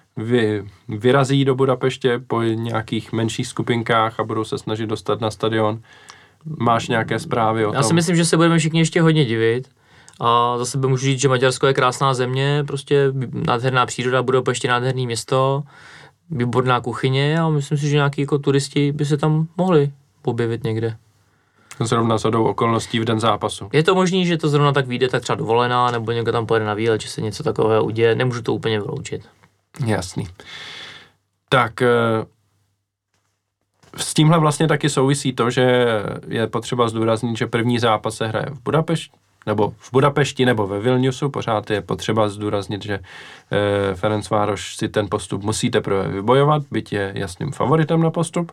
A: vyrazí do Budapeště po nějakých menších skupinkách a budou se snažit dostat na stadion. Máš nějaké zprávy o tom?
B: Já si myslím, že se budeme všichni ještě hodně divit. A za sebe můžu říct, že Maďarsko je krásná země, prostě nádherná příroda, Budapešť je nádherný město, výborná kuchyně a myslím si, že nějaký jako turisti by se tam mohli objevit někde.
A: Zrovna shodou okolností v den zápasu.
B: Je to možný, že to zrovna tak vyjde, tak třeba dovolená, nebo někdo tam pojede na výlet, že se něco takového uděje, nemůžu to úplně vyloučit.
A: Jasný. Tak s tímhle vlastně taky souvisí to, že je potřeba zdůraznit, že první zápas se hraje v Budapešti nebo ve Vilniusu. Pořád je potřeba zdůraznit, že Ferencvároš si ten postup musí teprve vybojovat, byť je jasným favoritem na postup.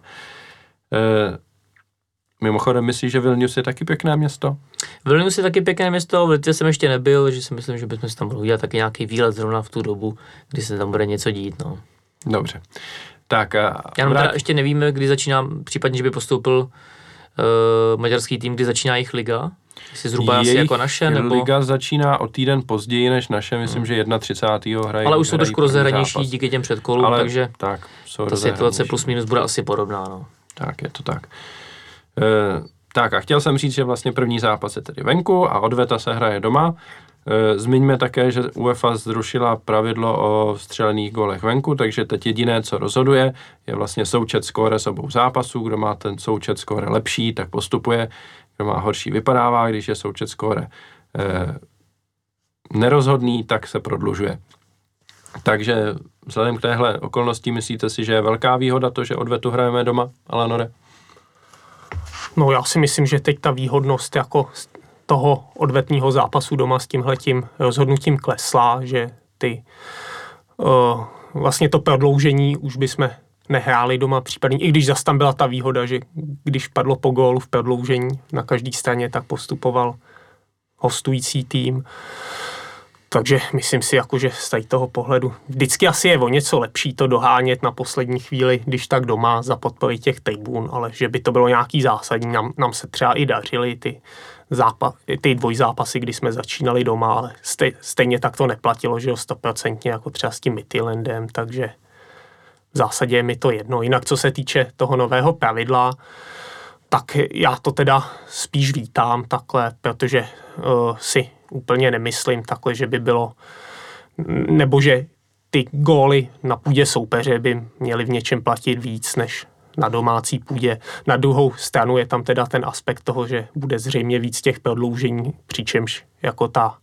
A: Mimochodem, myslíš, že Vilnius je taky pěkné město?
B: Vilnius je taky pěkné město, v Litě jsem ještě nebyl, že si myslím, že bychom si tam mohli udělat taky nějaký výlet zrovna v tu dobu, kdy se tam bude něco dít, no.
A: Dobře. Tak
B: jenom teda ještě nevíme, kdy začíná, případně, že by postoupil maďarský tým, kdy začíná jejich liga. Jestli zhruba asi jako naše, nebo...
A: Liga začíná o týden později než naše, myslím, že 31. hrají.
B: Ale už jsou trošku rozehranější díky těm předkolům, takže
A: tak,
B: ta situace plus minus bude asi podobná, no.
A: Tak, je to tak. Tak a chtěl jsem říct, že vlastně první zápas je tedy venku a odveta se hraje doma. Zmiňme také, že UEFA zrušila pravidlo o střelených gólech venku, takže teď jediné, co rozhoduje, je vlastně součet skóre z obou zápasů. Kdo má ten součet skóre lepší, tak postupuje. Kdo má horší, vypadává. Když je součet skóre nerozhodný, tak se prodlužuje. Takže vzhledem k téhle okolnosti myslíte si, že je velká výhoda to, že odvetu hrajeme doma, Alanore?
C: No já si myslím, že teď ta výhodnost jako toho odvetního zápasu doma s tímhletím rozhodnutím klesla, že vlastně to prodloužení už bychom nehráli doma případně, i když zas tam byla ta výhoda, že když padlo po gólu v prodloužení na každé straně, tak postupoval hostující tým. Takže myslím si, jako, že z toho pohledu vždycky asi je o něco lepší to dohánět na poslední chvíli, když tak doma za podpory těch tribun, ale že by to bylo nějaký zásadní, nám se třeba i dařily ty dvojzápasy, kdy jsme začínali doma, ale stejně tak to neplatilo, že jo, 100% jako třeba s tím Midtjyllandem, takže v zásadě je mi to jedno. Jinak co se týče toho nového pravidla, tak já to teda spíš vítám takhle, protože si úplně nemyslím takhle, že by bylo, nebo že ty góly na půdě soupeře by měly v něčem platit víc než na domácí půdě. Na druhou stranu je tam teda ten aspekt toho, že bude zřejmě víc těch prodloužení, přičemž jako ta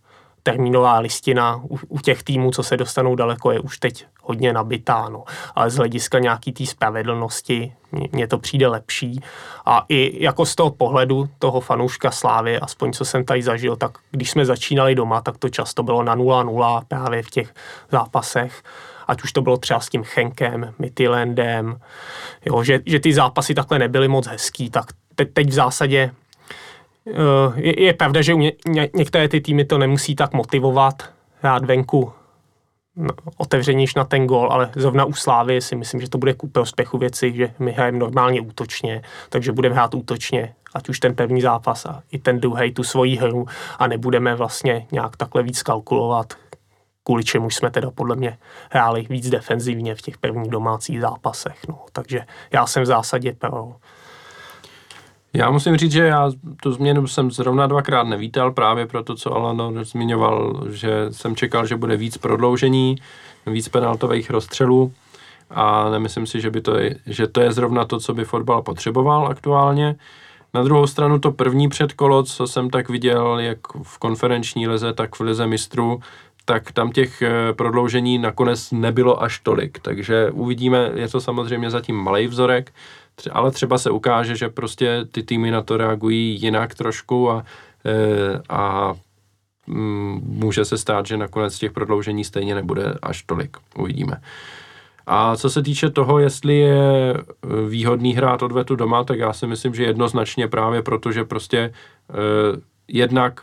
C: termínová listina u těch týmů, co se dostanou daleko, je už teď hodně nabitá, no. Ale z hlediska nějaký té spravedlnosti mně to přijde lepší. A i jako z toho pohledu toho fanouška Slávy, aspoň co jsem tady zažil, tak když jsme začínali doma, tak to často bylo na 0-0 právě v těch zápasech. Ať už to bylo třeba s tím Chenkem, Midtjyllandem, jo, že ty zápasy takhle nebyly moc hezký, tak teď v zásadě je pravda, že některé ty týmy to nemusí tak motivovat hrát venku otevřenějš na ten gól, ale zrovna u Slávy si myslím, že to bude ku prospěchu věci, že my hrajeme normálně útočně, takže budeme hrát útočně, ať už ten první zápas a i ten druhý tu svoji hru a nebudeme vlastně nějak takhle víc kalkulovat, kvůli čemu jsme teda podle mě hráli víc defenzivně v těch prvních domácích zápasech. No. Takže já jsem v zásadě pro.
A: Já musím říct, že já tu změnu jsem zrovna 2krát nevítal, právě proto, co Alan zmiňoval, že jsem čekal, že bude víc prodloužení, víc penaltových rozstřelů a nemyslím si, že to je zrovna to, co by fotbal potřeboval aktuálně. Na druhou stranu to první předkolo, co jsem tak viděl, jak v konferenční lize, tak v lize mistrů, tak tam těch prodloužení nakonec nebylo až tolik. Takže uvidíme, je to samozřejmě zatím malej vzorek, ale třeba se ukáže, že prostě ty týmy na to reagují jinak trošku a může se stát, že nakonec těch prodloužení stejně nebude až tolik. Uvidíme. A co se týče toho, jestli je výhodný hrát odvetu doma, tak já si myslím, že jednoznačně právě proto, že prostě jednak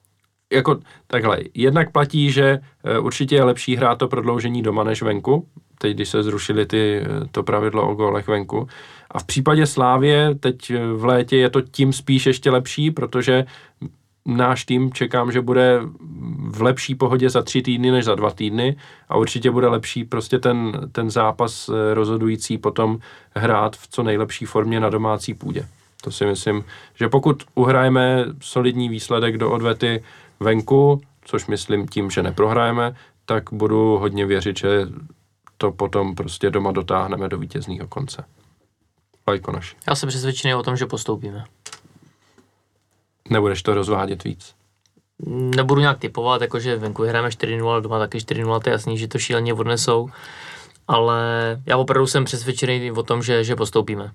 A: jednak platí, že určitě je lepší hrát to prodloužení doma než venku, teď když se zrušili to pravidlo o gólech venku. A v případě Slávie teď v létě je to tím spíš ještě lepší, protože náš tým čekám, že bude v lepší pohodě za 3 týdny než za 2 týdny a určitě bude lepší prostě ten zápas rozhodující potom hrát v co nejlepší formě na domácí půdě. To si myslím, že pokud uhrajeme solidní výsledek do odvety venku, což myslím tím, že neprohrajeme, tak budu hodně věřit, že to potom prostě doma dotáhneme do vítězného konce. Lajkonoš.
B: Já jsem přesvědčený o tom, že postoupíme.
A: Nebudeš to rozvádět víc?
B: Nebudu nějak typovat, jakože venku hrajeme 4-0, doma taky 4-0, to je jasný, že to šíleně odnesou, ale já opravdu jsem přesvědčený o tom, že postoupíme.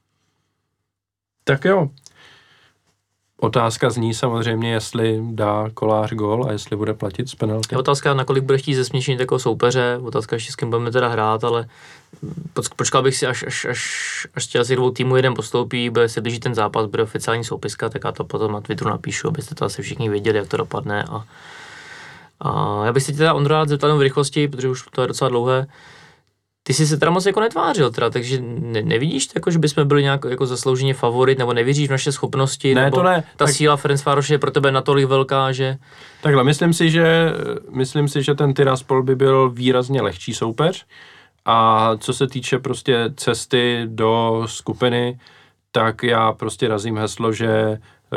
A: Tak jo. Otázka zní samozřejmě, jestli dá Kolář gól a jestli bude platit z penalty.
B: Je otázka, nakolik bude chtít zesměšnit jako soupeře, otázka ještě s kým budeme teda hrát, ale počkal bych si, až těch asi 2 týmů jeden postoupí, bude se blížit ten zápas, bude oficiální soupiska, tak já to potom na Twitteru napíšu, abyste to asi všichni věděli, jak to dopadne. A já bych se tě teda, Ondro, rád zeptal v rychlosti, protože už to je docela dlouhé. Ty jsi se teda moc jako netvářil, teda, takže nevidíš, jako, že bychom byli nějak jako zaslouženě favorit, nebo nevěříš v naše schopnosti,
A: ne,
B: nebo
A: to ne.
B: Ta síla Ferencvároše je pro tebe natolik velká, že...
A: Takhle, myslím si, že ten Tiraspol by byl výrazně lehčí soupeř a co se týče prostě cesty do skupiny, tak já prostě razím heslo, že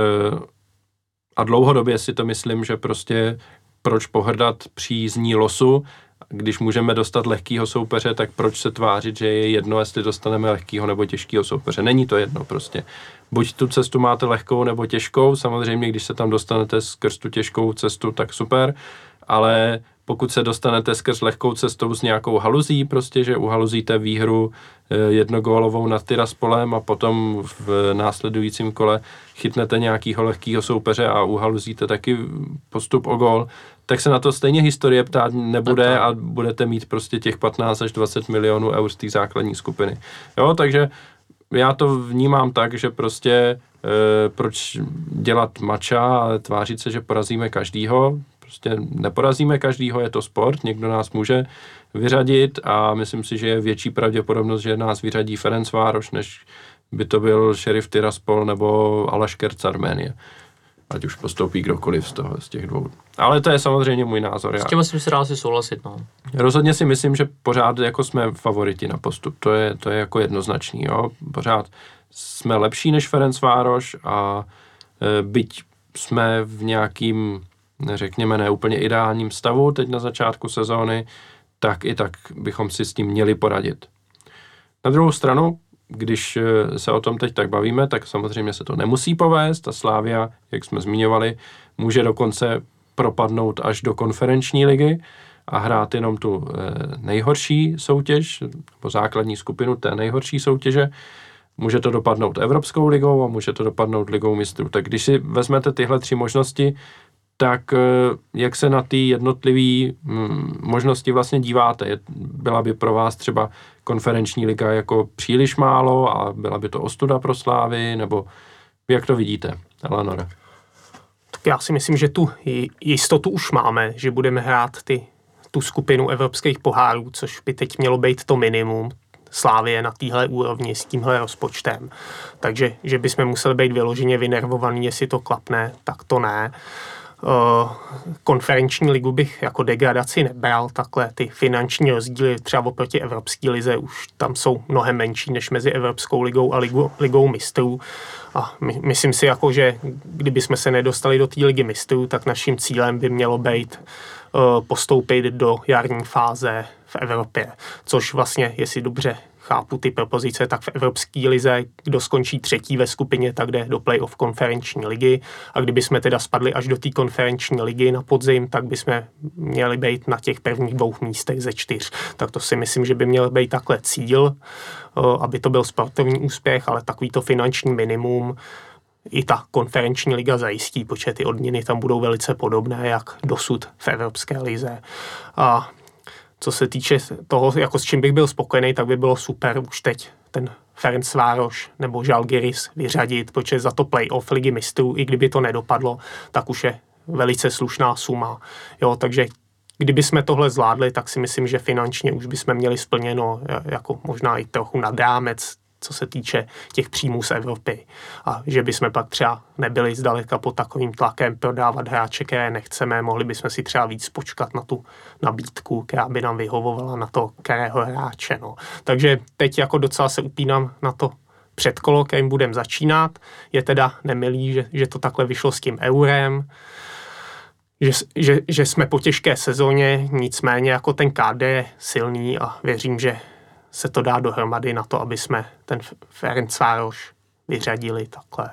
A: a dlouhodobě si to myslím, že prostě proč pohrdat přízní losu, když můžeme dostat lehkýho soupeře, tak proč se tvářit, že je jedno, jestli dostaneme lehkýho nebo těžkýho soupeře. Není to jedno prostě. Buď tu cestu máte lehkou nebo těžkou, samozřejmě, když se tam dostanete skrz tu těžkou cestu, tak super, ale pokud se dostanete skrz lehkou cestou s nějakou haluzí, prostě, že uhaluzíte výhru jednogólovou nad Tiraspolem a potom v následujícím kole chytnete nějakýho lehkýho soupeře a uhaluzíte taky postup o gól, tak se na to stejně historie ptát nebude a budete mít prostě těch 15 až 20 milionů eur z té základní skupiny. Jo, takže já to vnímám tak, že prostě proč dělat mača a tvářit se, že porazíme každýho, prostě neporazíme každýho, je to sport, někdo nás může vyřadit a myslím si, že je větší pravděpodobnost, že nás vyřadí Ferencvároš, než by to byl Sheriff Tiraspol nebo Aleš Kerc Arménie. Ať už postoupí kdokoliv z těch dvou. Ale to je samozřejmě můj názor.
B: S tím musím se dál si souhlasit, no.
A: Rozhodně si myslím, že pořád jako jsme favoriti na postup. To je jako jednoznačný, jo. Pořád jsme lepší než Ferencvároš a byť jsme v nějakým, řekněme, neúplně ideálním stavu teď na začátku sezóny, tak i tak bychom si s tím měli poradit. Na druhou stranu, když se o tom teď tak bavíme, tak samozřejmě se to nemusí povést. Ta Slavia, jak jsme zmiňovali, může dokonce propadnout až do konferenční ligy a hrát jenom tu nejhorší soutěž, nebo základní skupinu té nejhorší soutěže. Může to dopadnout Evropskou ligou a může to dopadnout Ligou mistrů. Tak když si vezmete tyhle 3 možnosti, tak jak se na ty jednotlivé možnosti vlastně díváte? Byla by pro vás třeba konferenční liga jako příliš málo a byla by to ostuda pro Slávy, nebo jak to vidíte, Eleonore?
C: Já si myslím, že tu jistotu už máme, že budeme hrát tu skupinu evropských pohárů, což by teď mělo být to minimum. Slávie na téhle úrovni s tímhle rozpočtem. Takže, že bychom museli být vyloženě vynervovaný, jestli to klapne, tak to ne. Konferenční ligu bych jako degradaci nebral, takhle ty finanční rozdíly třeba oproti Evropské lize už tam jsou mnohem menší než mezi Evropskou ligou a ligou mistrů. A myslím si, jako, že kdyby jsme se nedostali do té ligy mistrů, tak naším cílem by mělo být postoupit do jarní fáze v Evropě, což vlastně, jestli dobře chápu ty propozice, tak v Evropské lize, kdo skončí 3. ve skupině, tak jde do play-off konferenční ligy a kdyby jsme teda spadli až do té konferenční ligy na podzim, tak bychom měli být na těch prvních 2 místech ze 4. Tak to si myslím, že by měl být takhle cíl, aby to byl sportovní úspěch, ale takový to finanční minimum i ta konferenční liga zajistí, protože ty odměny tam budou velice podobné, jak dosud v Evropské lize. A co se týče toho, jako s čím bych byl spokojený, tak by bylo super už teď ten Ferencváros nebo Žalgiris vyřadit, protože za to play-off ligy mistrů, i kdyby to nedopadlo, tak už je velice slušná suma. Jo, takže kdyby jsme tohle zvládli, tak si myslím, že finančně už bychom měli splněno jako možná i trochu nad rámec, co se týče těch příjmů z Evropy. A že bychom pak třeba nebyli zdaleka pod takovým tlakem prodávat hráče, které nechceme, mohli bychom si třeba víc počkat na tu nabídku, která by nám vyhovovala na to, kterého hráče. No. Takže teď jako docela se upínám na to předkolo, kterým budeme začínat. Je teda nemilý, že to takhle vyšlo s tím eurem, že jsme po těžké sezóně, nicméně jako ten kádr je silný a věřím, že se to dá dohromady na to, aby jsme ten Ferencváros vyřadili takhle.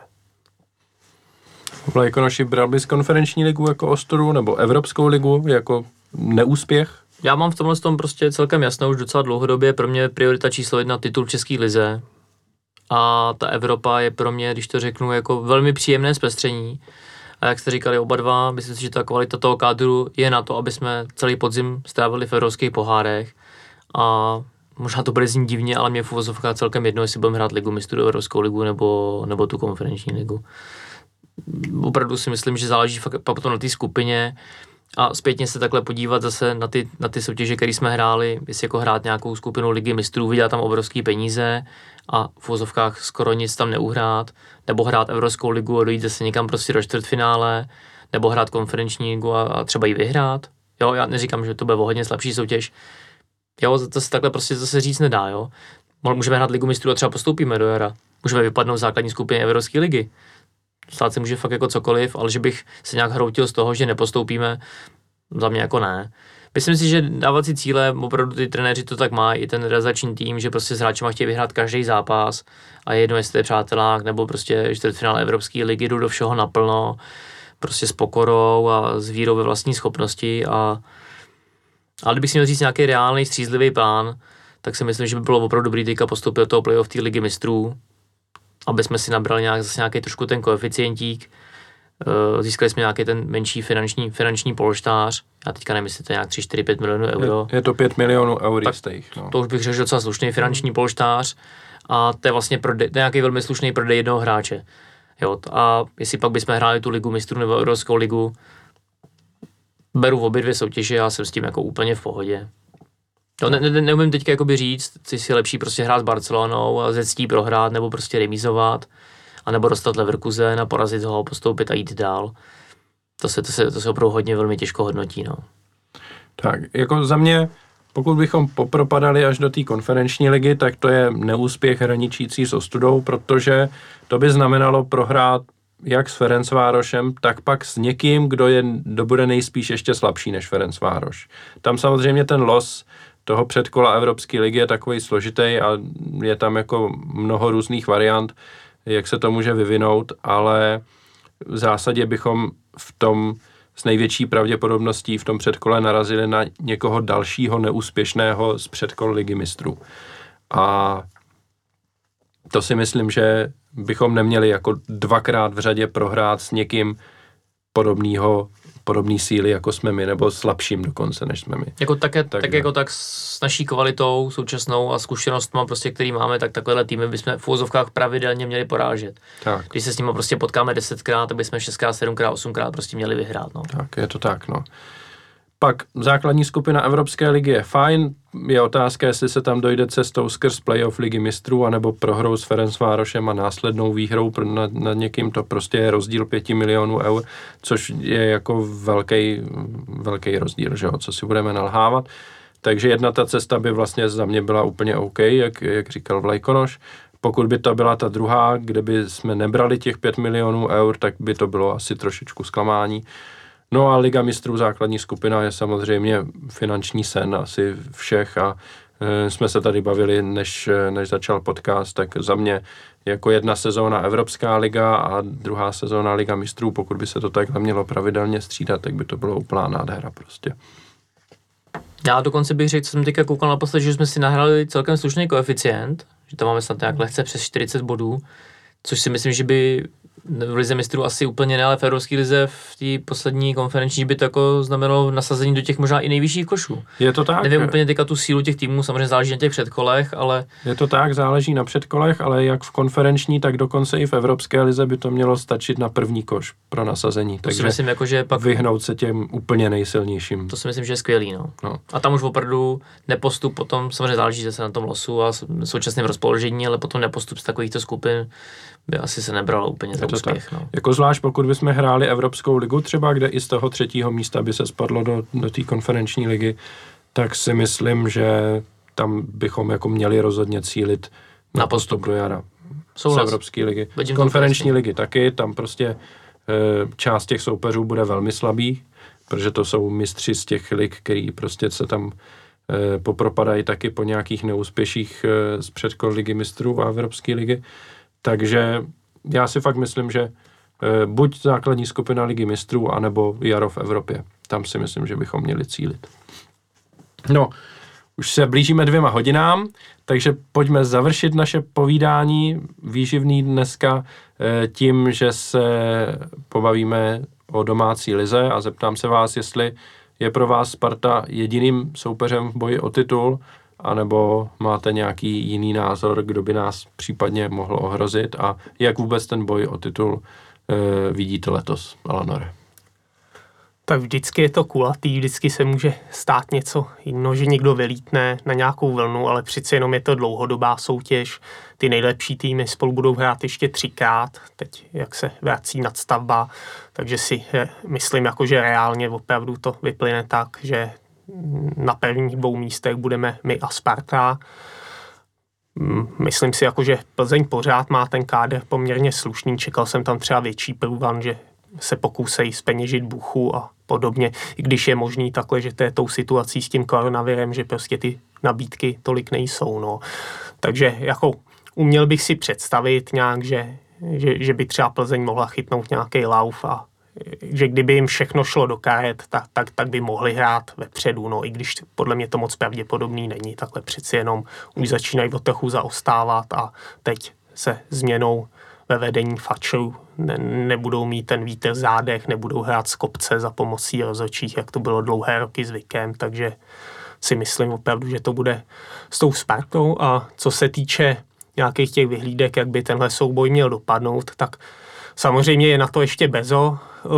A: Vlajkonoši, bral bys konferenční ligu jako ostudu nebo Evropskou ligu jako neúspěch?
B: Já mám v tomhle tom prostě celkem jasno už docela dlouhodobě. Pro mě priorita číslo 1 titul v České lize. A ta Evropa je pro mě, když to řeknu, jako velmi příjemné zpestření. A jak jste říkali oba dva, myslím si, že ta kvalita toho kádru je na to, aby jsme celý podzim strávili v evropských pohárech. A možná to bude znít divně, ale mě v uvozovkách celkem jedno, jestli budeme hrát ligu mistrů, Evropskou ligu nebo tu konferenční ligu. Opravdu si myslím, že záleží fakt potom na té skupině a zpětně se takhle podívat zase na ty soutěže, které jsme hráli, jestli jako hrát nějakou skupinu ligy mistrů, vydělat tam obrovský peníze a v uvozovkách skoro nic tam neuhrát, nebo hrát Evropskou ligu a dojít zase někam prostě do čtvrtfinále, nebo hrát konferenční ligu a třeba ji vyhrát. Jo, já neříkám, že to bude o hodně slabší soutěž. Jo, to se takhle prostě zase říct nedá, jo. Můžeme hrát ligu mistrů a třeba postoupíme do jara. Můžeme vypadnout v základní skupině Evropské ligy. Stát se může fakt jako cokoliv, ale že bych se nějak hroutil z toho, že nepostoupíme, za mě jako ne. Myslím si, že dávat si cíle, opravdu ty trenéři to tak mají, i ten realizační tým, že prostě s hráčima chtějí vyhrát každý zápas a jedno, jestli to je přátelák, nebo prostě čtvrtfinále Evropské ligy, jdu do všeho naplno, prostě s pokorou a s vírou ve vlastní schopnosti ale kdybych si měl říct nějaký reálný, střízlivý plán, tak si myslím, že by bylo opravdu dobrý teďka postoupit do toho playoff té ligy mistrů, aby jsme si nabrali zase nějaký trošku ten koeficientík, získali jsme nějaký ten menší finanční polštář, já teďka nevím, jestli to je nějak 3, 4, 5 milionů euro.
A: Je to 5 milionů eur jistých. No.
B: To už bych řekl docela slušný finanční polštář a to je vlastně nějaký velmi slušný prodej jednoho hráče. Jo, a jestli pak bychom hráli tu ligu mistrů nebo Evropskou ligu, beru v obě dvě soutěže, já jsem s tím jako úplně v pohodě. No, neumím teďka jakoby říct, si je lepší prostě hrát s Barcelonou a ze ctí prohrát, nebo prostě remízovat, anebo dostat Leverkusen a porazit ho, postoupit a jít dál. To se opravdu hodně velmi těžko hodnotí, no.
A: Tak, jako za mě, pokud bychom popropadali až do té konferenční ligy, tak to je neúspěch hraničící s ostudou, protože to by znamenalo prohrát jak s Ferencvárošem, tak pak s někým, kdo bude nejspíš ještě slabší než Ferencvároš. Tam samozřejmě ten los toho předkola Evropské ligy je takový složitý a je tam jako mnoho různých variant, jak se to může vyvinout, ale v zásadě bychom v tom s největší pravděpodobností v tom předkole narazili na někoho dalšího neúspěšného z předkol Ligy mistrů. A to si myslím, že bychom neměli jako dvakrát v řadě prohrát s někým podobný síly, jako jsme my, nebo slabším dokonce, než jsme my.
B: Jako tak s naší kvalitou současnou a zkušenostma, prostě, který máme, tak takovéhle týmy bychom v úvozovkách pravidelně měli porážet.
A: Tak.
B: Když se s nimi prostě potkáme 10krát, tak bychom 6krát, 7krát, 8krát prostě měli vyhrát. No.
A: Tak, je to tak, no. Pak základní skupina Evropské ligy je fajn, je otázka, jestli se tam dojde cestou skrz playoff Ligy mistrů, anebo prohrou s Ferencvárošem a následnou výhrou nad někým, to prostě je rozdíl 5 milionů eur, což je jako velký rozdíl, že jo, co si budeme nalhávat. Takže jedna ta cesta by vlastně za mě byla úplně OK, jak říkal Vlajkonoš. Pokud by to byla ta druhá, kde by jsme nebrali těch 5 milionů eur, tak by to bylo asi trošičku zklamání. No a Liga mistrů základní skupina je samozřejmě finanční sen asi všech a jsme se tady bavili, než začal podcast, tak za mě jako jedna sezóna Evropská liga a druhá sezóna Liga mistrů, pokud by se to takhle mělo pravidelně střídat, tak by to bylo úplná nádhera prostě.
B: Já dokonce bych řekl, co jsem teďka koukal naposled, že jsme si nahrali celkem slušný koeficient, že tam máme snad nějak lehce přes 40 bodů, což si myslím, že by v lize mistrů asi úplně ne, ale v evropské lize v té poslední konferenční by to jako znamenalo nasazení do těch možná i nejvyšších košů.
A: Je to tak?
B: Nevím úplně teďka tu sílu těch týmů, samozřejmě záleží na těch předkolech, ale...
A: Je to tak, záleží na předkolech, ale jak v konferenční, tak dokonce i v evropské lize by to mělo stačit na první koš pro nasazení.
B: To si myslím, jako, že pak...
A: vyhnout se těm úplně nejsilnějším.
B: To si myslím, že je skvělý, no. A tam už opravdu nepostup potom, samozřejmě záleží zase na tom losu a současném rozpoložení, ale potom nepostup z takovýchto skupin by asi se nebralo úplně za úspěch. No.
A: Jako zvlášť pokud bychom hráli Evropskou ligu třeba, kde i z toho 3. místa by se spadlo do té konferenční ligy, tak si myslím, že tam bychom jako měli rozhodně cílit na postup do jara.
B: Souhlas.
A: Z Evropské ligy. Konferenční ligy taky, tam prostě část těch soupeřů bude velmi slabý, protože to jsou mistři z těch lig, který prostě se tam popropadají taky po nějakých neúspěších z předkol Ligy mistrů a Evropské ligy. Takže já si fakt myslím, že buď základní skupina Ligy mistrů, anebo jaro v Evropě. Tam si myslím, že bychom měli cílit. No, už se blížíme 2 hodinám, takže pojďme završit naše povídání výživný dneska tím, že se pobavíme o domácí lize a zeptám se vás, jestli je pro vás Sparta jediným soupeřem v boji o titul, anebo máte nějaký jiný názor, kdo by nás případně mohl ohrozit a jak vůbec ten boj o titul vidíte letos, Alanore?
C: Tak vždycky je to kulatý, vždycky se může stát něco jiného, že někdo vylítne na nějakou vlnu, ale přeci jenom je to dlouhodobá soutěž. Ty nejlepší týmy spolu budou hrát ještě 3krát, teď jak se vrací nadstavba, takže si myslím, jako, že reálně opravdu to vyplyne tak, že na prvních 2 místech budeme my a Sparta. Myslím si, jako, že Plzeň pořád má ten kádr poměrně slušný. Čekal jsem tam třeba větší průvan, že se pokusejí zpeněžit Buchu a podobně. I když je možný takhle, že to je tou situací s tím koronavirem, že prostě ty nabídky tolik nejsou. No. Takže jako uměl bych si představit nějak, že by třeba Plzeň mohla chytnout nějaký lauf a že kdyby jim všechno šlo do karet, tak by mohli hrát vepředu, no i když podle mě to moc pravděpodobný není, takhle přeci jenom už začínají o trochu zaostávat a teď se změnou ve vedení fačů nebudou mít ten vítr v zádech, nebudou hrát z kopce za pomocí rozhodčích, jak to bylo dlouhé roky zvykem, takže si myslím opravdu, že to bude s tou Spartou a co se týče nějakých těch vyhlídek, jak by tenhle souboj měl dopadnout, tak samozřejmě je na to ještě bezo.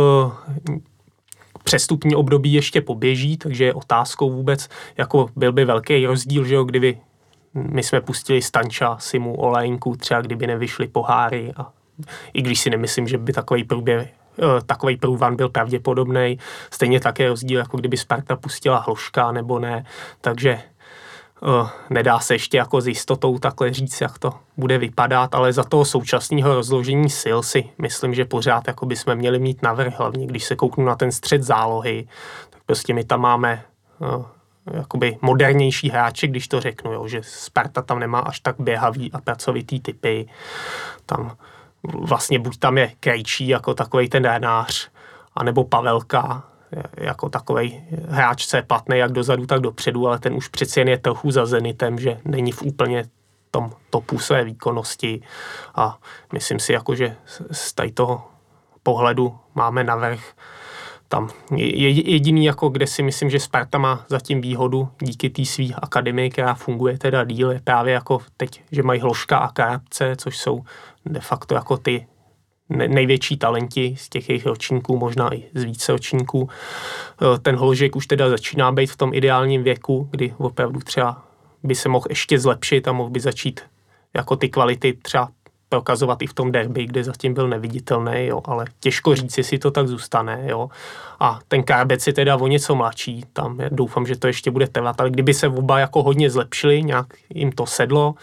C: Přestupní období ještě poběží, takže je otázkou vůbec, jako byl by velký rozdíl, že jo, kdyby my jsme pustili Stanča, Simu, Olejnku, třeba kdyby nevyšly poháry a i když si nemyslím, že by takový průvan byl pravděpodobný, stejně také rozdíl, jako kdyby Sparta pustila Hloška nebo ne, takže nedá se ještě jako s jistotou takhle říct, jak to bude vypadat, ale za toho současného rozložení sil si myslím, že pořád jako by jsme měli mít navrh, hlavně když se kouknu na ten střed zálohy, tak prostě my tam máme jakoby modernější hráče, když to řeknu, jo, že Sparta tam nemá až tak běhavý a pracovitý typy, tam vlastně buď tam je Krejčí jako takovej ten trenář, anebo Pavelka, jako takovej hráč, co je platný jak dozadu, tak dopředu, ale ten už přeci jen je trochu za Zenitem, že není v úplně tom topu své výkonnosti a myslím si, jako, že z toho pohledu máme navrch. Tam jediný, jako kde si myslím, že Sparta má zatím výhodu díky té své akademii, která funguje teda díl, je právě jako teď, že mají Hloška a Karabce, což jsou de facto jako ty největší talenti z těch jejich ročníků, možná i z více ročníků. Ten Hložek už teda začíná být v tom ideálním věku, kdy opravdu třeba by se mohl ještě zlepšit a mohl by začít jako ty kvality třeba prokazovat i v tom derby, kde zatím byl neviditelný, jo, ale těžko říct, jestli to tak zůstane, jo. A ten Kárbec je teda o něco mladší, tam doufám, že to ještě bude trvat, ale kdyby se oba jako hodně zlepšili, nějak jim to sedlo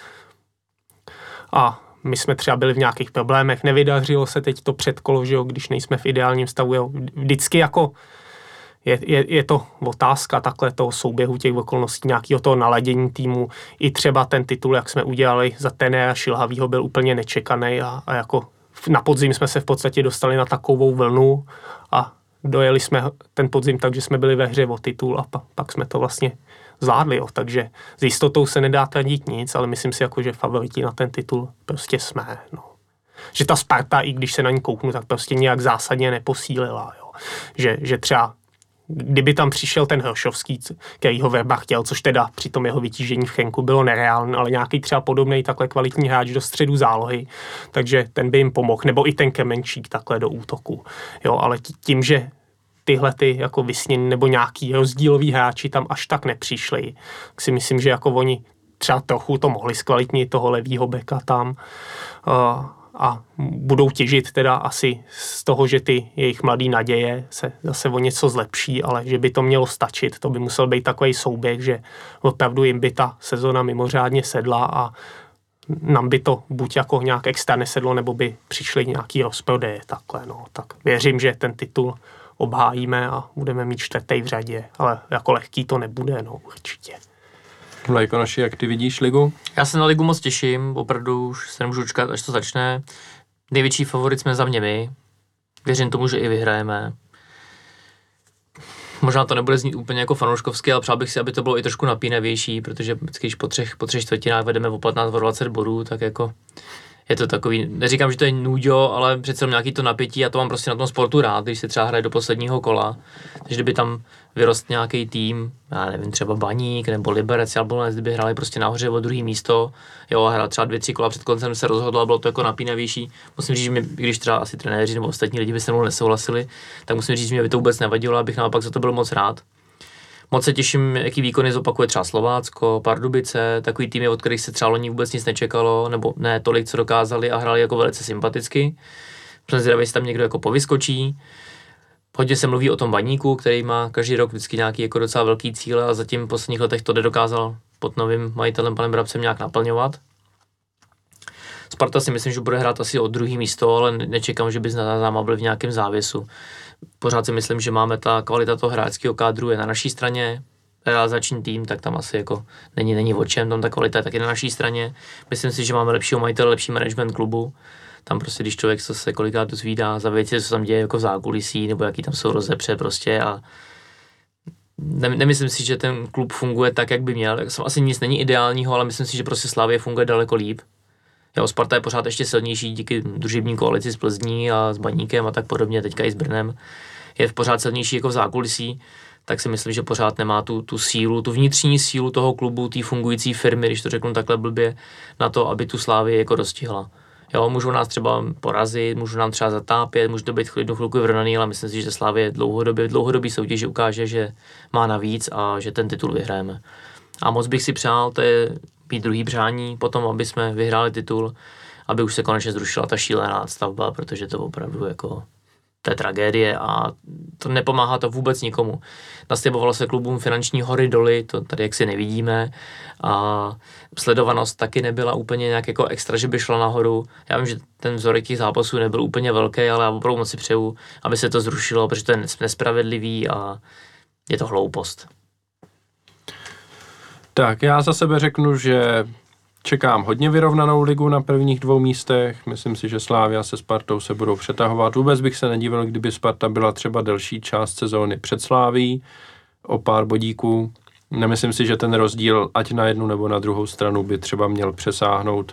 C: a my jsme třeba byli v nějakých problémech, nevydařilo se teď to předkolo, že jo, když nejsme v ideálním stavu, jo. Vždycky jako je to otázka takhle toho souběhu těch okolností, nějakého toho naladění týmu. I třeba ten titul, jak jsme udělali za trenéra Šilhavýho, byl úplně nečekaný a jako na podzim jsme se v podstatě dostali na takovou vlnu a dojeli jsme ten podzim tak, že jsme byli ve hře o titul a pak jsme to vlastně zvládli. Jo. Takže s jistotou se nedá tvrdit nic, ale myslím si, jako, že favoriti na ten titul prostě jsme. No. Že ta Sparta, i když se na ní kouknu, tak prostě nějak zásadně neposílila. Jo. Že třeba kdyby tam přišel ten Hršovský, který ho Verba chtěl, což teda při tom jeho vytížení v Chenku bylo nereálné, ale nějaký třeba podobný takhle kvalitní hráč do středu zálohy, takže ten by jim pomohl, nebo i ten Kemenčík takhle do útoku. Jo, ale tím, že tyhle ty jako vysnění nebo nějaký rozdílový hráči tam až tak nepřišli, tak si myslím, že jako oni třeba trochu to mohli zkvalitnit toho levýho beka tam, a budou těžit teda asi z toho, že ty jejich mladý naděje se zase o něco zlepší, ale že by to mělo stačit. To by musel být takový souběh, že opravdu jim by ta sezona mimořádně sedla a nám by to buď jako nějak extra nesedlo, nebo by přišly nějaký rozprodeje takhle. No. Tak věřím, že ten titul obhájíme a budeme mít 4. v řadě, ale jako lehký to nebude, no určitě.
A: Vlajkonoši, jak ty vidíš ligu?
B: Já se na ligu moc těším, opravdu už se nemůžu čekat, až to začne. Největší favorit jsme za mě my. Věřím tomu, že i vyhrajeme. Možná to nebude znít úplně jako fanouškovsky, ale přál bych si, aby to bylo i trošku napínavější, protože když po třech čtvrtinách vedeme o 15-20 bodů, tak jako je to takový, neříkám, že to je nuďo, ale přece nějaký to napětí a to mám prostě na tom sportu rád, když se třeba hraje do posledního kola. Takže kdyby tam vyrost nějaký tým, já nevím, třeba Baník nebo Liberec, Jablonec, kdyby hráli prostě nahoře o druhý místo, jo, a hrál třeba 2-3 kola před koncem se rozhodl a bylo to jako napínavější. Musím říct, že mi, když třeba asi trenéři nebo ostatní lidi by se mnou nesouhlasili, tak musím říct, že mě by to vůbec nevadilo, abych naopak za to byl moc rád. Moc se těším, jaký výkony zopakuje třeba Slovácko, Pardubice, takový týmy, od kterých se třeba loni vůbec nic nečekalo, nebo ne tolik, co dokázali a hráli jako velice sympaticky. Jsem zvědavý, jestli tam někdo jako povyskočí. Hodně se mluví o tom Baníku, který má každý rok vždycky nějaký jako docela velký cíle a zatím v posledních letech to nedokázal pod novým majitelem panem Brabcem nějak naplňovat. Sparta si myslím, že bude hrát asi o druhý místo, ale nečekám, že by s náma byl v nějakém závěsu. Pořád si myslím, že máme ta kvalita toho hráčského kádru je na naší straně, realizační tým, tak tam asi jako není o čem, tam ta kvalita je taky na naší straně. Myslím si, že máme lepšího majitele, lepší management klubu. Tam prostě, když člověk se kolikrát dozvídá za věci, co tam děje jako v zákulisí, nebo jaký tam jsou rozepře prostě a nemyslím si, že ten klub funguje tak, jak by měl. Asi nic není ideálního, ale myslím si, že prostě Slavie funguje daleko líp. Jo, Sparta je pořád ještě silnější díky družební koalici s Plzní a s Baníkem a tak podobně, teďka i s Brnem. Je pořád silnější jako v zákulisí, tak si myslím, že pořád nemá tu sílu, tu vnitřní sílu toho klubu, té fungující firmy, když to řeknu takhle blbě, na to, aby tu Slávii jako dostihla. Jo, můžou nás třeba porazit, můžou nám třeba zatápět, může to být jednu chvilku vyrovnaný, ale myslím si, že Slávie dlouhodobý soutěži ukáže, že má navíc a že ten titul vyhrajeme. A moc bych si přál, to je mít druhý přání, potom, aby jsme vyhráli titul, aby už se konečně zrušila ta šílená stavba, protože to opravdu jako to je tragédie a to nepomáhá to vůbec nikomu. Naslibovalo se klubům finanční hory doly, to tady jaksi nevidíme a sledovanost taky nebyla úplně nějak jako extra, že by šla nahoru. Já vím, že ten vzorek těch zápasů nebyl úplně velký, ale já opravdu moc si přeju, aby se to zrušilo, protože to je nespravedlivý a je to hloupost.
A: Tak, já za sebe řeknu, že čekám hodně vyrovnanou ligu na prvních 2 místech. Myslím si, že Slavia se Spartou se budou přetahovat. Vůbec bych se nedivil, kdyby Sparta byla třeba delší část sezóny před Slavií o pár bodíků. Nemyslím si, že ten rozdíl, ať na jednu nebo na druhou stranu, by třeba měl přesáhnout,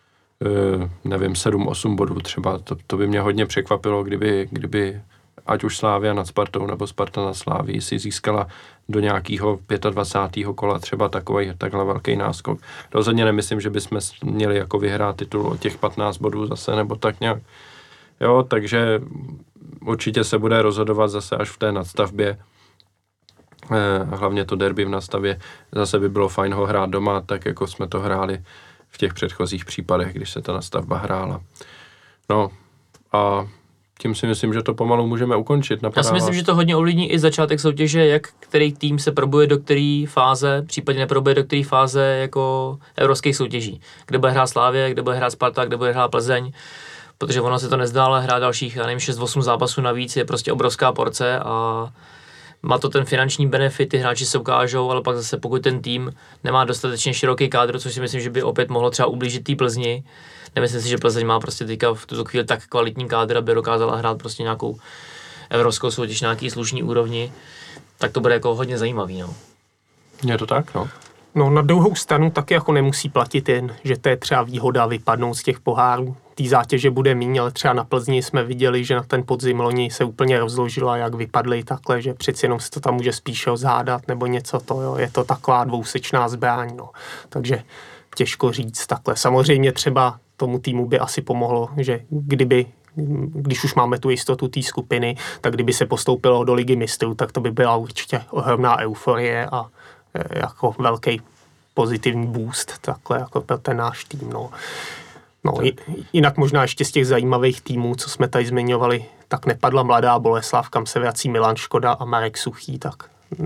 A: nevím, 7-8 bodů třeba. To by mě hodně překvapilo, kdyby ať už Slavia nad Spartou nebo Sparta nad Slavií si získala do nějakého 25. kola třeba takhle velký náskok. Rozhodně nemyslím, že bychom měli jako vyhrát titul o těch 15 bodů zase, nebo tak nějak. Jo, takže určitě se bude rozhodovat zase až v té nadstavbě. Hlavně to derby v nadstavbě. Zase by bylo fajn ho hrát doma, tak jako jsme to hráli v těch předchozích případech, když se ta nadstavba hrála. No a tím si myslím, že to pomalu můžeme ukončit.
B: Já si myslím, že to hodně ovlivní i začátek soutěže, jak který tým se probuje do které fáze, případně neprobuje do které fáze jako evropských soutěží. Kde bude hrát Slavie, kde bude hrát Sparta, kde bude hrát Plzeň, protože ono se to nezdá, ale hrát dalších, já nevím, 6-8 zápasů navíc je prostě obrovská porce a má to ten finanční benefit, ty hráči se ukážou, ale pak zase pokud ten tým nemá dostatečně široký kádr, což si myslím, že by opět mohlo třeba ublížit té Plzni. Nemyslím si, že Plzeň má prostě teďka v tuto chvíli tak kvalitní kádr, aby dokázala hrát prostě nějakou evropskou soutěž, nějaký slušný úrovni, tak to bude jako hodně zajímavý, no.
A: Je to tak, no.
C: No na druhou stranu taky jako nemusí platit jen, že to je třeba výhoda vypadnout z těch pohárů. Tý zátěže bude míň, ale třeba na Plzni jsme viděli, že na ten podzim loni se úplně rozložila, jak vypadly takhle, že přeci jenom se to tam může spíše zhádat nebo něco to, jo. Je to taková dvousečná zbraň, no. Takže těžko říct takhle. Samozřejmě třeba tomu týmu by asi pomohlo, že když už máme tu jistotu té skupiny, tak kdyby se postoupilo do Ligy mistrů, tak to by byla určitě ohromná euforie a jako velký pozitivní boost takhle jako pro ten náš tým. No, jinak možná ještě z těch zajímavých týmů, co jsme tady zmiňovali, tak nepadla Mladá Boleslav, kam se vrací Milan Škoda a Marek Suchý, tak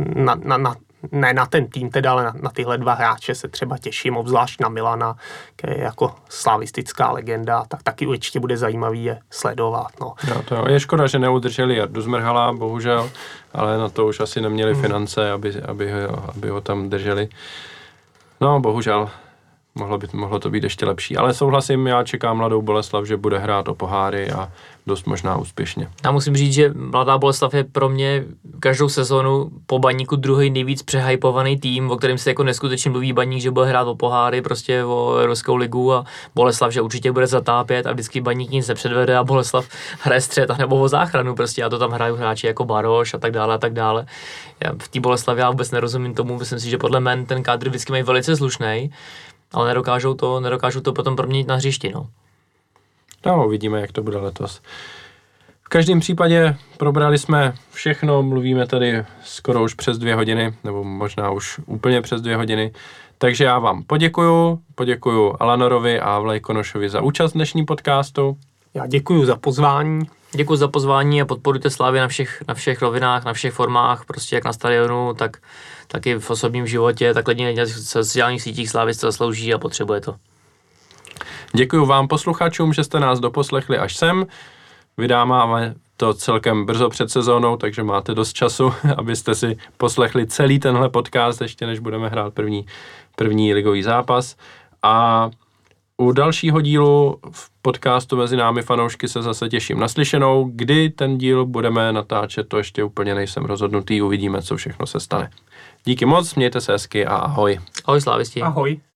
C: ne na ten tým teda, ale na tyhle 2 hráče se třeba těším, obzvlášť na Milana, který je jako slavistická legenda, tak taky určitě bude zajímavý je sledovat. No.
A: Jo, to je škoda, že neudrželi Jardu Zmrhala, bohužel, ale na to už asi neměli finance, aby ho tam drželi. No, bohužel. Mohlo to být ještě lepší, ale souhlasím, já čekám Mladou Boleslav, že bude hrát o poháry a dost možná úspěšně.
B: Já musím říct, že Mladá Boleslav je pro mě každou sezonu po Baníku druhý nejvíc přehypovaný tým, o kterém se jako neskutečně mluví. Baník, že bude hrát o poháry, prostě o Evropskou ligu a Boleslav, že určitě bude zatápět a vždycky Baník nic nepředvede a Boleslav hraje střet a nebo o záchranu prostě a to tam hrají hráči jako Baroš a tak dále a tak dále. Já v té Boleslavi já vůbec nerozumím tomu, myslím si, že podle men ten kádr vždycky mají velice slušnej, ale nedokážou to potom proměnit na hřišti, no.
A: No, uvidíme, jak to bude letos. V každém případě probrali jsme všechno, mluvíme tady skoro už přes 2 hodiny, nebo možná už úplně přes 2 hodiny, takže já vám poděkuju Alanorovi a Vlajkonošovi za účast v dnešním podcastu.
C: Já děkuju za pozvání.
B: Děkuji za pozvání a podporujte Slavii na všech rovinách, na všech formách, prostě jak na stadionu, tak i v osobním životě, tak lidi na sociálních sítích Slavii se zaslouží a potřebuje to.
A: Děkuji vám posluchačům, že jste nás doposlechli až sem. Vydáváme to celkem brzo před sezónou, takže máte dost času, abyste si poslechli celý tenhle podcast, ještě než budeme hrát první ligový zápas. A u dalšího dílu v podcastu Mezi námi fanoušky se zase těším na slyšenou. Kdy ten díl budeme natáčet, to ještě úplně nejsem rozhodnutý, uvidíme, co všechno se stane. Díky moc, mějte se hezky a ahoj.
B: Ahoj slávisti.
C: Ahoj.